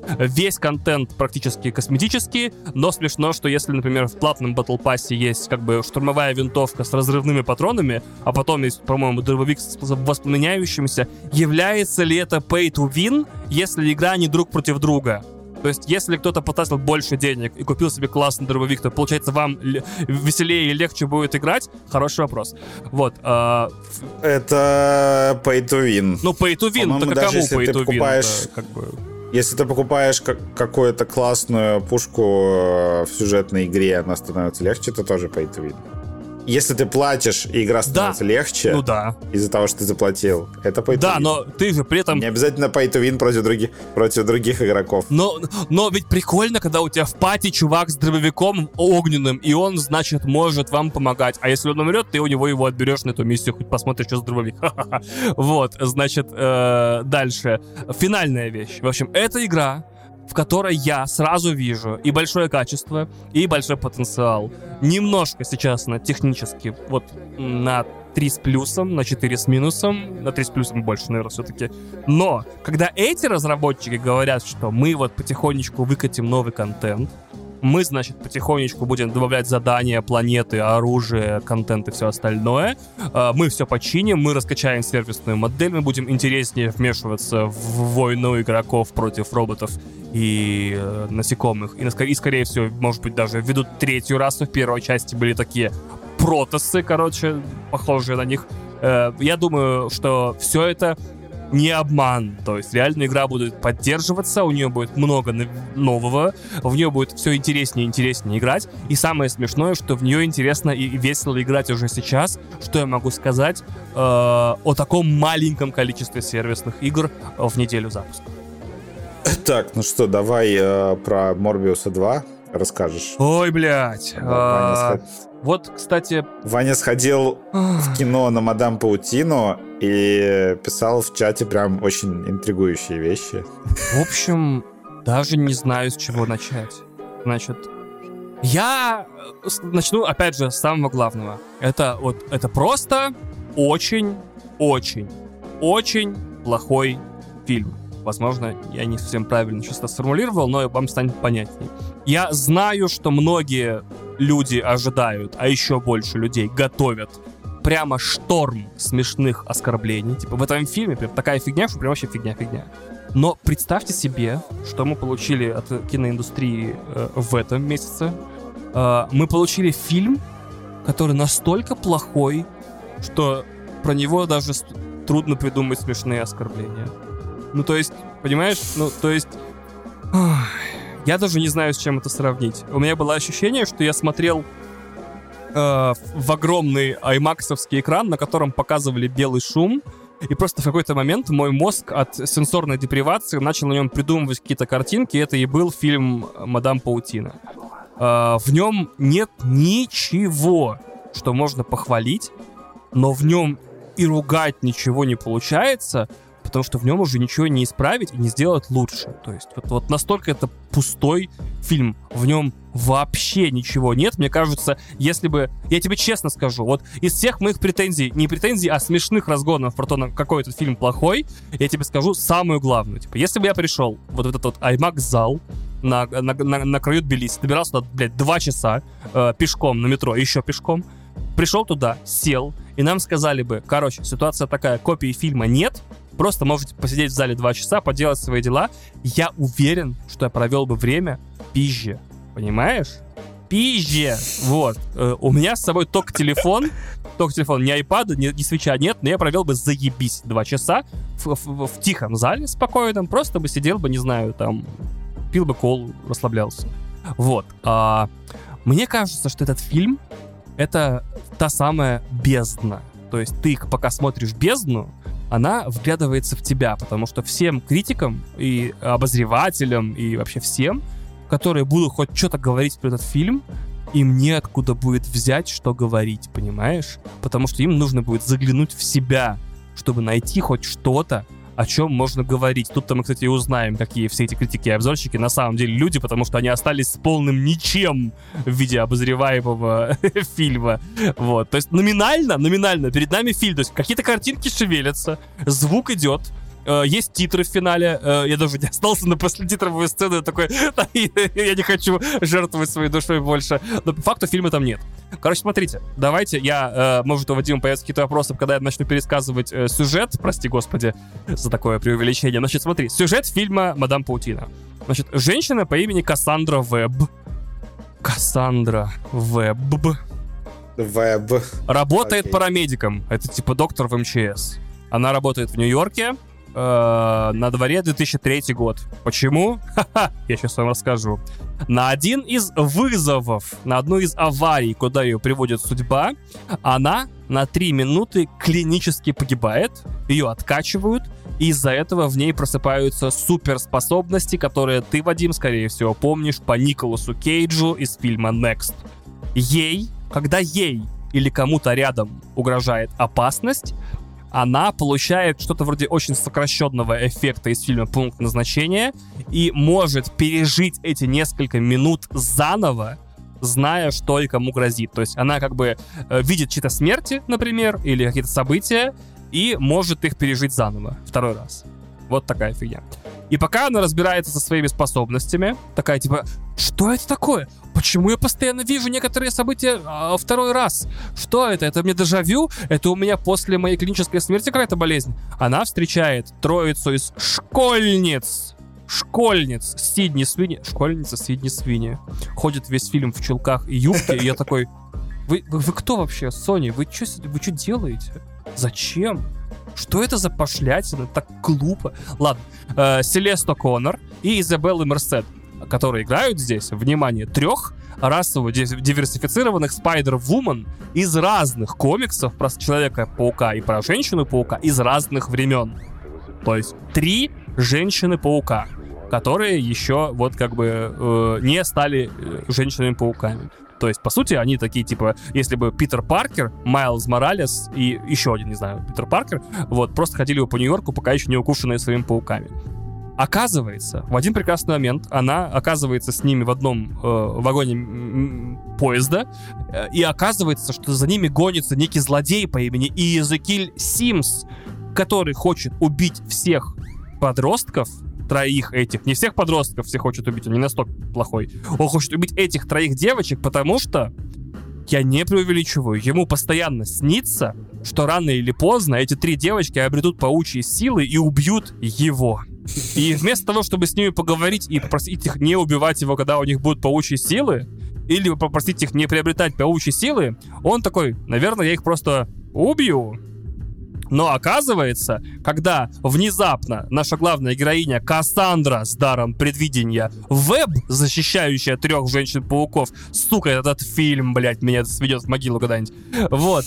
весь контент практически косметический, но смешно, что если, например, в платном Battle Pass есть как бы штурмовая винтовка с разрывными патронами, а потом есть, по-моему, дробовик с воспламеняющимся, является ли это pay to win, если игра не друг против друга? То есть, если кто-то потратил больше денег и купил себе классный дробовик, то, получается, вам л- веселее и легче будет играть? Хороший вопрос. Вот. Э- это pay to win. Ну, pay to win, так а кому pay to win? Это, как бы... Если ты покупаешь как- какую-то классную пушку в сюжетной игре, она становится легче, то тоже pay to win. Если ты платишь, и игра становится да. легче, ну, да. из-за того, что ты заплатил, это pay to да, win. но ты же при этом... Не обязательно pay to win против других, против других игроков. Но, но ведь прикольно, когда у тебя в пати чувак с дробовиком огненным, и он, значит, может вам помогать. А если он умрет, ты у него его отберешь на эту миссию, хоть посмотришь, что за дробовик. Вот, значит, дальше. Финальная вещь. В общем, эта игра, в которой я сразу вижу и большое качество, и большой потенциал. Немножко сейчас на технически, вот на три с плюсом, на четыре с минусом, на три с плюсом больше, наверное, все-таки. Но, когда эти разработчики говорят, что мы вот потихонечку выкатим новый контент, мы, значит, потихонечку будем добавлять задания, планеты, оружие, контент и все остальное. Мы все починим, мы раскачаем сервисную модель, мы будем интереснее вмешиваться в войну игроков против роботов и э, насекомых. И, и, скорее всего, может быть, даже введут третью расу. В первой части были такие протоссы, короче, похожие на них. Э, я думаю, что все это не обман, то есть реально игра будет поддерживаться, у нее будет много нового, в нее будет все интереснее и интереснее играть, и самое смешное, что в нее интересно и весело играть уже сейчас, что я могу сказать э, о таком маленьком количестве сервисных игр в неделю запуска. Так, ну что, давай э, про Морбиуса два расскажешь. Ой, блядь. Да, а, вот, кстати... Ваня сходил в кино на Мадам Паутину и писал в чате прям очень интригующие вещи. В общем, даже не знаю, с чего начать. Значит, я начну, опять же, с самого главного. Это вот, это просто очень, очень, очень плохой фильм. Возможно, я не совсем правильно сейчас сформулировал, но вам станет понятнее. Я знаю, что многие люди ожидают, а еще больше людей готовят прямо шторм смешных оскорблений. Типа в этом фильме прям такая фигня, что прям вообще фигня-фигня. Но представьте себе, что мы получили от киноиндустрии э, в этом месяце. Э, мы получили фильм, который настолько плохой, что про него даже трудно придумать смешные оскорбления. Ну, то есть, понимаешь? Ну, то есть... Ох, я даже не знаю, с чем это сравнить. У меня было ощущение, что я смотрел э, в огромный аймаксовский экран, на котором показывали белый шум, и просто в какой-то момент мой мозг от сенсорной депривации начал на нем придумывать какие-то картинки, и это и был фильм «Мадам Паутина». Э, в нем нет ничего, что можно похвалить, но в нем и ругать ничего не получается, потому что в нем уже ничего не исправить и не сделать лучше. То есть вот, вот настолько это пустой фильм. В нем вообще ничего нет. Мне кажется, если бы... Я тебе честно скажу, вот из всех моих претензий, не претензий, а смешных разгонов про то, какой этот фильм плохой, я тебе скажу самую главную. Типа, если бы я пришел вот в этот вот IMAX-зал на, на, на, на краю Тбилиси, добирался туда, блядь, два часа э, пешком на метро, еще пешком, пришел туда, сел, и нам сказали бы, короче, ситуация такая, копии фильма нет, просто можете посидеть в зале два часа, поделать свои дела. Я уверен, что я провел бы время пизже. Понимаешь? Пизже. Вот. Э, у меня с собой только телефон. Только телефон. Ни айпада, ни, ни свеча нет, но я провел бы заебись два часа в, в, в тихом зале спокойном. Просто бы сидел бы, не знаю, там, пил бы колу, расслаблялся. Вот. А, мне кажется, что этот фильм — это та самая бездна. То есть ты, пока смотришь бездну, она вглядывается в тебя, потому что всем критикам и обозревателям и вообще всем, которые будут хоть что-то говорить про этот фильм, им неоткуда будет взять, что говорить, понимаешь? Потому что им нужно будет заглянуть в себя, чтобы найти хоть что-то, о чем можно говорить. Тут-то мы, кстати, и узнаем, какие все эти критики и обзорщики на самом деле люди, потому что они остались с полным ничем в виде обозреваемого фильма. Вот. То есть номинально, номинально перед нами фильм. То есть какие-то картинки шевелятся, звук идет, Э, есть титры в финале. Э, я даже не остался на послетитровую сцену. Я такой, я не хочу жертвовать своей душой больше. Но по факту фильма там нет. Короче, смотрите. Давайте я, э, может, у Вадима появятся какие-то вопросы, когда я начну пересказывать э, сюжет. Прости, господи, за такое преувеличение. Значит, смотри. Сюжет фильма «Мадам Паутина». Значит, женщина по имени Кассандра Вебб. Кассандра Вебб. Веб. Работает Окей. парамедиком. Это типа доктор в эм че эс. Она работает в Нью-Йорке. Э, на дворе две тысячи третий год. Почему? Ха-ха, я сейчас вам расскажу. На один из вызовов, на одну из аварий, куда ее приводит судьба, она на три минуты клинически погибает. Ее откачивают. И из-за этого в ней просыпаются суперспособности, которые ты, Вадим, скорее всего, помнишь по Николасу Кейджу из фильма Next. Ей, когда ей или кому-то рядом угрожает опасность, она получает что-то вроде очень сокращенного эффекта из фильма «Пункт назначения» и может пережить эти несколько минут заново, зная, что и кому грозит. То есть она как бы э, видит чьи-то смерти, например, или какие-то события, и может их пережить заново, второй раз. Вот такая фигня. И пока она разбирается со своими способностями, такая типа, что это такое? Почему я постоянно вижу некоторые события а, второй раз? Что это? Это мне дежавю? Это у меня после моей клинической смерти какая-то болезнь? Она встречает троицу из школьниц. Школьниц Сидни Свини. Школьница Сидни Свини. Ходит весь фильм в чулках и юбке, и я такой, вы, вы, вы кто вообще, Сони? Вы что вы что делаете? Зачем? Что это за пошлятина? Так глупо. Ладно. Э, Селеста Коннор и Изабелла Мерсед, которые играют здесь, внимание, трех расово диверсифицированных Спайдер-Вумен из разных комиксов про Человека-паука и про Женщину-паука из разных времен. То есть три Женщины-паука, которые еще вот как бы э, не стали э, Женщинами-пауками. То есть, по сути, они такие, типа, если бы Питер Паркер, Майлз Моралес и еще один, не знаю, Питер Паркер, вот, просто ходили бы по Нью-Йорку, пока еще не укушенные своими пауками. Оказывается, в один прекрасный момент она оказывается с ними в одном э, вагоне м- поезда, э, и оказывается, что за ними гонится некий злодей по имени Иезекиль Симс, который хочет убить всех подростков, троих этих, не всех подростков всех хочет убить, он не настолько плохой. Он хочет убить этих троих девочек, потому что, я не преувеличиваю, ему постоянно снится, что рано или поздно эти три девочки обретут паучьи силы и убьют его. И вместо того, чтобы с ними поговорить и попросить их не убивать его, когда у них будут паучьи силы, или попросить их не приобретать паучьи силы, он такой, наверное, я их просто убью. Но оказывается, когда внезапно наша главная героиня Кассандра с даром предвидения Веб, защищающая трех женщин-пауков, сука, этот фильм, блядь, меня сведет в могилу когда-нибудь. Вот.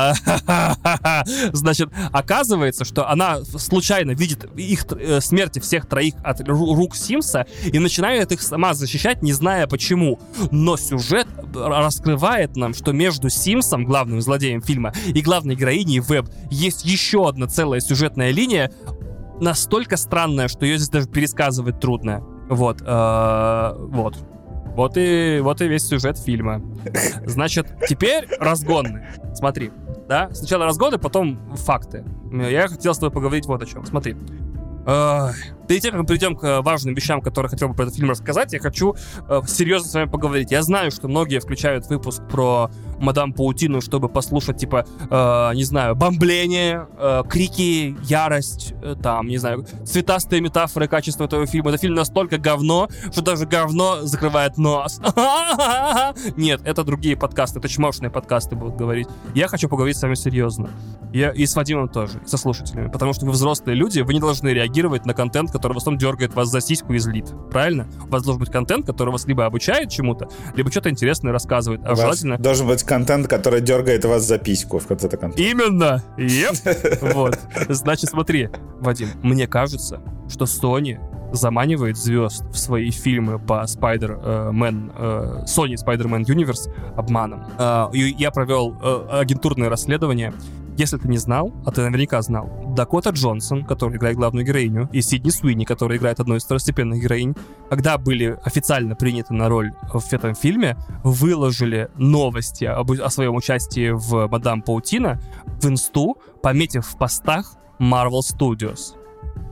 Значит, оказывается, что она случайно видит их смерти всех троих от рук Симса и начинает их сама защищать, не зная почему. Но сюжет раскрывает нам, что между Симсом, главным злодеем фильма, и главной героиней Веб есть еще одна целая сюжетная линия, настолько странная, что ее здесь даже пересказывать трудно. Вот. Э, вот. Вот и, вот и весь сюжет фильма. Значит, теперь разгоны. Смотри, да? Сначала разгоны, потом факты. Я хотел с тобой поговорить вот о чем. Смотри. Э, перед тем, как мы перейдем к важным вещам, которые хотел бы про этот фильм рассказать, я хочу э, серьезно с вами поговорить. Я знаю, что многие включают выпуск про Мадам Паутину, чтобы послушать, типа, э, не знаю, бомбление, э, крики, ярость, э, там, не знаю, цветастые метафоры качества этого фильма. Это фильм настолько говно, что даже говно закрывает нос. Нет, это другие подкасты, это чмошные подкасты будут говорить. Я хочу поговорить с вами серьезно. Я, и с Вадимом тоже, и со слушателями, потому что вы взрослые люди, вы не должны реагировать на контент, который в основном дергает вас за сиську и злит. Правильно? У вас должен быть контент, который вас либо обучает чему-то, либо что-то интересное рассказывает. А желательно... должен быть контент, который дергает вас за письку в конце концов. Именно! Yep. Вот. Значит, смотри, Вадим, мне кажется, что Sony заманивает звезд в свои фильмы по Spider-Man, э, Sony Spider-Man Universe обманом. Э, я провел э, агентурное расследование. Если ты не знал, а ты наверняка знал, Дакота Джонсон, который играет главную героиню, и Сидни Суини, которая играет одну из второстепенных героинь, когда были официально приняты на роль в этом фильме, выложили новости об, о своем участии в «Мадам Паутина» в инсту, пометив в постах Marvel Studios.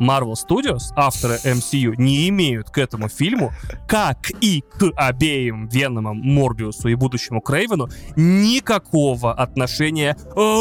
Marvel Studios, авторы эм си ю, не имеют к этому фильму, как и к обеим Веномам, Морбиусу и будущему Крейвену, никакого отношения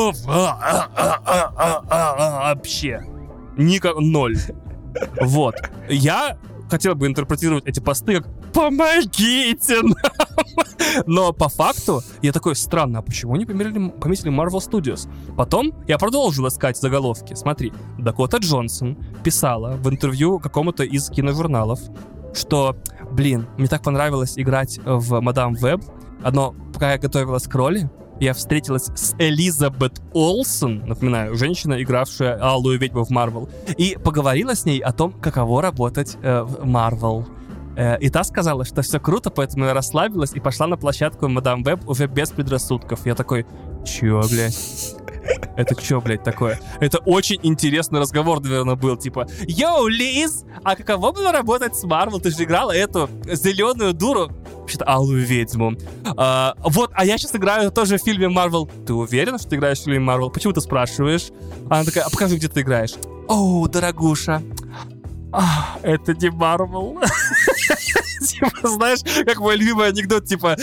вообще. Никак... Ноль. Вот. Я хотел бы интерпретировать эти посты как «Помогите нам!» Но по факту я такой, странно, а почему не пометили, пометили Marvel Studios? Потом я продолжил искать заголовки. Смотри, Дакота Джонсон писала в интервью какому-то из киножурналов, что, блин, мне так понравилось играть в Мадам Веб, но пока я готовилась к роли, я встретилась с Элизабет Олсен, напоминаю, женщина, игравшая Алую ведьму в Марвел, и поговорила с ней о том, каково работать э, в Марвел. Э, и та сказала, что все круто, поэтому я расслабилась и пошла на площадку Мадам Веб уже без предрассудков. Я такой, чё, блядь? Это чё, блядь, такое? Это очень интересный разговор, наверное, был, типа, йоу, Лиз, а каково было работать с Марвел? Ты же играла эту зеленую дуру, вообще-то Алую ведьму. А, вот, а я сейчас играю тоже в фильме Марвел. Ты уверена, что ты играешь в фильме Марвел? Почему ты спрашиваешь? Она такая, а покажи, где ты играешь. О, дорогуша, а, это не Марвел. Типа, знаешь, как мой любимый анекдот, типа,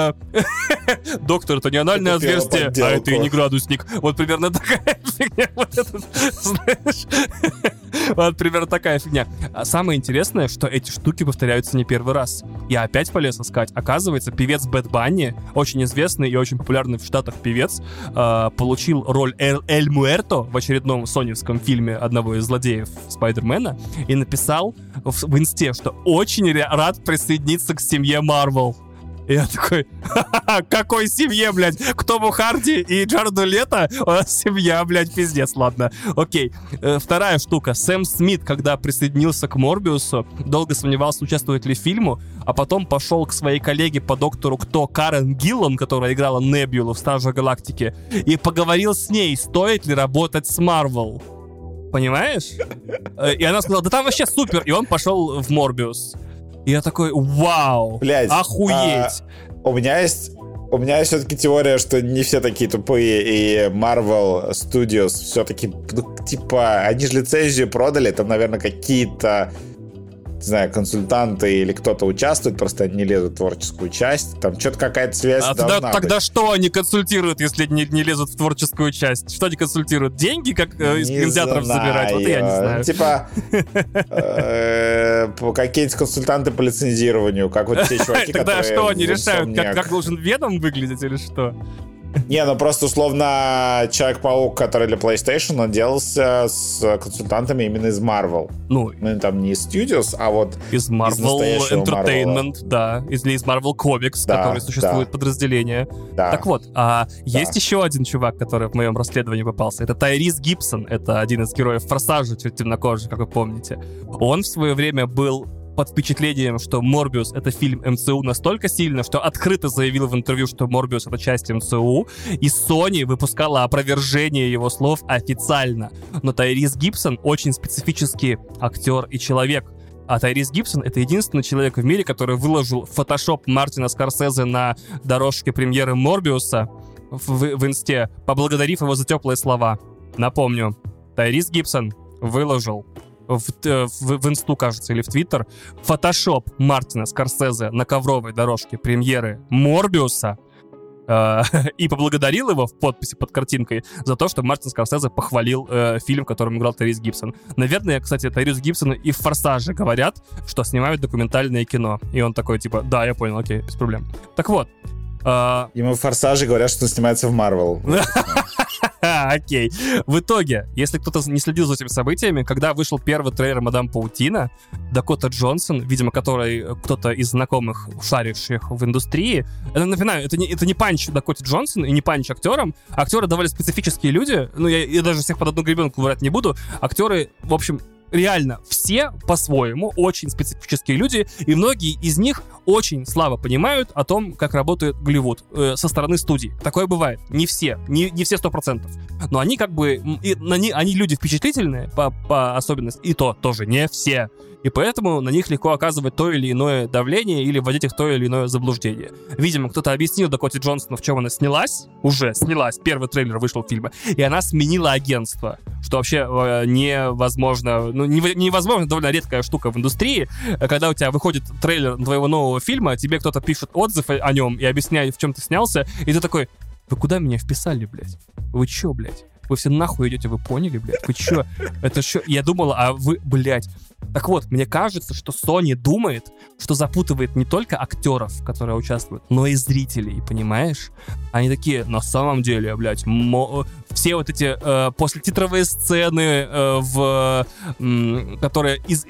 доктор, это не анальное отверстие, а это и не градусник. Вот примерно такая фигня. Вот это, знаешь, вот примерно такая фигня. А самое интересное, что эти штуки повторяются не первый раз. Я опять полез искать. Оказывается, певец Бэд Банни, очень известный и очень популярный в Штатах певец, получил роль Эль Муэрто в очередном соневском фильме одного из злодеев Спайдермена и написал в, в инсте, что очень рад присоединиться к семье Марвел. И я такой, ха-ха-ха, какой семье, блядь? К Тому Харди и Джареду Лето? У нас семья, блядь, пиздец, ладно. Окей. Э, вторая штука. Сэм Смит, когда присоединился к Морбиусу, долго сомневался, участвует ли в фильму, а потом пошел к своей коллеге по Доктору Кто, Карен Гиллан, которая играла Небулу в Стражах Галактики, и поговорил с ней, стоит ли работать с Марвел. Понимаешь? И она сказала, да там вообще супер. И он пошел в Морбиус. И я такой, вау, блядь, охуеть. А, у меня есть, у меня есть все-таки теория, что не все такие тупые, и Marvel Studios все-таки, ну, типа, они же лицензию продали, там, наверное, какие-то, не знаю, консультанты или кто-то участвует, просто они не лезут в творческую часть, там что-то какая-то связь а должна тогда, тогда быть. Что они консультируют, если не, не лезут в творческую часть? Что они консультируют? Деньги, как э, из кинотеатров забирать? Вот я не знаю. Типа, какие-то консультанты по лицензированию, как вот те чуваки, которые... Тогда что они решают, как должен Веном выглядеть или что? Не, ну просто условно Человек-паук, который для PlayStation, он делался с консультантами именно из Marvel. Ну, ну там не из Studios, а вот из Marvel из Entertainment, Marvel. Да, или из Marvel Comics, да, который существует да. подразделение. Да. Так вот, а да. есть еще один чувак, который в моем расследовании попался. Это Тайрис Гибсон, это один из героев Форсажа, чуть темнокожий, как вы помните. Он в свое время был под впечатлением, что Морбиус — это фильм эм си ю настолько сильно, что открыто заявил в интервью, что Морбиус — это часть эм си ю, и Sony выпускала опровержение его слов официально. Но Тайрис Гибсон очень специфический актер и человек. А Тайрис Гибсон — это единственный человек в мире, который выложил фотошоп Мартина Скорсезе на дорожке премьеры Морбиуса в, в инсте, поблагодарив его за теплые слова. Напомню, Тайрис Гибсон выложил В, в, в инсту, кажется, или в твиттер, фотошоп Мартина Скорсезе на ковровой дорожке премьеры Морбиуса э, и поблагодарил его в подписи под картинкой за то, что Мартин Скорсезе похвалил э, фильм, в котором играл Тайрис Гибсон. Наверное, кстати, Тайрис Гибсон и в «Форсаже» говорят, что снимают документальное кино. И он такой, типа, да, я понял, окей, без проблем. Так вот. Э... Ему в «Форсаже» говорят, что он снимается в Марвел. Окей. В итоге, если кто-то не следил за этими событиями, когда вышел первый трейлер «Мадам Паутина», Дакота Джонсон, видимо, который кто-то из знакомых, шаривших в индустрии, это, напоминаю, это не, это не панч Дакоте Джонсон и не панч актерам. Актеры довольно специфические люди, ну, я, я даже всех под одну гребенку врать не буду. Актеры, в общем, реально все по-своему очень специфические люди, и многие из них очень слабо понимают о том, как работает Голливуд э, со стороны студий. Такое бывает. Не все. Не, не все сто процентов. Но они как бы... И, они, они люди впечатлительные по, по особенности. И то тоже не все. И поэтому на них легко оказывать то или иное давление или вводить их в то или иное заблуждение. Видимо, кто-то объяснил Дакоте Джонсону, в чем она снялась. Уже снялась. Первый трейлер вышел фильма. И она сменила агентство. Что вообще э, невозможно... ну, невозможно, довольно редкая штука в индустрии, когда у тебя выходит трейлер твоего нового фильма, тебе кто-то пишет отзыв о нем и объясняет, в чем ты снялся, и ты такой: вы куда меня вписали, блядь? Вы чё, блядь? Вы все нахуй идете, вы поняли, блядь? Вы чё? Это что? Я думала, а вы, блядь. Так вот, мне кажется, что Sony думает, что запутывает не только актеров, которые участвуют, но и зрителей, понимаешь? Они такие: на самом деле, блядь, мо- все вот эти э, послетитровые сцены, э, в, э, которые из,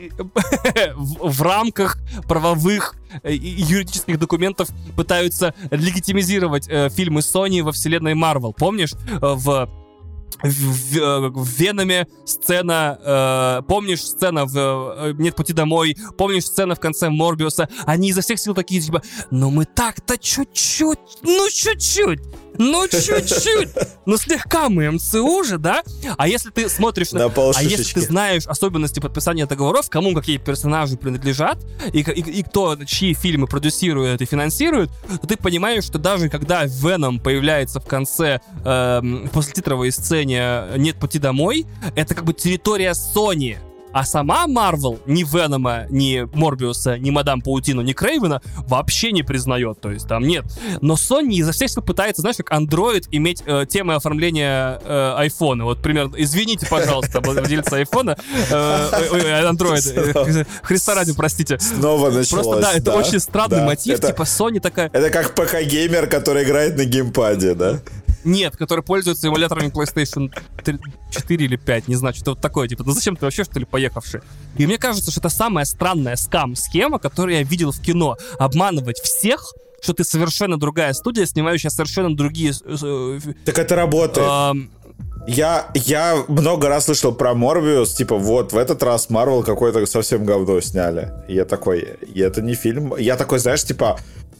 в, в рамках правовых э, юридических документов пытаются легитимизировать э, фильмы Sony во вселенной Marvel. Помнишь, э, в В, в, в Веноме сцена, э, помнишь сцена в э, «Нет пути домой», помнишь сцена в конце Морбиуса, они изо всех сил такие, типа: ну мы так-то чуть-чуть, ну чуть-чуть, ну чуть-чуть, ну слегка мы эм цэ у же, да? А если ты смотришь на... на а если ты знаешь особенности подписания договоров, кому какие персонажи принадлежат, и, и, и кто чьи фильмы продюсирует и финансирует, то ты понимаешь, что даже когда Веном появляется в конце э, послетитровой сцене «Нет пути домой», это как бы территория Sony. А сама Marvel ни Венома, ни Морбиуса, ни Мадам Паутину, ни Крейвена вообще не признает. То есть там нет. Но Sony изо всех сил пытается, знаешь, как Android, иметь э, темы оформления э, айфона. Вот примерно. Извините, пожалуйста, владельцы айфона. Android. Христа ради, простите. Снова началось. Просто да, это да? очень странный да. мотив. Это, типа Sony такая... Это как ПК-геймер, который играет на геймпаде, да? Нет, который пользуется эмуляторами PlayStation четыре или пять, не знаю, что-то вот такое, типа, ну зачем ты вообще, что ли, поехавший? И мне кажется, что это самая странная скам-схема, которую я видел в кино. Обманывать всех, что ты совершенно другая студия, снимающая совершенно другие... Так это работает. Эм... Я, я много раз слышал про Морбиус, типа, вот, в этот раз Marvel какое-то совсем говно сняли. И я такой, и это не фильм. Я такой, знаешь, типа...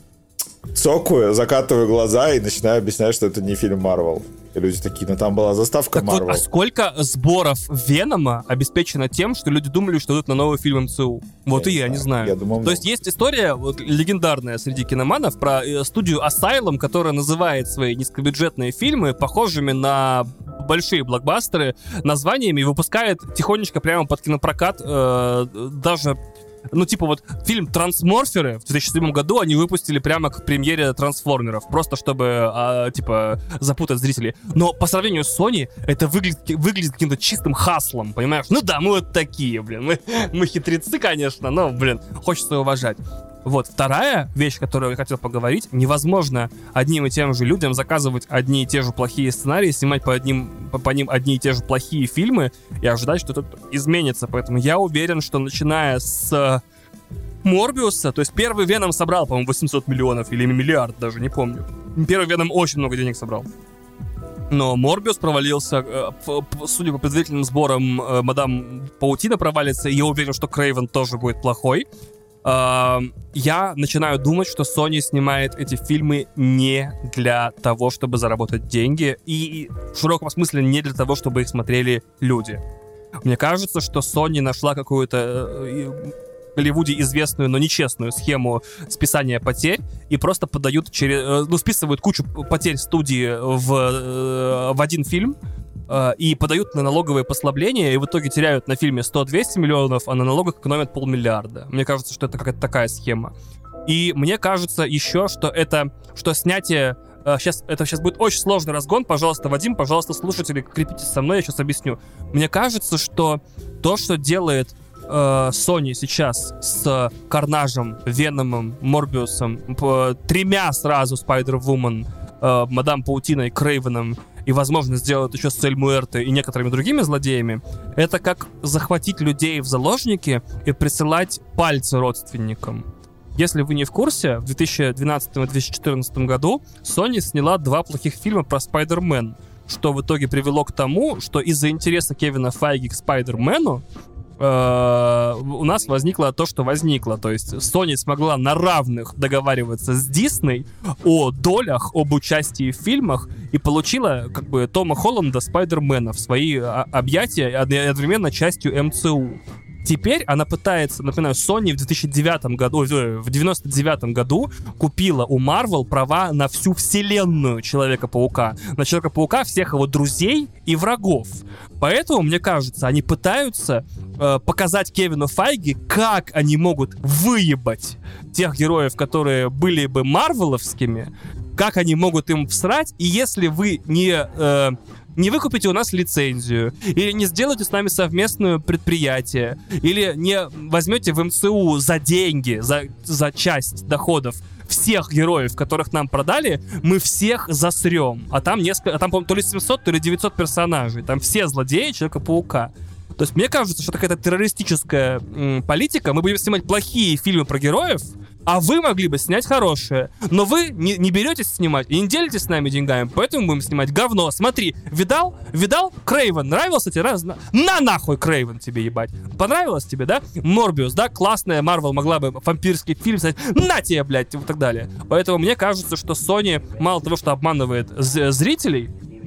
цокаю, закатываю глаза и начинаю объяснять, что это не фильм Marvel. И люди такие: ну там была заставка Marvel. Вот, а сколько сборов Венома обеспечено тем, что люди думали, что идут на новый фильм эм цэ у? Вот я и я знаю. не знаю. Я думаю, То много. Есть есть история вот, легендарная среди киноманов про э, студию Asylum, которая называет свои низкобюджетные фильмы похожими на большие блокбастеры названиями и выпускает тихонечко прямо под кинопрокат э, даже... Ну, типа вот фильм «Трансморферы» в две тысячи седьмом году они выпустили прямо к премьере «Трансформеров», просто чтобы, а, типа, запутать зрителей. Но по сравнению с Sony это выглядит, выглядит каким-то чистым хаслом, понимаешь? Ну да, мы вот такие, блин. Мы, мы хитрецы, конечно, но, блин, хочется уважать. Вот, вторая вещь, которую я хотел поговорить: невозможно одним и тем же людям заказывать одни и те же плохие сценарии, снимать по, одним, по, по ним одни и те же плохие фильмы и ожидать, что это изменится. Поэтому я уверен, что начиная с Морбиуса, то есть первый Веном собрал, по-моему, восемьсот миллионов или миллиард, даже не помню. Первый Веном очень много денег собрал. Но Морбиус провалился, судя по предварительным сборам, Мадам Паутина провалится, и я уверен, что Крейвен тоже будет плохой. Я начинаю думать, что Sony снимает эти фильмы не для того, чтобы заработать деньги, и в широком смысле не для того, чтобы их смотрели люди. Мне кажется, что Sony нашла какую-то в Голливуде известную, но нечестную схему списания потерь и просто подают через, ну, списывают кучу потерь студии в, в один фильм и подают на налоговые послабления, и в итоге теряют на фильме сто-двести миллионов, а на налогах экономят полмиллиарда. Мне кажется, что это какая-то такая схема. И мне кажется еще, что это, что снятие... Сейчас, это сейчас будет очень сложный разгон. Пожалуйста, Вадим, пожалуйста, слушатели, крепитесь со мной, я сейчас объясню. Мне кажется, что то, что делает э, Sony сейчас с Карнажем, Веномом, Морбиусом, по, тремя сразу Spider-Woman, э, Мадам Паутиной, Крейвеном, и, возможно, сделают еще с Эль Муэрте и некоторыми другими злодеями, это как захватить людей в заложники и присылать пальцы родственникам. Если вы не в курсе, в две тысячи двенадцатом и две тысячи четырнадцатом году Sony сняла два плохих фильма про Спайдермен, что в итоге привело к тому, что из-за интереса Кевина Файги к Спайдермену э, у нас возникло то, что возникло. То есть Sony смогла на равных договариваться с Disney о долях, об участии в фильмах и получила как бы Тома Холланда Спайдермена в свои объятия и одновременно частью эм цэ у. Теперь она пытается, напоминаю, Sony в две тысячи девятом году, ой, в девяносто девятом году купила у Marvel права на всю вселенную Человека-паука. На Человека-паука, всех его друзей и врагов. Поэтому, мне кажется, они пытаются э, показать Кевину Файги, как они могут выебать тех героев, которые были бы марвеловскими, как они могут им всрать, и если вы не... Э, не выкупите у нас лицензию, или не сделаете с нами совместное предприятие, или не возьмете в МЦУ за деньги, за, за часть доходов всех героев, которых нам продали, мы всех засрем. А там несколько, а там, по-моему, то ли семьсот, то ли девятьсот персонажей. Там все злодеи Человека-паука. То есть мне кажется, что какая-то террористическая м, политика. Мы будем снимать плохие фильмы про героев, а вы могли бы снять хорошие. Но вы не, не беретесь снимать и не делитесь с нами деньгами, поэтому будем снимать говно. Смотри, видал? Видал? Крейвен. Нравился тебе? Раз? На, на нахуй Крейвен тебе, ебать. Понравилось тебе, да? Морбиус, да? Классная Марвел могла бы вампирский фильм снять. На тебе, блядь, и так далее. Поэтому мне кажется, что Sony мало того, что обманывает з- зрителей,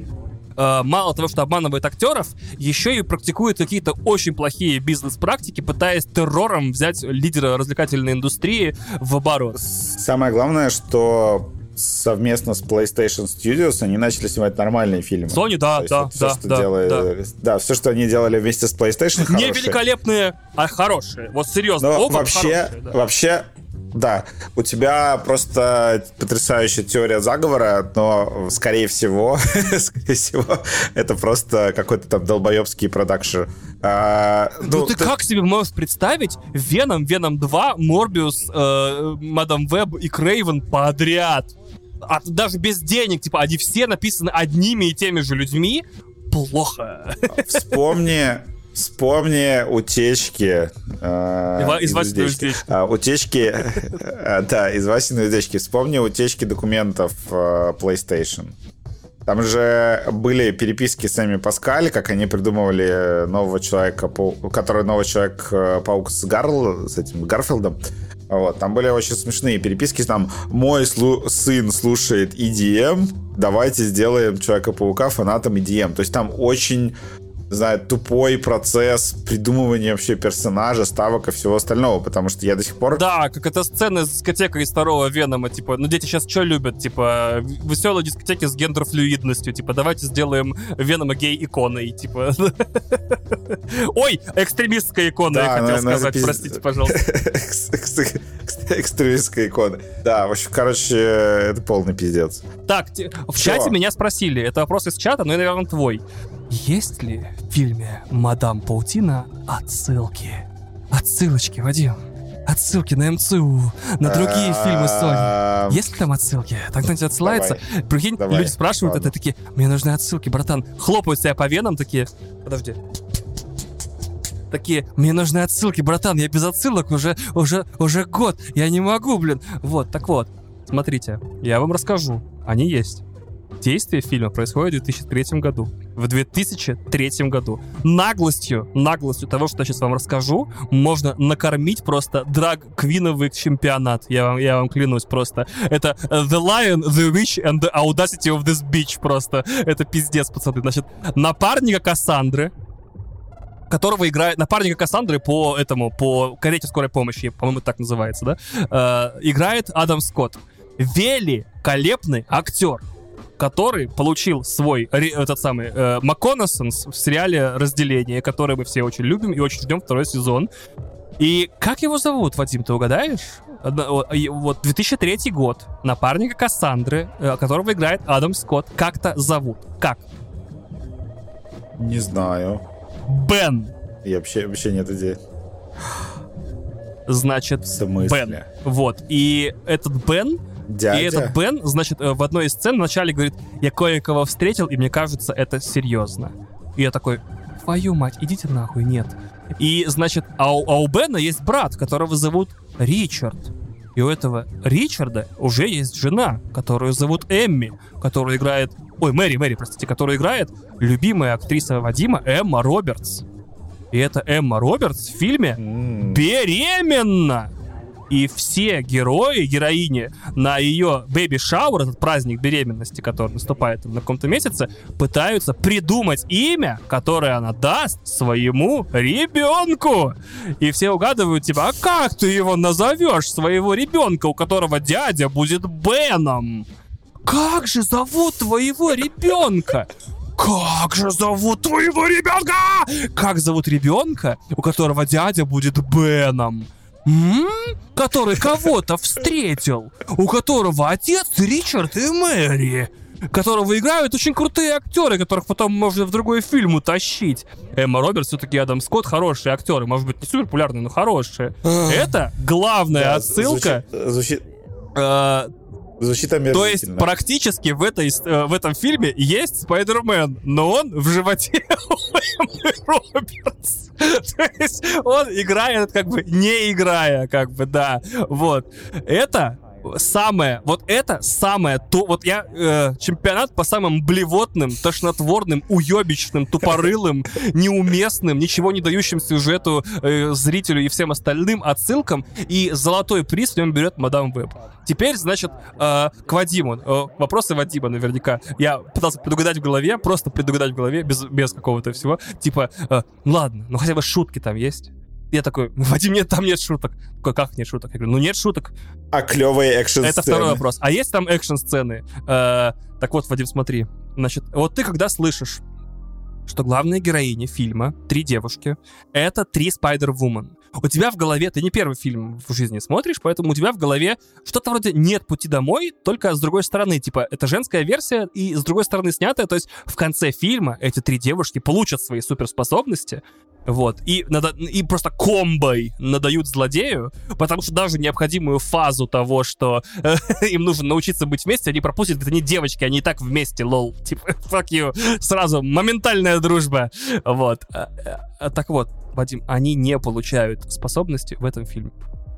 мало того, что обманывает актеров, еще и практикует какие-то очень плохие бизнес-практики, пытаясь террором взять лидера развлекательной индустрии в оборот. Самое главное, что совместно с PlayStation Studios они начали снимать нормальные фильмы. Sony, да, То да, есть, да, все, что да, делали, да. Да, все, что они делали вместе с PlayStation, Не хорошие. великолепные, а хорошие. Вот серьезно. Но оба вообще, хорошие, да. вообще, да, у тебя просто потрясающая теория заговора, но, скорее всего, скорее всего, это просто какой-то там долбоебский продакшн. А, ну, ну, ты ты... как себе можешь представить Веном, Веном два, Морбиус, э, Мадам Веб и Крейвен подряд? А даже без денег, типа, они все написаны одними и теми же людьми? Плохо. Вспомни... Вспомни утечки. Э, из Васиной утечки. А, утечки, да, из Васиной утечки. Вспомни утечки документов э, PlayStation. Там же были переписки с Эми Паскаль, как они придумывали нового человека, который новый Человек-паук с, Гарл, с этим Гарфилдом. Вот, там были очень смешные переписки. Там мой слу- сын слушает и ди эм, давайте сделаем Человека-паука фанатом и ди эм. То есть там очень... не знаю, тупой процесс придумывания вообще персонажа, ставок и всего остального, потому что я до сих пор... Да, как эта сцена с дискотекой из второго Венома, типа, ну дети сейчас что любят, типа, веселые дискотеки с гендерфлюидностью, типа, давайте сделаем Венома гей-иконой, типа. Ой, экстремистская икона, я хотел сказать, простите, пожалуйста. Экстремистская икона. Да, в общем, короче, это полный пиздец. Так, в чате меня спросили, это вопрос из чата, но, наверное, твой. Есть ли в фильме «Мадам Паутина» отсылки? Отсылочки, Вадим. Отсылки на МЦУ, на другие фильмы Sony. Есть ли там отсылки? Так кто-нибудь отсылается? Прикинь, люди спрашивают это, такие, мне нужны отсылки, братан. Хлопают себя по венам, такие, подожди. Такие, мне нужны отсылки, братан, я без отсылок уже, уже, уже год, я не могу, блин. Вот, так вот, смотрите, я вам расскажу, они есть. Действие фильма происходит в две тысячи третьем году. В две тысячи третьем году. Наглостью, наглостью того, что я сейчас вам расскажу, можно накормить просто драг-квиновый чемпионат. Я вам, я вам клянусь просто. Это The Lion, The Witch and the Audacity of this Bitch просто. Это пиздец, пацаны. Значит, напарника Кассандры, которого играет... Напарника Кассандры по этому, по карете скорой помощи, по-моему, так называется, да? Э, играет Адам Скотт. Великолепный актер, который получил свой этот самый э, МакКоннессенс в сериале «Разделение», который мы все очень любим и очень ждем второй сезон. И как его зовут, Вадим, ты угадаешь? Вот две тысячи третий год. Напарника Кассандры, э, которого играет Адам Скотт. Как-то зовут. Как? Не знаю. Бен. Я вообще, вообще нет идеи. Значит, Бен. Вот. И этот Бен... Дядя. И этот Бен, значит, в одной из сцен вначале говорит, я кое-кого встретил, и мне кажется, это серьезно. И я такой, твою мать, идите нахуй, нет. И, значит, а у, а у Бена есть брат, которого зовут Ричард. И у этого Ричарда уже есть жена, которую зовут Эмми, которую играет... Ой, Мэри, Мэри, простите, которую играет любимая актриса Вадима Эмма Робертс. И эта Эмма Робертс в фильме mm. беременна. И все герои, героини на ее бэби-шауэр, этот праздник беременности, который наступает на каком-то месяце, пытаются придумать имя, которое она даст своему ребенку. И все угадывают, типа, а как ты его назовешь, своего ребенка, у которого дядя будет Беном? Как же зовут твоего ребенка? Как же зовут твоего ребенка? Как зовут ребенка, у которого дядя будет Беном? М? Который кого-то встретил, у которого отец Ричард и Мэри, которого играют очень крутые актеры, которых потом можно в другой фильм утащить. Эмма Робертс, все-таки Адам Скотт, хорошие актеры, может быть, не супер популярные, но хорошие. Это главная да, отсылка. Звучит... звучит... Э- Звучит омерзительно. То есть практически в, этой, в этом фильме есть Спайдермен, но он в животе у Эммы Робертс. То есть он играет как бы не играя, как бы, да. Вот. Это самое, вот это самое, то, вот я, э, чемпионат по самым блевотным, тошнотворным, уебищным, тупорылым, неуместным, ничего не дающим сюжету, э, зрителю и всем остальным отсылкам, и золотой приз в нем берет Мадам Веб. Теперь, значит, э, к Вадиму. Э, вопросы Вадима наверняка. Я пытался предугадать в голове, просто предугадать в голове, без, без какого-то всего. Типа, э, ладно, ну хотя бы шутки там есть. Я такой, Вадим, нет, там нет шуток. Как нет шуток? Я говорю, ну нет шуток. А клевые экшн-сцены? Это второй вопрос. А есть там экшн-сцены? Э, так вот, Вадим, смотри. Значит, вот ты когда слышишь, что главные героини фильма, три девушки, это три Спайдер-Вумен. У тебя в голове, ты не первый фильм в жизни смотришь, поэтому у тебя в голове что-то вроде «Нет пути домой», только с другой стороны, типа, это женская версия и с другой стороны снятая, то есть в конце фильма эти три девушки получат свои суперспособности, вот, и, надо, и просто комбой надают злодею, потому что даже необходимую фазу того, что э, им нужно научиться быть вместе, они пропустят, это не девочки, они и так вместе, лол, типа, fuck you, сразу моментальная дружба, вот, а, а, так вот, Вадим, они не получают способности в этом фильме.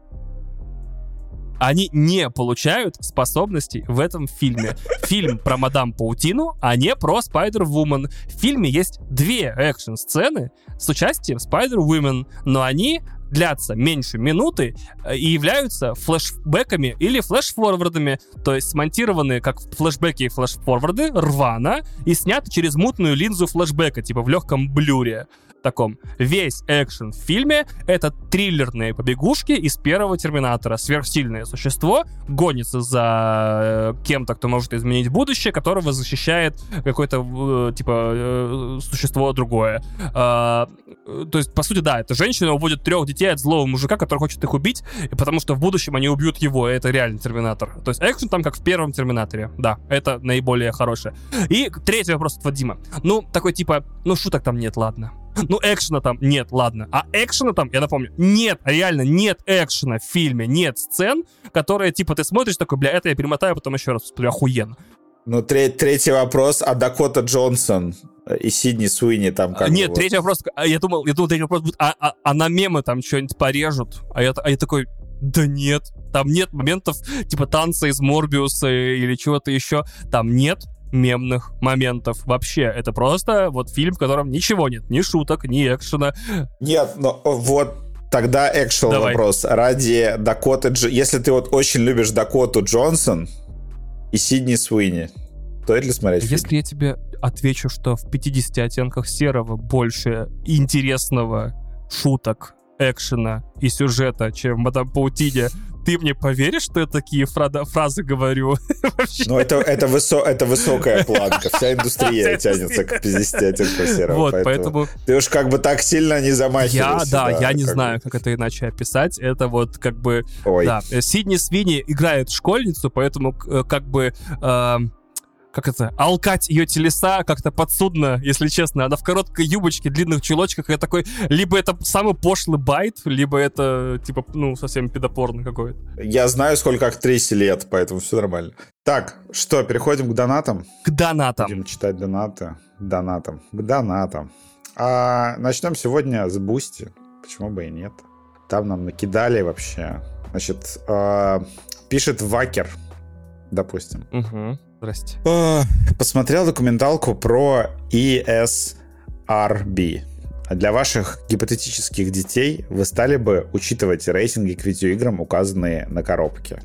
Они не получают способностей в этом фильме. Фильм про Мадам Паутину, а не про Спайдер-Вумен. В фильме есть две экшн-сцены с участием Спайдер-Вумен, но они длятся меньше минуты и являются флешбэками или флеш-форвардами, то есть смонтированы как флешбеки и флеш-форварды рвано и сняты через мутную линзу флешбека, типа в легком блюре. Таком. Весь экшен в фильме — это триллерные побегушки из первого Терминатора. Сверхсильное существо гонится за кем-то, кто может изменить будущее, которого защищает какое-то, типа, существо другое. А, то есть, по сути, да, эта женщина уводит трех детей от злого мужика, который хочет их убить, потому что в будущем они убьют его, и это реальный Терминатор. То есть экшен там как в первом Терминаторе. Да, это наиболее хорошее. И третий вопрос от Вадима. Ну, такой типа, ну, шуток там нет, ладно. Ну, экшена там нет, ладно. А экшена там, я напомню, нет, реально нет экшена в фильме, нет сцен, которые, типа, ты смотришь такой, бля, это я перемотаю, потом еще раз посмотрю, охуенно. Ну, тре- третий вопрос, а Дакота Джонсон и Сидни Суини там как Нет, бы третий вопрос, я думал, я думал, третий вопрос будет, а, а, а на мемы там что-нибудь порежут? А я, а я такой, да нет, там нет моментов, типа, танца из Морбиуса или чего-то еще, там нет мемных моментов вообще. Это просто вот фильм, в котором ничего нет. Ни шуток, ни экшена. Нет, но вот тогда экшен вопрос. Ради Дакоты Дж... Если ты вот очень любишь Дакоту Джонсон и Сидни Суини, стоит ли смотреть фильм? Если я тебе отвечу, что в пятидесяти оттенках серого больше интересного, шуток, экшена и сюжета, чем в Мадам Паутине, ты мне поверишь, что я такие фра- фразы говорю? Ну, это, это, высо- это высокая планка. Вся индустрия тянется к пятидесяти оттенкам серого. Вот, поэтому... Ты уж как бы так сильно не замахивайся. Я, да, я не знаю, как это иначе описать. Это вот как бы... Да, Сидни Суини играет школьницу, поэтому как бы... как это, алкать ее телеса как-то подсудно, если честно. Она в короткой юбочке, длинных чулочках. Я такой, либо это самый пошлый байт, либо это, типа, ну, совсем педопорно какой-то. Я знаю, сколько актрисе лет, поэтому все нормально. Так, что, переходим к донатам? К донатам. Будем читать донаты. Донатам. К донатам. А начнем сегодня с Бусти. Почему бы и нет? Там нам накидали вообще. Значит, э, пишет Вакер, допустим. Угу. Здрасте. Посмотрел документалку про и эс ар би. А для ваших гипотетических детей вы стали бы учитывать рейтинги к видеоиграм, указанные на коробке?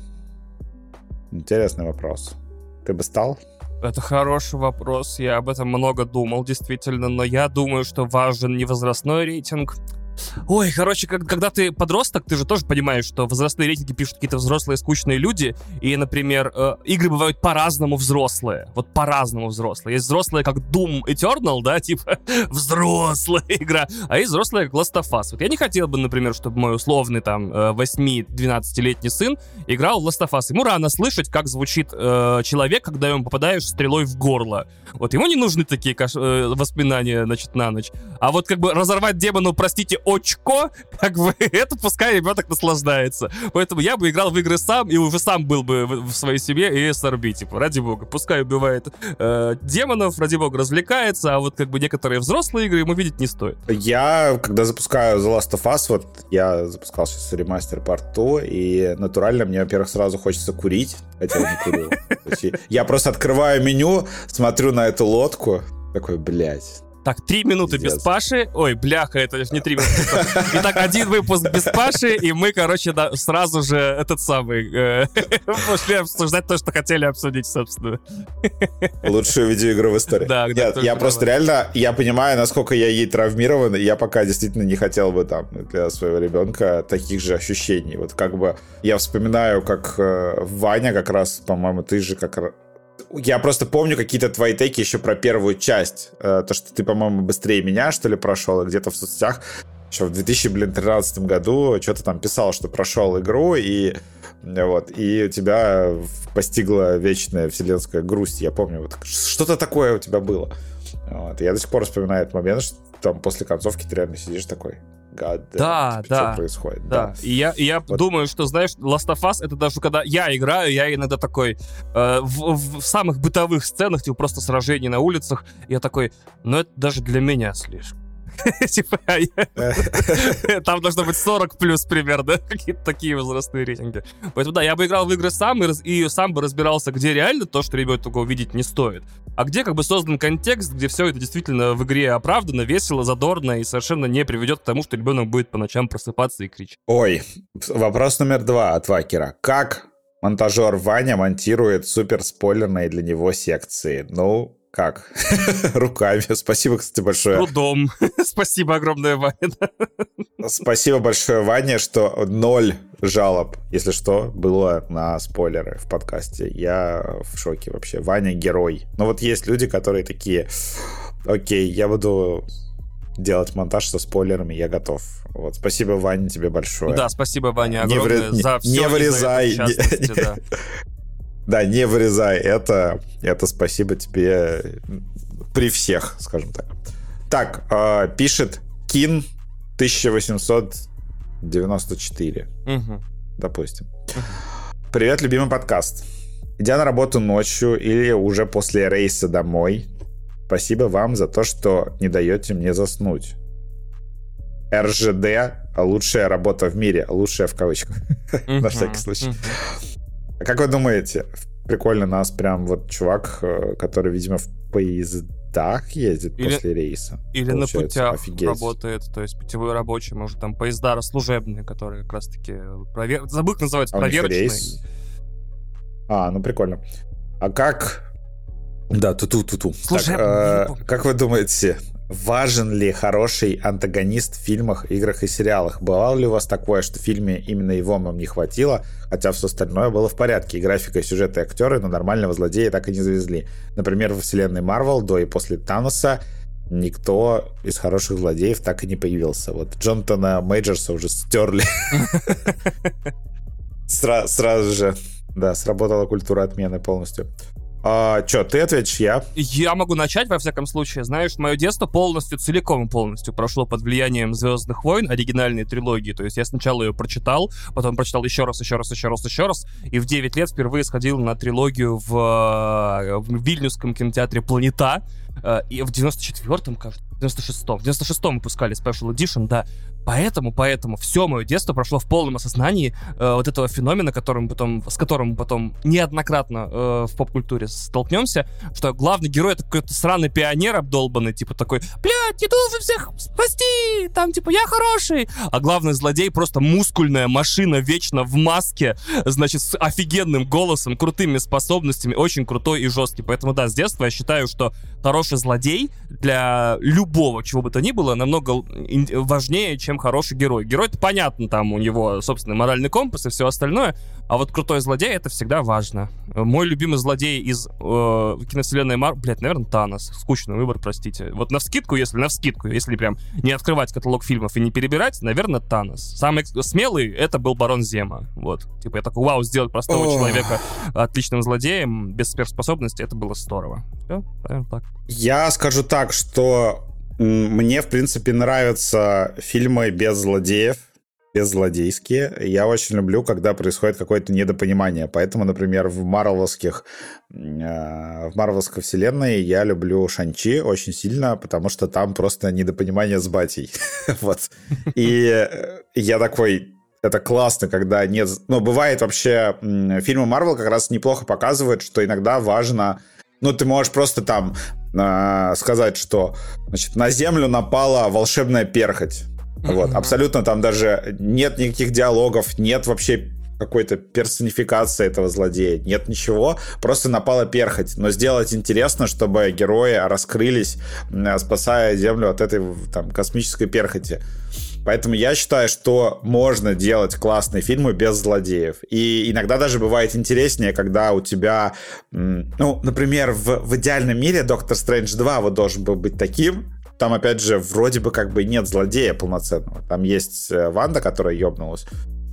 Интересный вопрос. Ты бы стал? Это хороший вопрос. Я об этом много думал, действительно. Но я думаю, что важен не возрастной рейтинг. Ой, короче, как, когда ты подросток, ты же тоже понимаешь, что возрастные рейтинги пишут какие-то взрослые скучные люди. И, например, э, игры бывают по-разному взрослые. Вот по-разному взрослые. Есть взрослые, как Doom Eternal, да, типа взрослая игра. А есть взрослые, как Last of Us. Вот я не хотел бы, например, чтобы мой условный там восемь-двенадцатилетний сын играл в Last of Us. Ему рано слышать, как звучит э, человек, когда ему попадаешь стрелой в горло. Вот ему не нужны такие каш- э, воспоминания, значит, на ночь. А вот как бы разорвать демону, простите, очко, как бы, это пускай ребенок наслаждается. Поэтому я бы играл в игры сам, и уже сам был бы в, в своей семье и эс эр би, типа, ради бога. Пускай убивает э, демонов, ради бога развлекается, а вот как бы некоторые взрослые игры ему видеть не стоит. Я, когда запускаю The Last of Us, вот я запускал сейчас ремастер Part два, и натурально мне, во-первых, сразу хочется курить, хотя я не курю. Я просто открываю меню, смотрю на эту лодку, такой, блядь. Так, три минуты Пиздец. без Паши. Ой, бляха, это же не три минуты. Итак, один выпуск без Паши, и мы, короче, да, сразу же этот самый... Э, пошли обсуждать то, что хотели обсудить, собственно. Лучшую видеоигру в истории. Да, Нет, я просто реально, я понимаю, насколько я ей травмирован, и я пока действительно не хотел бы там для своего ребенка таких же ощущений. Вот как бы я вспоминаю, как э, Ваня как раз, по-моему, ты же как раз... Я просто помню какие-то твои теки еще про первую часть. То, что ты, по-моему, быстрее меня, что ли, прошел, и где-то в соцсетях еще в две тысячи тринадцатом году что-то там писал, что прошел игру, и вот, и у тебя постигла вечная вселенская грусть. Я помню, вот что-то такое у тебя было. Вот. Я до сих пор вспоминаю этот момент, что там после концовки ты реально сидишь такой... God, да, типа, да, что происходит. Да. Да. И я, и я вот. думаю, что, знаешь, Last of Us, это даже когда я играю, я иногда такой э, в, в самых бытовых сценах, типа просто сражений на улицах, я такой, ну это даже для меня слишком. Типа, там должно быть сорок плюс примерно, какие-то такие возрастные рейтинги. Поэтому да, я бы играл в игры сам и сам бы разбирался, где реально то, что ребенку увидеть не стоит, а где как бы создан контекст, где все это действительно в игре оправдано, весело, задорно и совершенно не приведет к тому, что ребенок будет по ночам просыпаться и кричать. Ой, вопрос номер два от Вакера. Как монтажер Ваня монтирует суперспойлерные для него секции? Ну... Как? Руками. Спасибо, кстати, большое. Трудом. Спасибо огромное, Ваня. Спасибо большое, Ваня, что ноль жалоб, если что, было на спойлеры в подкасте. Я в шоке вообще. Ваня герой. Но вот есть люди, которые такие: окей, я буду делать монтаж со спойлерами, я готов. Вот. Спасибо, Ваня, тебе большое. Да, спасибо, Ваня, огромное не, за все. Не вырезай. Да. Да, не вырезай. Это, это спасибо тебе при всех, скажем так. Так, э, пишет Кин тысяча восемьсот девяносто четыре. Угу. Допустим. Угу. Привет, любимый подкаст. Идя на работу ночью или уже после рейса домой, спасибо вам за то, что не даете мне заснуть. эр жэ дэ — лучшая работа в мире. Лучшая в кавычках. На всякий случай. Как вы думаете, прикольно, нас прям вот чувак, который, видимо, в поездах ездит или, после рейса. Или на путях офигеть. Работает, то есть путевой рабочий, может, там поезда служебные, которые как раз-таки... Провер... Забыл, как называется, а проверочные. А, ну прикольно. А как... Да, ту-ту-ту-ту. Служебные. Так, э, как вы думаете... Важен ли хороший антагонист в фильмах, играх и сериалах? Бывало ли у вас такое, что в фильме именно его вам не хватило, хотя все остальное было в порядке? И графика, и сюжет, и актеры, но нормального злодея так и не завезли. Например, во вселенной Марвел до и после Таноса никто из хороших злодеев так и не появился. Вот Джонатана Мейджорса уже стерли. Сразу же, да, сработала культура отмены полностью. А, чё, ты ответишь, я? Я могу начать, во всяком случае. Знаешь, мое детство полностью, целиком и полностью прошло под влиянием «Звездных войн», оригинальной трилогии. То есть я сначала ее прочитал, потом прочитал еще раз, еще раз, еще раз, еще раз, и в девять лет впервые сходил на трилогию в, в Вильнюсском кинотеатре «Планета». И в девяносто четвёртом, кажется, в девяносто шестом, в девяносто шестом выпускали Special Edition, да. Поэтому, поэтому все мое детство прошло в полном осознании э, вот этого феномена, которым потом, с которым мы потом неоднократно э, в поп-культуре столкнемся, что главный герой — это какой-то сраный пионер обдолбанный, типа такой: блядь, я должен всех спасти, там, типа, я хороший. А главный злодей просто мускульная машина, вечно в маске, значит, с офигенным голосом, крутыми способностями, очень крутой и жесткий. Поэтому, да, с детства я считаю, что хороший злодей для любого, чего бы то ни было, намного важнее, чем хороший герой. Герой-то понятно, там у него собственный моральный компас и все остальное, а вот крутой злодей — это всегда важно. Мой любимый злодей из э, киновселенной Марвел, блядь, наверное, Танос. Скучный выбор, простите. Вот навскидку, если навскидку, если прям не открывать каталог фильмов и не перебирать, наверное, Танос. Самый смелый — это был Барон Зема. Вот. Типа я такой, вау, сделать простого Ох. человека отличным злодеем, без сверхспособностей, это было здорово. Все, наверное, так. Я скажу так, что м, мне, в принципе, нравятся фильмы без злодеев, беззлодейские. Я очень люблю, когда происходит какое-то недопонимание. Поэтому, например, в марвеловских, э, в марвеловской вселенной я люблю Шан-Чи очень сильно, потому что там просто недопонимание с батей. Вот. И я такой... Это классно, когда нет... Ну, бывает вообще... Фильмы Марвел как раз неплохо показывают, что иногда важно... Ну, ты можешь просто там э, сказать, что, значит, на Землю напала волшебная перхоть. Вот, абсолютно там даже нет никаких диалогов, нет вообще какой-то персонификации этого злодея, нет ничего, просто напала перхоть. Но сделать интересно, чтобы герои раскрылись, спасая Землю от этой там космической перхоти. Поэтому я считаю, что можно делать классные фильмы без злодеев. И иногда даже бывает интереснее, когда у тебя... Ну, например, в, в идеальном мире Доктор Стрэндж два вот должен был быть таким. Там, опять же, вроде бы как бы нет злодея полноценного. Там есть Ванда, которая ёбнулась.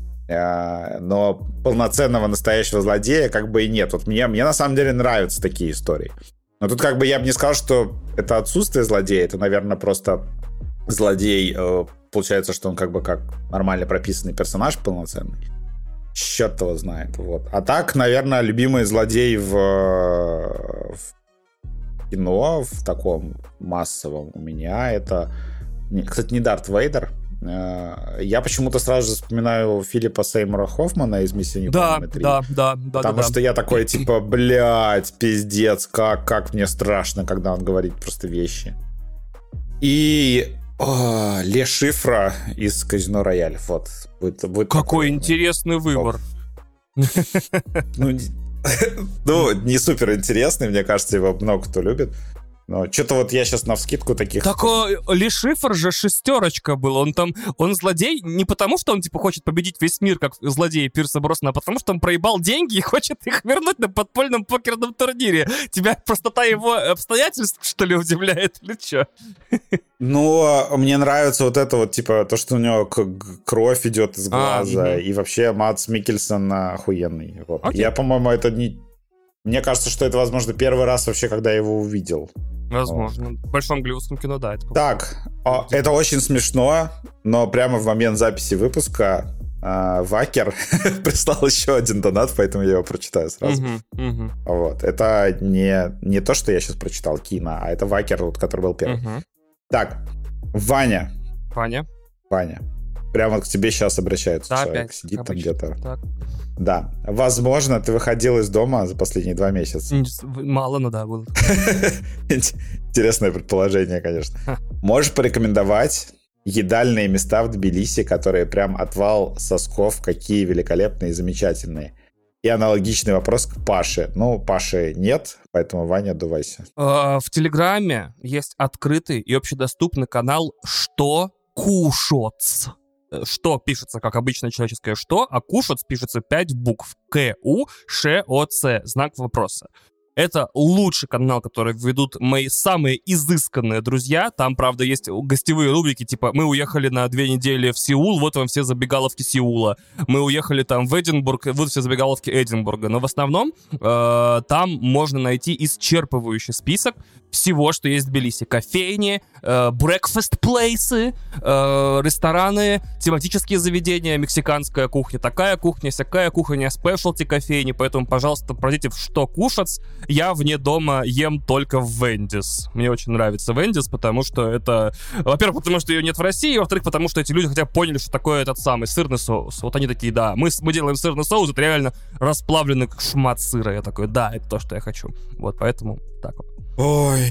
Но полноценного настоящего злодея как бы и нет. Вот мне, мне на самом деле нравятся такие истории. Но тут как бы я бы не сказал, что это отсутствие злодея. Это, наверное, просто злодей... Получается, что он как бы как нормально прописанный персонаж полноценный. Черт его знает. Вот. А так, наверное, любимый злодей в... в кино в таком массовом у меня это, кстати, не Дарт Вейдер. Я почему-то сразу же вспоминаю Филиппа Сеймура Хоффмана из «Миссии невыполнима три». Да, да, да. Потому да, что да. я такой, типа, блядь, пиздец, как, как мне страшно, когда он говорит просто вещи. И о, Ле Шифра из «Казино Рояль». Вот. Будет, будет Какой такой, интересный выбор. Ну, Ну, не супер интересный, мне кажется, его много кто любит. Но что-то вот я сейчас навскидку таких... Так Ли Шифр же шестерочка был. Он там, он злодей не потому, что он, типа, хочет победить весь мир, как злодей Пирса Броснана, а потому, что он проебал деньги и хочет их вернуть на подпольном покерном турнире. Тебя простота его обстоятельств, что ли, удивляет или что? Ну, мне нравится вот это вот, типа, то, что у него кровь идет из глаза, а, и вообще Мадс Миккельсон охуенный. Вот. Я, по-моему, это не... Мне кажется, что это, возможно, первый раз вообще, когда я его увидел. Возможно. Вот. В большом голливудском кино, да. Это так, о, это очень смешно, но прямо в момент записи выпуска э, Вакер прислал еще один донат, поэтому я его прочитаю сразу. Uh-huh, uh-huh. Вот. Это не, не то, что я сейчас прочитал, кино, а это Вакер, вот, который был первый. Uh-huh. Так, Ваня. Ваня. Ваня. Прямо к тебе сейчас обращаются. Да, человек опять, сидит обычно. Там где-то. Так. Да. Возможно, ты выходил из дома за последние два месяца. Мало, но да, было. Интересное предположение, конечно. Можешь порекомендовать едальные места в Тбилиси, которые прям отвал сосков, какие великолепные и замечательные? И аналогичный вопрос к Паше. Ну, Паши нет, поэтому, Ваня, отдувайся. В Телеграме есть открытый и общедоступный канал «Что кушоц». Что пишется, как обычное человеческое «что», а кушоц пишется пять букв. К-У, Ш-О-Ц, знак вопроса. Это лучший канал, который ведут мои самые изысканные друзья. Там, правда, есть гостевые рубрики, типа «Мы уехали на две недели в Сеул, вот вам все забегаловки Сеула». «Мы уехали там в Эдинбург, вот все забегаловки Эдинбурга». Но в основном э, там можно найти исчерпывающий список всего, что есть в Тбилиси. Кофейни, э, брекфаст-плейсы, э, рестораны, тематические заведения, мексиканская кухня, такая кухня, всякая кухня, спешлти кофейни. Поэтому, пожалуйста, пройдите в «Что кушать». Я вне дома ем только в Вендис. Мне очень нравится Вендис, потому что это... Во-первых, потому что ее нет в России, во-вторых, потому что эти люди хотя бы поняли, что такое этот самый сырный соус. Вот они такие, да, мы, мы делаем сырный соус, это реально расплавленный шмат сыра. Я такой, да, это то, что я хочу. Вот, поэтому так вот. Ой,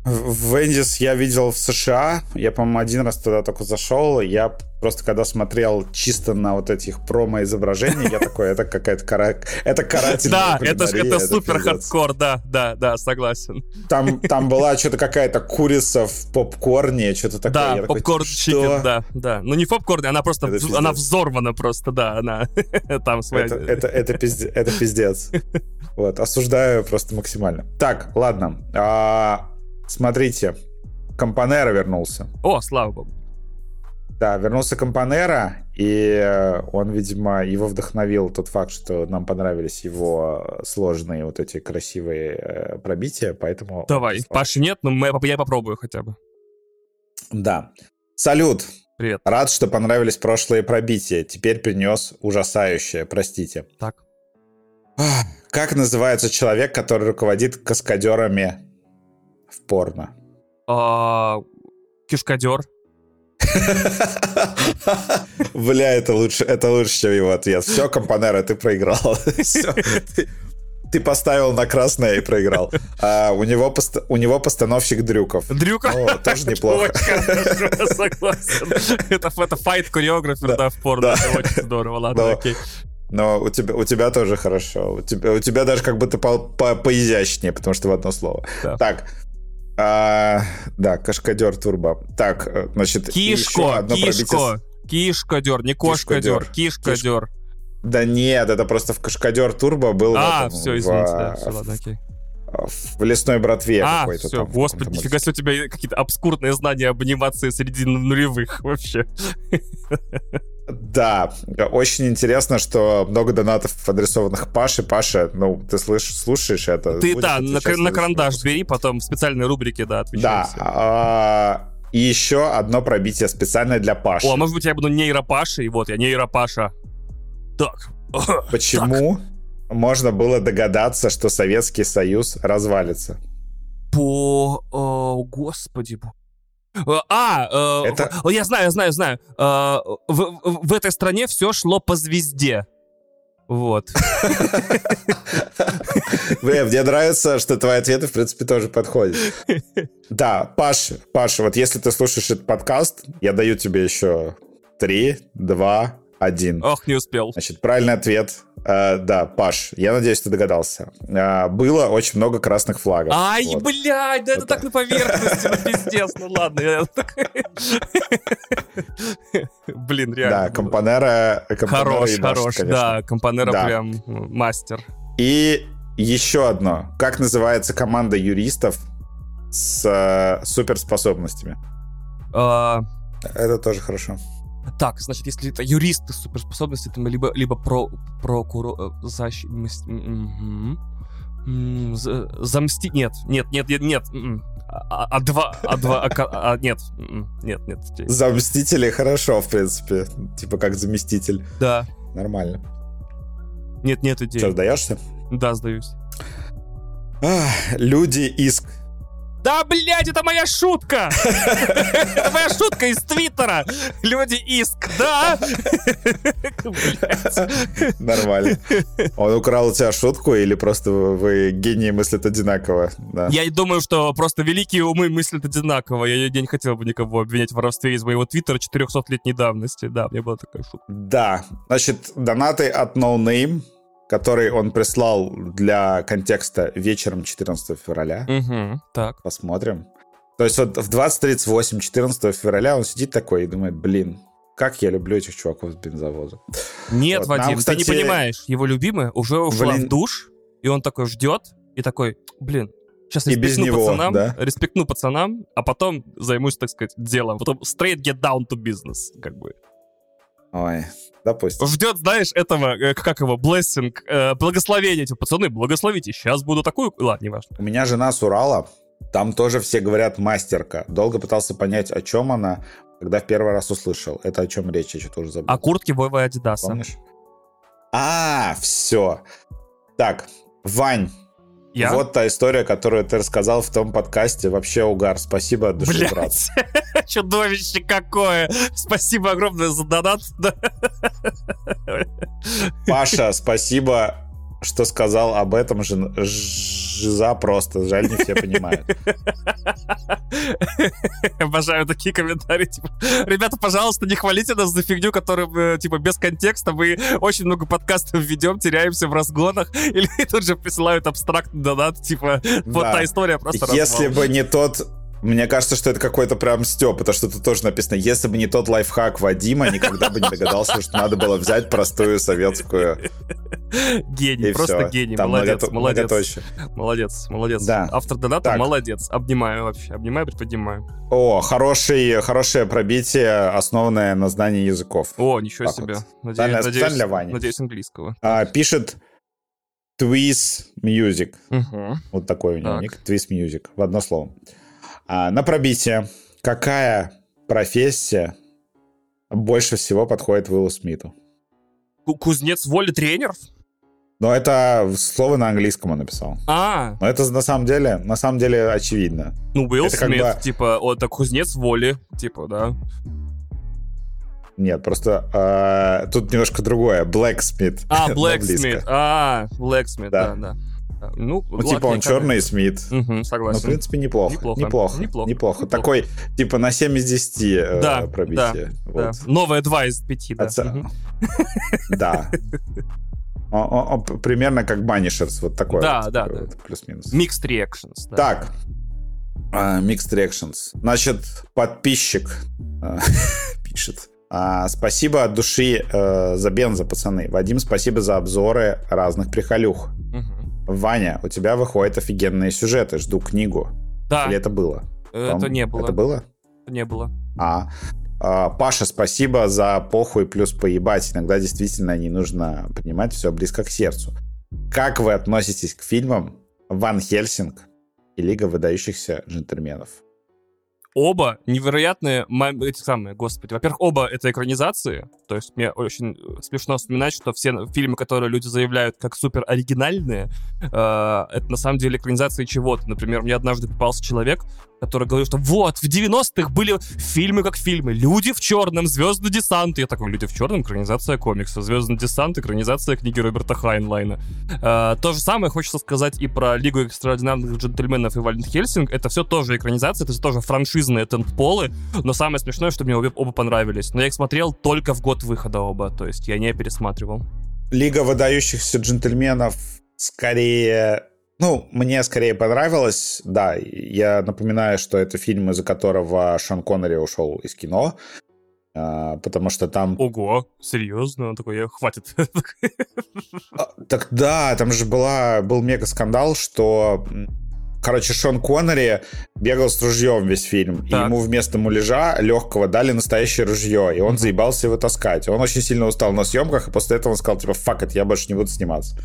В Вендис я видел в США. Я, по-моему, один раз туда только зашел. Я просто когда смотрел чисто на вот этих промо-изображений, я такой, это какая-то кара... это карательная Да, это, кулинария, это это супер пиздец. хардкор, да, да, да, согласен. Там, там была что-то какая-то курица в попкорне, что-то такое. Да, Я такой, попкорн что? чикен, да, да. Ну не в попкорне, она просто, Это вз- пиздец. она взорвана просто, да, она там своя... Это, это, это, пизде- это пиздец. Вот, осуждаю просто максимально. Так, ладно. А, смотрите, Компанера вернулся. О, слава богу. Да, вернулся Компанера, и он, видимо, его вдохновил тот факт, что нам понравились его сложные вот эти красивые э, пробития, поэтому... Давай, Паши нет, но мы- я попробую хотя бы. Да. Салют. Привет. Рад, что понравились прошлые пробития. Теперь принес ужасающее, простите. Так. Как называется человек, который руководит каскадерами в порно? А, Кишкадер. Бля, это лучше, это лучше, чем его ответ. Все, Компанера, ты проиграл. Всё, ты, ты поставил на красное и проиграл. А, у, него пост, у него постановщик Дрюков. Дрюка? О, тоже неплохо. Очень хорошо, согласен. Это, это файт-хореографер, да, в порно. Да. Это очень здорово, ладно, Но- окей. Но у тебя, у тебя тоже хорошо. У тебя, у тебя даже как будто по, по, поизящнее, потому что в одно слово. Да. Так. А, да, Кашкадер Турбо. Так, э, значит, еще Кишко, одно пробитие. кишко. Кишкадер, не кошкадер, Кишкадер. кишкадер. Да нет, это просто в Кашкадер Турбо был А, в, этом, все, в, извините, да, а, все, ладно, окей. в лесной братве А, какой-то все, там. в господи, каком-то нифига себе, у тебя какие-то обскурные знания об анимации среди нулевых вообще. Да, очень интересно, что много донатов, адресованных Паше. Паша, ну, ты слышишь, слушаешь это. Ты, будешь да, на, отвечать в на следующем карандаш выпуске. бери, потом в специальной рубрике, да, отвечай. Да, всем. а, и еще одно пробитие специально для Паши. О, а может быть, я буду нейропашей? Вот, я нейропаша. Так. Почему можно было догадаться, что Советский Союз развалится? По... о, господи. бо- Э, А, э, Это- о, я знаю, я знаю, знаю. Э, В, в этой стране все шло по звезде. Вот. Бля, мне нравится, что твои ответы, в принципе, тоже подходят. Да, Паш, Паша, вот если ты слушаешь этот подкаст, я даю тебе еще три, два, один. Ох, не успел. Значит, правильный ответ. Э, да, Паш, я надеюсь, ты догадался. Э, было очень много красных флагов. Ай, Вот. блядь, да это Вот так на поверхности, ну пиздец, ну ладно. я так- Блин, реально. Да, Компанера... Компанера Хорош, ебашит, хорош, конечно. да, Компанера Да. прям м, мастер. И еще одно. Как называется команда юристов с э, суперспособностями? А, Это тоже хорошо. Так, значит, если это юристы с суперспособностями, либо, либо про, прокурор... Защ... мс- мгм. М, за- Замсти... Нет, нет, нет, нет, нет. м-м. А, а два... А два... а ка- а, нет, м-м. нет, нет. Заместители хорошо, в принципе. Типа как заместитель. Да. Нормально. Нет, нет идей. Что, сдаешься? Да, сдаюсь. Ах, люди иск. Да, блядь, это моя шутка! Это моя шутка из Твиттера! Люди иск, да? Блядь. Нормально. Он украл у тебя шутку или просто вы, вы гении мыслят одинаково? Да. Я думаю, что просто великие умы мыслят одинаково. Я, я не хотел бы никого обвинять в воровстве из моего Твиттера четырехсотлетней давности. Да, у меня была такая шутка. Да. Значит, донаты от No Name, который он прислал для контекста вечером четырнадцатого февраля. Угу, так. Посмотрим. То есть вот в двадцать тридцать восемь четырнадцатого февраля он сидит такой и думает, блин, как я люблю этих чуваков с бензовоза. Нет, Вот. Вадим, Нам, кстати, ты не понимаешь. Его любимая уже ушла Блин. в душ, и он такой ждет, и такой, блин, сейчас И без респектну него, пацанам, да? респектну пацанам, а потом займусь, так сказать, делом. Потом straight get down to business, как бы. Ой, допустим. Ждет, знаешь, этого, э, как его, blessing, э, благословение. Типа, пацаны, благословите, сейчас буду такую... Ладно, неважно. У меня жена с Урала, там тоже все говорят мастерка. Долго пытался понять, о чем она, когда в первый раз услышал. Это о чем речь, я что-то уже забыл. А куртки Вова Адидаса. Помнишь? А, все. Так, Вань, Я? вот та история, которую ты рассказал в том подкасте. Вообще угар. Спасибо от души, брат. Блять, чудовище какое! Спасибо огромное за донат. Да. Паша, спасибо, что сказал об этом же Жиза просто. Жаль, не все понимают. Обожаю такие комментарии. Типа, ребята, пожалуйста, не хвалите нас за фигню, которую, типа, без контекста. Мы очень много подкастов ведем, теряемся в разгонах. Или тут же присылают абстрактный донат. Типа, вот та история просто Если бы не тот... Мне кажется, что это какой-то прям стёб, потому что тут тоже написано, если бы не тот лайфхак Вадима, никогда бы не догадался, что надо было взять простую советскую. Гений, просто гений, молодец, молодец. Молодец, молодец. Автор доната молодец. Обнимаю вообще, обнимаю, приподнимаю. О, хорошее пробитие, основанное на знании языков. О, ничего себе. Специально для Вани. Надеюсь, английского. Пишет Twist Music. Вот такой у него ник. Twist Music. В одно слово. А, на пробитие. Какая профессия больше всего подходит Уиллу Смиту? Кузнец воли, тренер? Но это слово на английском он написал. А. Но это на самом деле, на самом деле очевидно. Ну, Уилл это Смит, как бы... типа, о, это кузнец воли, типа, да. Нет, просто э, тут немножко другое. Blacksmith. А, Blacksmith. А, Blacksmith, да, да. Ну, ну типа он черный Смит. Угу, согласен. Ну, в принципе, неплохо. Неплохо. Неплохо. Неплохо. Неплохо. Такой, типа, на семь из десяти да, э, пробитие. Да, вот. да. Новое два из пяти, да. Оце... Угу. Да. Он, он, примерно как Banishers, вот такой. Да, вот, да, такой да. Вот, плюс-минус. Mixed Reactions. Да. Так. Uh, Mixed Reactions. Значит, подписчик uh, пишет. Uh, спасибо от души uh, за бензо, пацаны. Вадим, спасибо за обзоры разных приколюх. Угу. Ваня, у тебя выходят офигенные сюжеты. Жду книгу. Да. Или это было? Это Том? не было. Это было? Не было. А. а. Паша, спасибо за похуй плюс поебать. Иногда действительно не нужно понимать, все близко к сердцу. Как вы относитесь к фильмам «Ван Хельсинг» и «Лига выдающихся джентльменов»? Оба невероятные, эти самые, господи. Во-первых, оба это экранизации. То есть мне очень смешно вспоминать, что все фильмы, которые люди заявляют как супер оригинальные, э, это на самом деле экранизации чего-то. Например, мне однажды попался человек, который говорил, что вот, в девяностых были фильмы как фильмы. «Люди в черном», «Звездный десант». Я такой, «Люди в черном» — экранизация комикса. «Звездный десант» — экранизация книги Роберта Хайнлайна. Э, то же самое хочется сказать и про «Лигу экстраординарных джентльменов» и «Ван Хельсинг». Это все тоже экранизация, это все тоже франшизные тентполы. Но самое смешное, что мне обе, оба понравились. Но я их смотрел только в год выхода оба, то есть я не пересматривал. «Лига выдающихся джентльменов» скорее... Ну, мне скорее понравилось, да, я напоминаю, что это фильм, из-за которого Шон Коннери ушел из кино, а, потому что там... Ого, серьезно? Он такой, хватит. А, так да, там же была, был мега-скандал, что, короче, Шон Коннери бегал с ружьем весь фильм, так. И ему вместо муляжа легкого дали настоящее ружье, и он mm-hmm. заебался его таскать. Он очень сильно устал на съемках, и после этого он сказал, типа, fuck it, я больше не буду сниматься.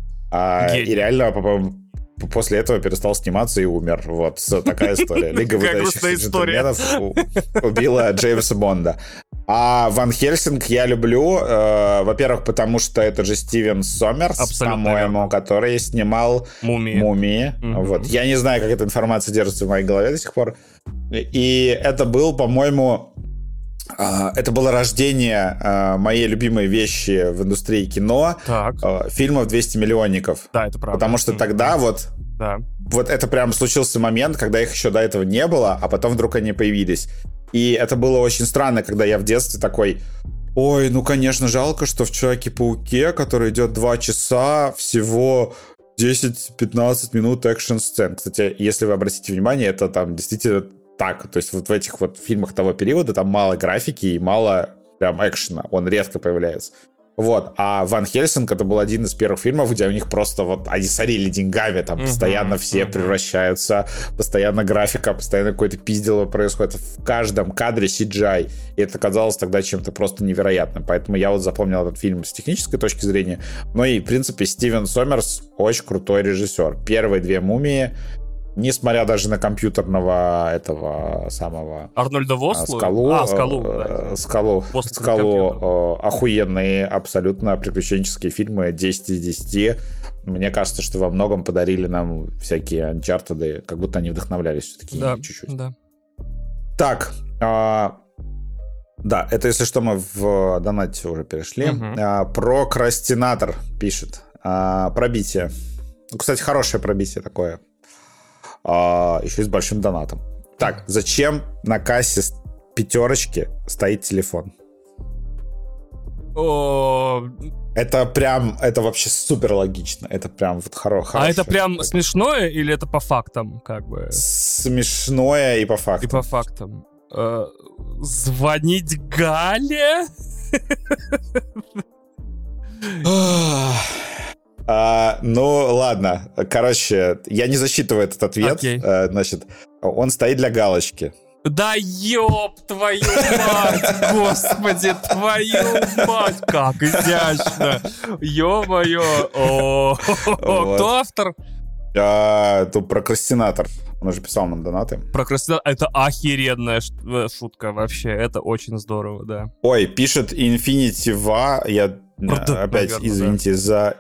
А, и реально, по-моему, после этого перестал сниматься и умер. Вот такая история. Лига выдающихся джентльменов убила Джеймса Бонда. А Ван Хельсинг я люблю, э, во-первых, потому что это же Стивен Сомерс, абсолютно по-моему, верно. Который снимал «Мумии». «Мумии». Mm-hmm. Вот. Я не знаю, как эта информация держится в моей голове до сих пор. И это был, по-моему... Это было рождение э, моей любимой вещи в индустрии кино, э, фильмов двести миллионников. Да, это правда. Потому что тогда вот, да. вот это прям случился момент, когда их еще до этого не было, а потом вдруг они появились. И это было очень странно, когда я в детстве такой... Ой, ну, конечно, жалко, что в «Человеке-пауке», который идет два часа, всего десять-пятнадцать минут экшн-сцен. Кстати, если вы обратите внимание, это там действительно... Так, то есть вот в этих вот фильмах того периода там мало графики и мало прям экшена, он редко появляется. Вот, а Ван Хельсинг это был один из первых фильмов, где у них просто вот они сорили деньгами, там uh-huh, постоянно все uh-huh. превращаются, постоянно графика, постоянно какое-то пиздело происходит, в каждом кадре си джи ай, и это казалось тогда чем-то просто невероятным, поэтому я вот запомнил этот фильм с технической точки зрения, но и в принципе Стивен Сомерс очень крутой режиссер. Первые две «Мумии», несмотря даже на компьютерного этого самого... Арнольда Вослу? Скалу. А, Скалу. Э, да. Скалу. Скалу. Э, охуенные, абсолютно приключенческие фильмы, десять из десяти. Мне кажется, что во многом подарили нам всякие Uncharted, как будто они вдохновлялись все-таки да, чуть-чуть. Да. Так. Э, да, это, если что, мы в донате уже перешли. Угу. Э, прокрастинатор пишет. А, пробитие. Ну, кстати, хорошее пробитие такое. А, еще и с большим донатом. Так, зачем на кассе пятерочки стоит телефон? О... Это прям, это вообще супер логично. Это прям вот хоро- хорошее. А это прям такое. Смешное или это по фактам, как бы? Смешное и по фактам. И по фактам. Э, звонить Гале? А, ну, ладно. Короче, я не засчитываю этот ответ. Okay. А, значит, он стоит для галочки. Да ёб твою мать! Господи, твою мать! Как изящно! Ё-моё! О, кто автор? А, тут прокрастинатор. Он уже писал нам донаты. Прокрастинатор. Это охеренная шутка вообще. Это очень здорово, да. Ой, пишет Infinity Va. Я да, опять, наверное, извините, да. за...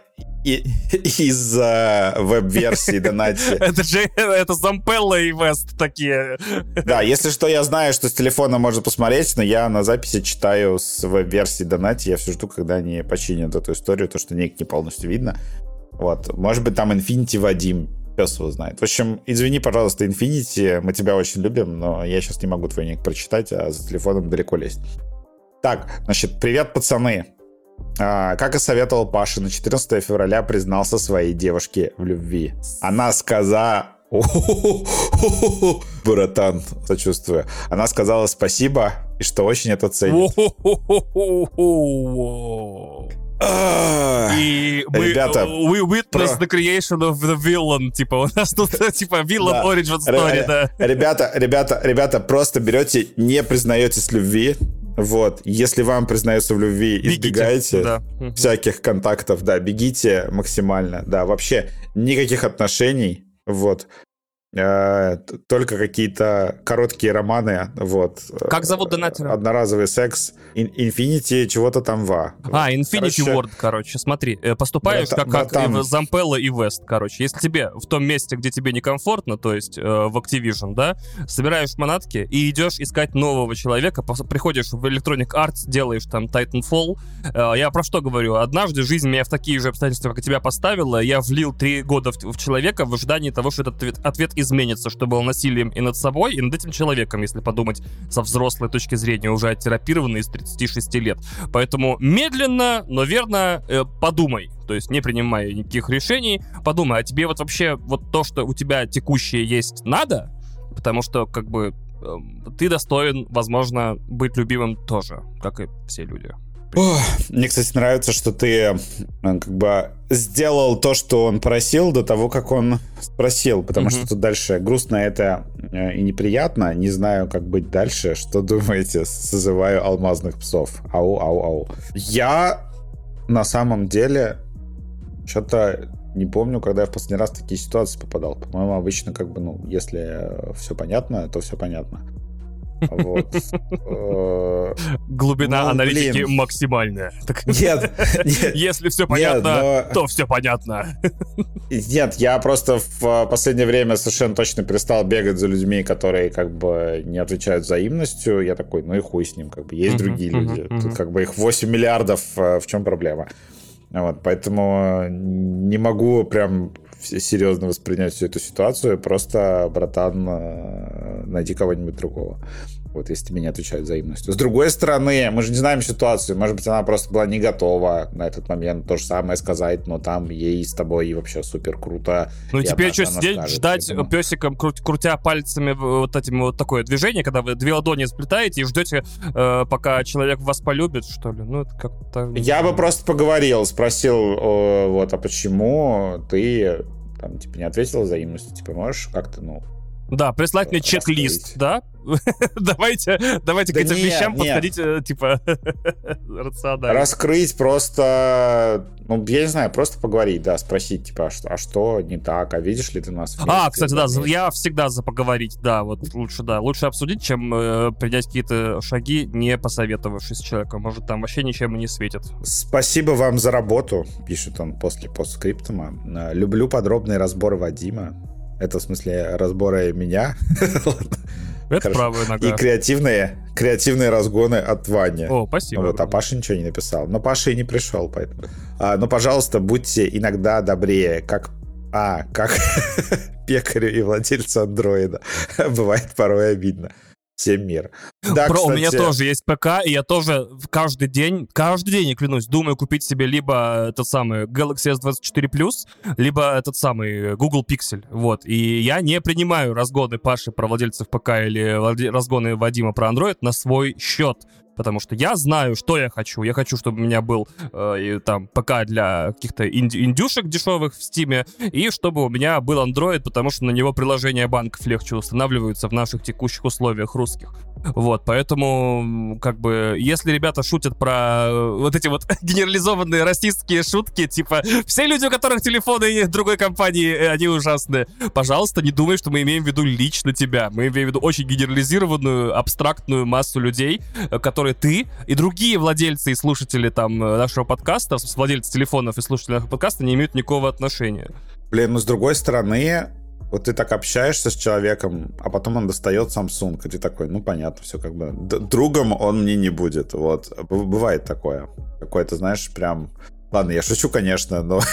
из-за веб-версии донати. Это же это Зампелла и Вест такие. Да, если что, я знаю, что с телефона можно посмотреть, но я на записи читаю с веб-версии донати. Я все жду, когда они починят эту историю, то, что ник не полностью видно. Вот. Может быть, там Infinity Вадим, пес его знает. В общем, извини, пожалуйста, Infinity, мы тебя очень любим, но я сейчас не могу твой ник прочитать, а за телефоном далеко лезть. Так, значит, привет, пацаны. А, как и советовал Паша, на четырнадцатого февраля признался своей девушке в любви. Она сказала... Братан, сочувствую. Она сказала спасибо и что очень это ценит. И мы, ребята, we witnessed про... the creation of the villain. Типа, у нас тут, типа, villain да. origin story, да. Ребята, ребята, ребята, просто берете, не признаетесь в любви. Вот, если вам признаются в любви, избегайте бегите, да. всяких контактов, да, бегите максимально, да, вообще никаких отношений, вот, э, только какие-то короткие романы, вот. Как зовут донатера? Одноразовый секс, Infinity чего-то там ва. А, Infinity короче, Ward, короче, смотри, поступаешь брата, как, как и Зампелла и Вест, короче, если тебе в том месте, где тебе некомфортно, то есть э, в Activision, да, собираешь манатки и идешь искать нового человека, приходишь в Electronic Arts, делаешь там Titanfall, э, я про что говорю, однажды жизнь меня в такие же обстоятельства, как и тебя поставила, я влил три года в, в человека в ожидании того, что этот ответ, ответ изменится, что было насилием и над собой, и над этим человеком, если подумать со взрослой точки зрения, уже оттерапированный из тридцати шести лет. Поэтому медленно, но верно э, подумай. То есть не принимай никаких решений. Подумай, а тебе вот вообще вот то, что у тебя текущее есть, надо? Потому что как бы э, ты достоин, возможно, быть любимым тоже, как и все люди. Ох, мне, кстати, нравится, что ты как бы сделал то, что он просил, до того, как он спросил, потому mm-hmm. что тут дальше грустно это и неприятно. Не знаю, как быть дальше. Что думаете? Созываю алмазных псов. Ау, ау, ау. Я на самом деле что-то не помню, когда я в последний раз в такие ситуации попадал. По-моему, обычно как бы, ну, если все понятно, то все понятно. Вот. Глубина ну, аналитики блин. максимальная. Нет, нет. Если все понятно, нет, но... то все понятно. Нет, я просто в последнее время совершенно точно перестал бегать за людьми, которые как бы не отвечают взаимностью. Я такой, ну и хуй с ним, как бы есть uh-huh, другие uh-huh, люди. Uh-huh. Тут как бы их восемь миллиардов, в чем проблема? Вот, поэтому не могу прям серьезно воспринять всю эту ситуацию. Просто, братан, найди кого-нибудь другого. Вот, если тебе не отвечают взаимностью. С другой стороны, мы же не знаем ситуацию. Может быть, она просто была не готова на этот момент то же самое сказать, но там ей с тобой вообще супер круто. Ну, теперь что, сидеть, скажет, ждать поэтому... песиком, кру- крутя пальцами вот этим вот такое движение, когда вы две ладони сплетаете и ждете, э, пока человек вас полюбит, что ли? Ну, это как-то... Я бы просто поговорил, спросил, э, вот, а почему ты, там, типа, не ответил взаимностью? Типа, можешь как-то, ну... Да, прислать мне чек-лист, да? давайте, давайте да к этим нет, вещам нет. подходить, типа, рационально. Раскрыть просто, ну, я не знаю, просто поговорить, да, спросить, типа, а что, а что не так, а видишь ли ты нас вместе? А, кстати, да, вместе? Я всегда за поговорить, да, вот лучше, да, лучше обсудить, чем э, принять какие-то шаги, не посоветовавшись с человеком, может, там вообще ничем и не светит. Спасибо вам за работу, пишет он после постскриптума. Люблю подробные разборы Вадима. Это, в смысле, разборы меня. Это Хорошо. правая нога. И креативные, креативные разгоны от Вани. О, спасибо. Вот, а Паша ничего не написал. Но Паша и не пришел, поэтому. А, но, пожалуйста, будьте иногда добрее, как а, как пекарю и владельцу андроида. Бывает порой обидно. Всем мир. Да, Про, кстати... У меня тоже есть ПК, и я тоже каждый день, каждый день, я клянусь, думаю купить себе либо этот самый Galaxy эс двадцать четыре плюс, либо этот самый Google Pixel. Вот. И я не принимаю разгоны Паши про владельцев ПК или разгоны Вадима про Android на свой счет. Потому что я знаю, что я хочу. Я хочу, чтобы у меня был э, там ПК для каких-то инди- индюшек дешевых в Стиме, и чтобы у меня был Android, потому что на него приложения банков легче устанавливаются в наших текущих условиях русских. Вот, поэтому, как бы, если ребята шутят про вот эти вот генерализованные расистские шутки, типа, все люди, у которых телефоны другой компании, они ужасные, пожалуйста, не думай, что мы имеем в виду лично тебя. Мы имеем в виду очень генерализированную, абстрактную массу людей, которые ты и другие владельцы и слушатели там нашего подкаста, владельцы телефонов и слушатели нашего подкаста не имеют никакого отношения. Блин, ну с другой стороны, вот ты так общаешься с человеком, а потом он достает Samsung, и ты такой, ну понятно, все как бы. Д- другом он мне не будет, вот. Б- бывает такое. Какое-то, знаешь, прям... Ладно, я шучу, конечно, но...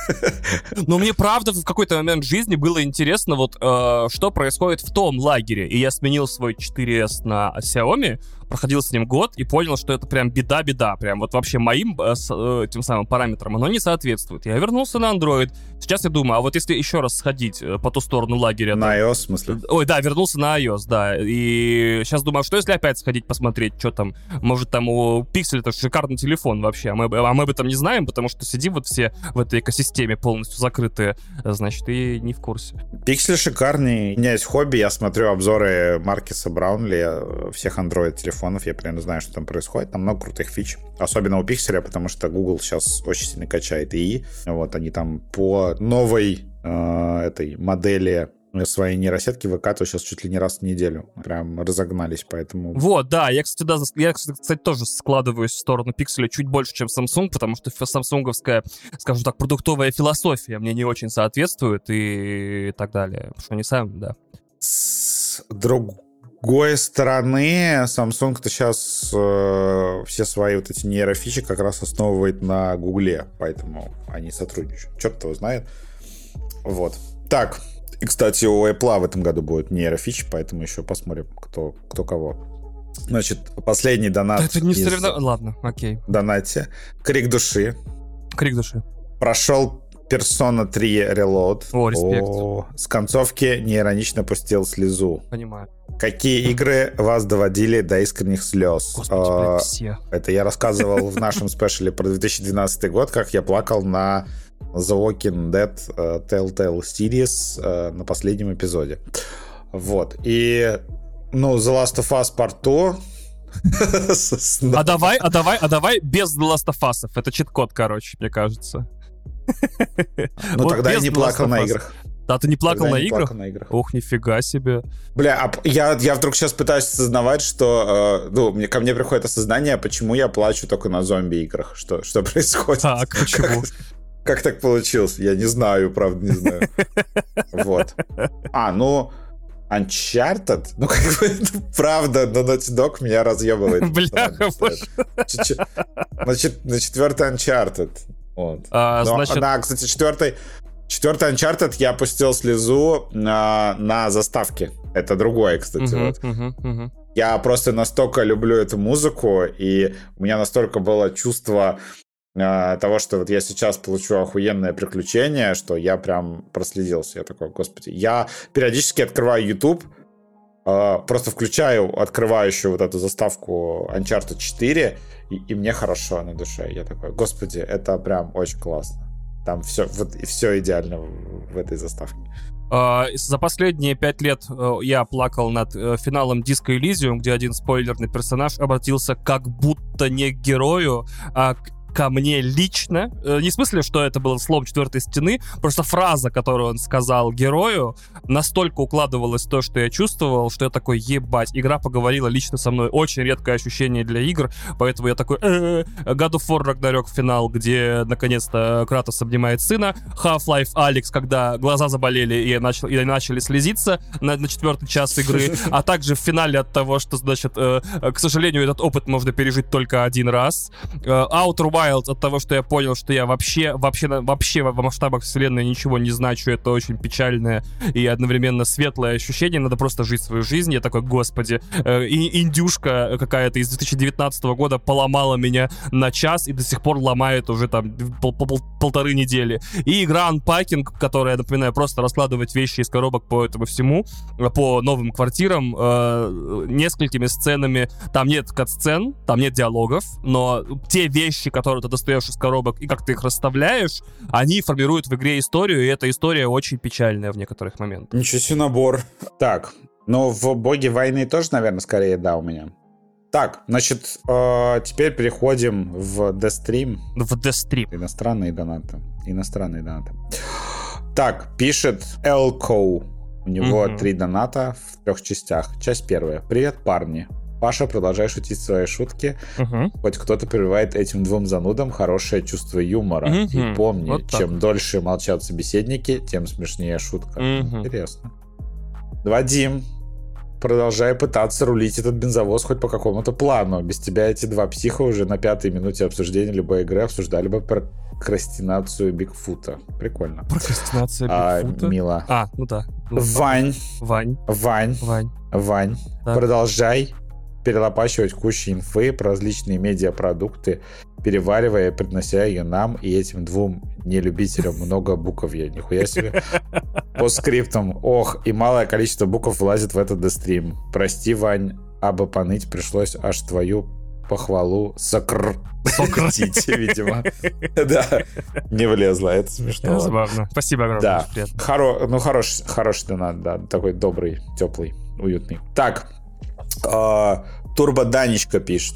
Но мне правда в какой-то момент жизни было интересно, вот э, что происходит в том лагере. И я сменил свой четыре эс на Xiaomi, проходил с ним год и понял, что это прям беда-беда. Прям вот вообще моим э, с, э, тем самым параметрам оно не соответствует. Я вернулся на Android. Сейчас я думаю, а вот если еще раз сходить э, по ту сторону лагеря... На там... iOS, в смысле? Ой, да, вернулся на iOS, да. И сейчас думаю, а что если опять сходить посмотреть, что там? Может, там у Pixel это шикарный телефон вообще, а мы, а мы об этом не знаем, потому что сидим вот все в этой экосистеме полностью закрытые, значит, и не в курсе. Pixel шикарный. У меня есть хобби, я смотрю обзоры Маркеса Браунли всех Android-телефонов, я примерно знаю, что там происходит. Там много крутых фич. Особенно у Pixel, потому что Google сейчас очень сильно качает ИИ. Вот они там по новой э, этой модели своей нейросетки выкатывают сейчас чуть ли не раз в неделю. Прям разогнались, поэтому... Вот, да, я, кстати, да, я, кстати, тоже складываюсь в сторону Pixel чуть больше, чем Samsung, потому что самсунговская, скажем так, продуктовая философия мне не очень соответствует и так далее. Потому что они сами, да. С другой стороны, Samsung-то сейчас э, все свои вот эти нейрофичи как раз основывает на Гугле, поэтому они сотрудничают. Черт его знает. Вот. Так, и, кстати, у Apple в этом году будет нейрофич, поэтому еще посмотрим, кто, кто кого. Значит, последний донат. Да это не из... соревнование. Ладно, окей. Донате. Крик души. Крик души. Прошел Persona три Reload. О, респект. О, с концовки неиронично пустил слезу. Понимаю. Какие игры вас доводили до искренних слез? Господи, а, блядь, все. Это я рассказывал в нашем спешле про две тысячи двенадцатый год, как я плакал на The Walking Dead uh, Telltale Series uh, на последнем эпизоде. Вот. И, ну, The Last of Us Part два... А давай, а давай, а давай без The Last of Us. Это чит-код, короче, мне кажется. Ну, тогда я не плакал на играх. Да, ты не плакал на играх? на играх? Ох, нифига себе. Бля, а я, я вдруг сейчас пытаюсь осознавать, что... Э, ну, мне, ко мне приходит осознание, почему я плачу только на зомби-играх. Что, что происходит? Так, почему? Как, как так получилось? Я не знаю, правда, не знаю. Вот. А, ну... Uncharted? Ну, как бы, это правда, но Naughty Dog меня разъебывает. Бляха, Значит, на четвертый Uncharted. Вот. А, но, значит... Да, кстати, четвертый... Четвертый Uncharted я опустил слезу на, на заставке. Это другое, кстати. Uh-huh, вот. uh-huh, uh-huh. Я просто настолько люблю эту музыку, и у меня настолько было чувство э, того, что вот я сейчас получу охуенное приключение, что я прям проследился. Я такой, господи. Я периодически открываю YouTube, э, просто включаю открывающую вот эту заставку Uncharted четыре, и, и мне хорошо на душе. Я такой, господи, это прям очень классно. Там все, вот, все идеально в, в этой заставке. Uh, за последние пять лет uh, я плакал над uh, финалом Disco Elysium, где один спойлерный персонаж обратился как будто не к герою, а к ко мне лично, не в смысле, что это был слом четвертой стены, просто фраза, которую он сказал герою, настолько укладывалась в то, что я чувствовал, что я такой, ебать, игра поговорила лично со мной. Очень редкое ощущение для игр, поэтому я такой, э-э-э. God of War Ragnarok финал, где наконец-то Кратос обнимает сына, Half-Life Alyx, когда глаза заболели и, начал, и начали слезиться на, на четвертый час игры, а также в финале от того, что, значит, э, к сожалению, этот опыт можно пережить только один раз. Э, Outer Wilds от того, что я понял, что я вообще, вообще, вообще во масштабах вселенной ничего не значу, это очень печальное и одновременно светлое ощущение, надо просто жить свою жизнь. Я такой, господи, э, и индюшка какая-то из две тысячи девятнадцатого года поломала меня на час и до сих пор ломает уже там пол пол полторы недели. И игра Unpacking, которая, напоминаю, просто раскладывать вещи из коробок по этому всему, по новым квартирам, э, несколькими сценами. Там нет кат-сцен, там нет диалогов, но те вещи, которые ты достаешь из коробок и как ты их расставляешь, они формируют в игре историю, и эта история очень печальная в некоторых моментах. Ничего себе набор. Так, ну в «Боге войны» тоже, наверное, скорее да у меня. Так, значит, э, теперь переходим в Deathstream. В Deathstream. Иностранные донаты. Иностранные донаты. Так, пишет Элко. У него uh-huh. три доната в трех частях. Часть первая. Привет, парни. Паша, продолжай шутить свои шутки. Uh-huh. Хоть кто-то прививает этим двум занудам хорошее чувство юмора. Uh-huh. И помни, вот чем дольше молчат собеседники, тем смешнее шутка. Uh-huh. Интересно. Вадим, продолжай пытаться рулить этот бензовоз хоть по какому-то плану. Без тебя эти два психа уже на пятой минуте обсуждения любой игры обсуждали бы прокрастинацию Бигфута. Прикольно. Прокрастинация Бигфута? А, мило. А, ну да. Ну, Вань. Вань. Вань. Вань. Вань. Так. Продолжай перелопачивать кучу инфы про различные медиапродукты, переваривая и принося ее нам и этим двум нелюбителям много букв. Я нихуя себе. По скриптам. Ох, и малое количество букв влазит в этот дестрим. Прости, Вань, абы поныть пришлось аж твою похвалу сократить, видимо. Да, не влезло, это смешно. Забавно. Спасибо огромное. Да, Хоро... ну хороший, хороший донат, да, такой добрый, теплый, уютный. Так, Турбо Данечка пишет.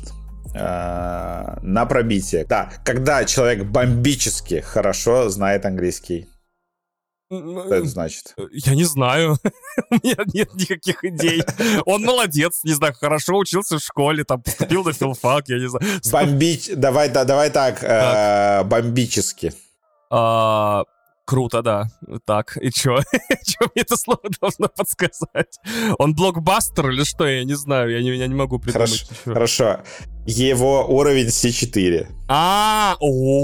На пробитие. Да, когда человек бомбически хорошо знает английский. Что это значит? Я не знаю. У меня нет никаких идей. Он молодец, не знаю, хорошо учился в школе, там поступил на филфак, я не знаю. Бомбить, давай, да, давай так, так. Э, бомбически. А, круто, да. Так, и чё? Чё мне это слово должно подсказать? Он блокбастер или что? Я не знаю, я не, я не могу придумать. Хорошо, хорошо. Его уровень си четыре. А,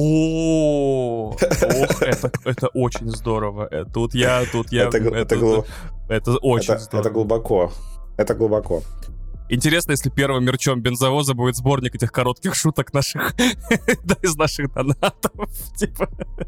о, ох, это это очень здорово. Тут я, тут я. Это очень здорово. Это глубоко. Это глубоко. Интересно, если первым мерчом бензовоза будет сборник этих коротких шуток наших, да, из наших донатов, типа.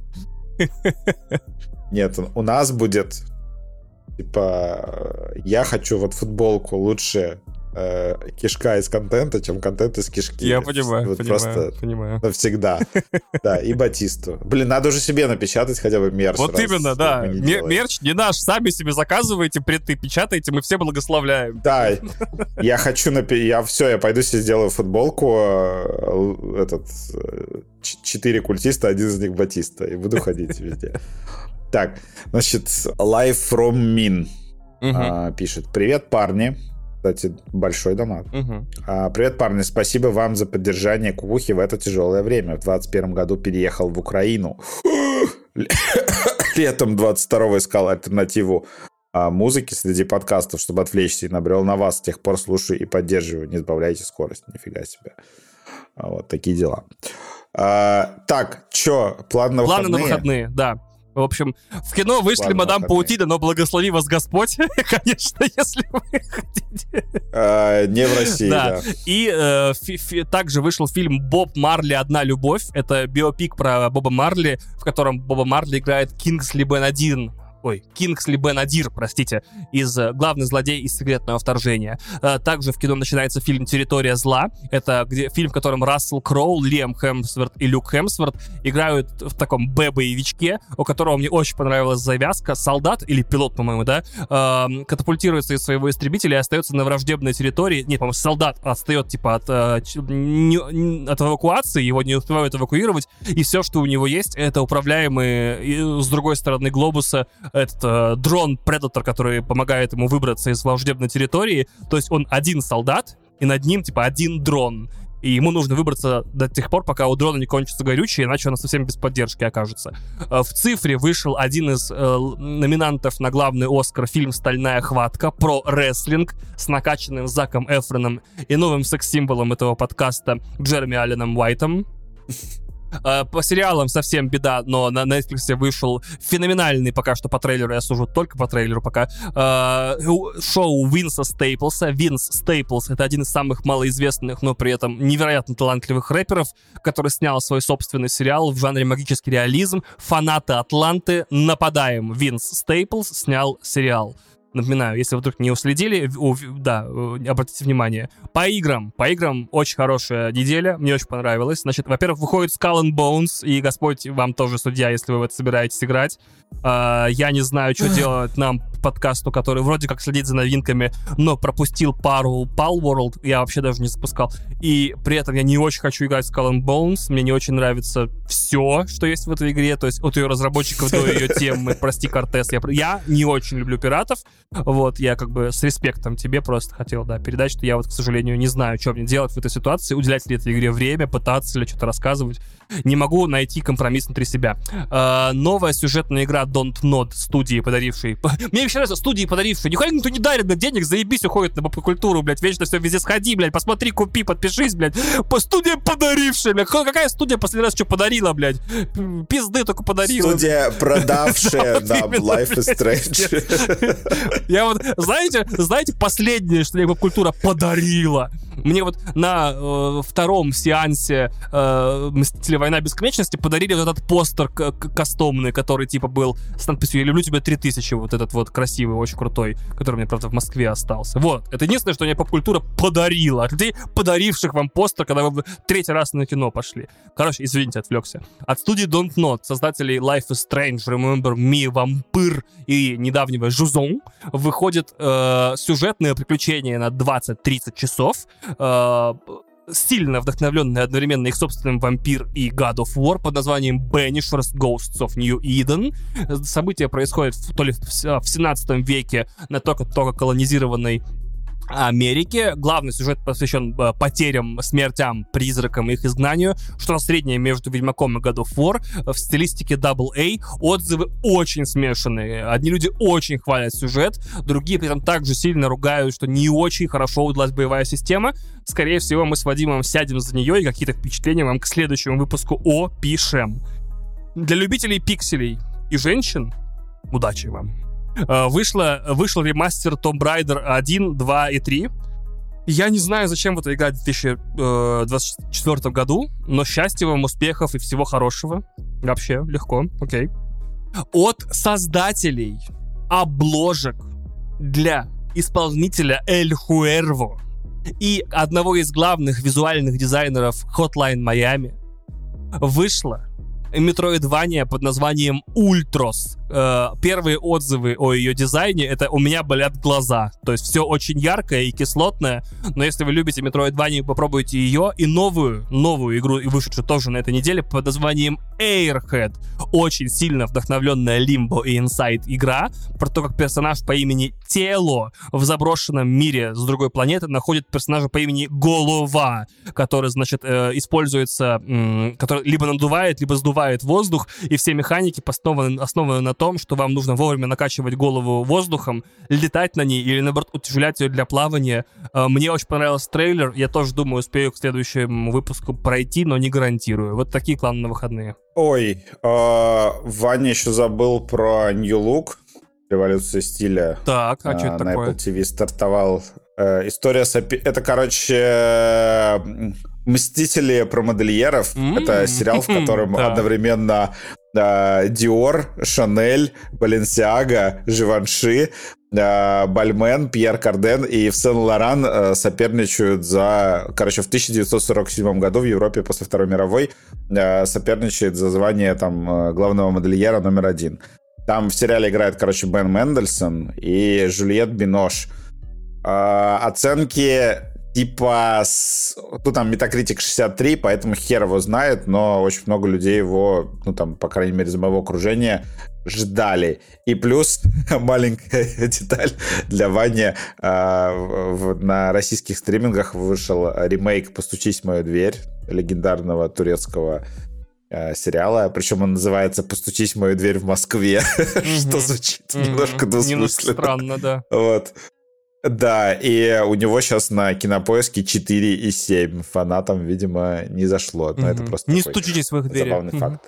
Нет, у нас будет, типа, я хочу вот футболку лучше э, кишка из контента, чем контент из кишки. Я понимаю, вот понимаю, просто понимаю. Навсегда. Да, и Батисту. Блин, надо уже себе напечатать хотя бы мерч. Вот именно, да. Мерч не наш, сами себе заказываете, принты печатаете, мы все благословляем. Да, я хочу, я все, я пойду себе сделаю футболку, этот, четыре культиста, один из них Батиста, и буду ходить везде. Так, значит, Live from Min uh-huh. а, пишет. Привет, парни. Кстати, большой донат. Uh-huh. а, Привет, парни. Спасибо вам за поддержание кукухи в это тяжелое время. В двадцать первом году переехал в Украину. Летом двадцать второго искал альтернативу а, музыки среди подкастов, чтобы отвлечься, и набрел на вас. С тех пор слушаю и поддерживаю. Не сбавляйте скорость. Нифига себе. А, вот такие дела. А, так, чё? План на Планы выходные? на выходные, да. В общем, в кино вышли Ладно, «Мадам выходные. Паутина», но благослови вас Господь, конечно, если вы хотите. А, не в России, да. да. И э, фи- фи- также вышел фильм «Боб Марли. Одна любовь». Это биопик про Боба Марли, в котором Боба Марли играет Кингсли Бен один. Ой, Кингсли Бен-Адир, простите, из «Главный злодей из секретного вторжения». Также в кино начинается фильм «Территория зла». Это где, фильм, в котором Рассел Кроу, Лиам Хемсворт и Люк Хемсворт играют в таком Б-боевичке, у которого мне очень понравилась завязка. Солдат, или пилот, по-моему, да, э, катапультируется из своего истребителя и остается на враждебной территории. Нет, по-моему, солдат отстает, типа, от, э, не, от эвакуации, его не успевают эвакуировать, и все, что у него есть, это управляемый с другой стороны глобуса этот э, дрон Predator, который помогает ему выбраться из враждебной территории. То есть он один солдат, и над ним, типа, один дрон. И ему нужно выбраться до тех пор, пока у дрона не кончится горючее, иначе он совсем без поддержки окажется. В «Цифре» вышел один из э, номинантов на главный Оскар, фильм «Стальная хватка» про рестлинг с накачанным Заком Эфроном и новым секс-символом этого подкаста Джереми Алленом Уайтом. По сериалам совсем беда, но на Netflix вышел феноменальный, пока что по трейлеру, я сужу только по трейлеру пока, шоу Винса Стейплса. Винс Стейплс — это один из самых малоизвестных, но при этом невероятно талантливых рэперов, который снял свой собственный сериал в жанре магический реализм. Фанаты Атланты, нападаем! Винс Стейплс снял сериал. Напоминаю, если вы вдруг не уследили, да, обратите внимание. По играм. По играм очень хорошая неделя. Мне очень понравилось. Значит, во-первых, выходит Skull and Bones, и Господь вам тоже судья, если вы в это собираетесь играть. Uh, я не знаю, что делать нам подкасту, который вроде как следит за новинками, но пропустил пару Palworld, я вообще даже не запускал. И при этом я не очень хочу играть в Skull and Bones, мне не очень нравится все, что есть в этой игре, то есть от ее разработчиков до ее темы, прости, Кортес, я, я не очень люблю пиратов, вот, я как бы с респектом тебе просто хотел, да, передать, что я вот, к сожалению, не знаю, что мне делать в этой ситуации, уделять ли этой игре время, пытаться ли что-то рассказывать, не могу найти компромисс внутри себя. Uh, новая сюжетная игра Don't Nod, студии, подарившей... Мне вообще нравится, студии, подарившие. Нихуя никто не дарит, блядь, денег, заебись, уходит на поп-культуру, блядь, вечно все везде сходи, блядь, посмотри, купи, подпишись, блядь. По студия подарившая, блядь. Какая студия последний раз что подарила, блядь? Пизды только подарила. Студия, продавшая нам Life is Strange. Я вот, знаете, знаете, последнее, что мне поп-культура подарила? Мне вот на э, втором сеансе э, «Мстители. Война бесконечности» подарили вот этот постер к- к- кастомный, который типа был с надписью «Я люблю тебя три тысячи», вот этот вот красивый, очень крутой, который мне, правда, в Москве остался. Вот, это единственное, что мне поп-культура подарила. От людей, подаривших вам постер, когда вы третий раз на кино пошли. Короче, извините, отвлекся. От студии Don't Nod, создателей Life is Strange, Remember Me, Vampire и недавнего Жузон, выходит э, сюжетное приключение на двадцать-тридцать часов, Uh, сильно вдохновленный одновременно их собственным «Вампир» и «God of War» под названием «Banishers Ghosts of New Eden». События происходят в, то ли в семнадцатом веке на только-только колонизированной Америке. Главный сюжет посвящен э, потерям, смертям, призракам и их изгнанию. Что-то среднее между Ведьмаком и God of War в стилистике дабл эй. Отзывы очень смешанные. Одни люди очень хвалят сюжет, другие при этом также сильно ругают, что не очень хорошо удалась боевая система. Скорее всего, мы с Вадимом сядем за нее и какие-то впечатления вам к следующему выпуску опишем. Для любителей пикселей и женщин удачи вам. Вышла, вышел ремастер Tomb Raider один, два и три. Я не знаю, зачем в это играть в две тысячи двадцать четвёртом году, но счастья вам, успехов и всего хорошего. Вообще, легко, окей. От создателей обложек для исполнителя Эль Хуэрво и одного из главных визуальных дизайнеров Hotline Miami вышла метроидвания под названием Ультрос. Э, первые отзывы о ее дизайне — это «у меня болят глаза». То есть все очень яркое и кислотное, но если вы любите метроидванию, попробуйте ее и новую, новую игру, и вышедшую тоже на этой неделе, под названием Airhead. Очень сильно вдохновленная Limbo и Inside игра про то, как персонаж по имени Тело в заброшенном мире с другой планеты находит персонажа по имени Голова, который, значит, э, используется, м- который либо надувает, либо сдувает воздух, и все механики основаны, основаны на том, что вам нужно вовремя накачивать голову воздухом, летать на ней или, наоборот, утяжелять ее для плавания. Мне очень понравился трейлер, я тоже думаю, успею к следующему выпуску пройти, но не гарантирую. Вот такие планы на выходные. Ой, э, Ваня еще забыл про New Look, революция стиля. Так, а что это на такое? На Apple ти ви стартовал. Э, история с... Опи... Это, короче... Э, «Мстители» про модельеров. Mm-hmm. Это сериал, в котором одновременно Dior, Chanel, Balenciaga, Givenchy, Balmain, Пьер Карден и в Сен-Лоран соперничают за... Короче, в тысяча девятьсот сорок седьмом году в Европе после Второй мировой соперничает за звание там главного модельера номер один. Там в сериале играет, короче, Бен Мендельсон и Жюльет Бинош. Оценки... Типа, с... тут там Metacritic шестьдесят три, поэтому хер его знает, но очень много людей его, ну там, по крайней мере, из моего окружения, ждали. И плюс маленькая деталь для Вани. Э, в, на российских стримингах вышел ремейк «Постучись в мою дверь» легендарного турецкого э, сериала. Причем он называется «Постучись в мою дверь в Москве», что звучит немножко двусмысленно. Немножко странно, да. Вот. Да, и у него сейчас на Кинопоиске четыре и семь. Фанатам, видимо, не зашло. Но mm-hmm. это просто не такой стучитесь в их двери. Забавный mm-hmm. факт.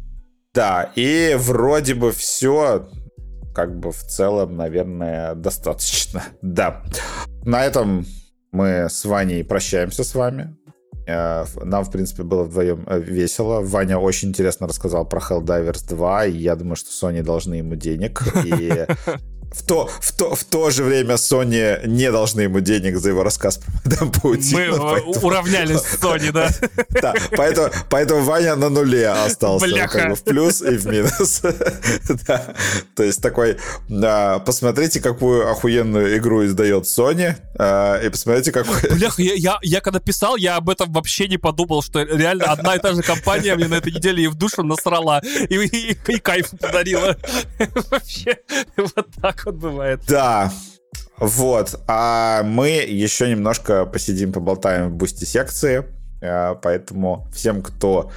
Да, и вроде бы все, как бы в целом, наверное, достаточно. Да. На этом мы с Ваней прощаемся с вами. Нам, в принципе, было вдвоем весело. Ваня очень интересно рассказал про Helldivers два, и я думаю, что Sony должны ему денег. И... В то, в, то, в то же время Sony не должны ему денег за его рассказ про Мадам Паутину. Мы поэтому... уравнялись с Sony, да? Да, поэтому, поэтому Ваня на нуле остался. Как бы в плюс и в минус. Да. То есть такой, а, посмотрите, какую охуенную игру издает Sony, а, и посмотрите, какой... Бляха, я, я, я когда писал, я об этом вообще не подумал, что реально одна и та же компания мне на этой неделе и в душу насрала, и, и, и кайф подарила. Вообще, вот так. Вот бывает. Да, вот. А мы еще немножко посидим, поболтаем в бусти-секции. Поэтому всем, кто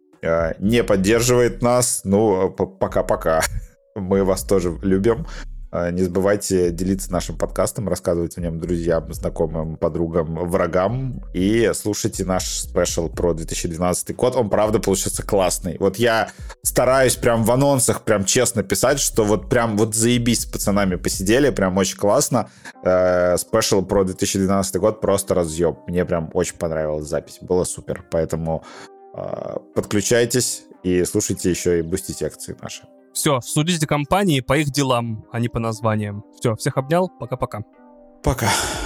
не поддерживает нас, ну, пока-пока. Мы вас тоже любим. Не забывайте делиться нашим подкастом, рассказывать о нем друзьям, знакомым, подругам, врагам. И слушайте наш спешл про две тысячи двенадцатый год. Он, правда, получился классный. Вот я стараюсь прям в анонсах прям честно писать, что вот прям вот заебись с пацанами посидели, прям очень классно. Спешл про две тысячи двенадцатый год просто разъеб. Мне прям очень понравилась запись. Было супер. Поэтому подключайтесь и слушайте еще и бусти-секции наши. Все, судите компании по их делам, а не по названиям. Все, всех обнял, пока-пока. Пока.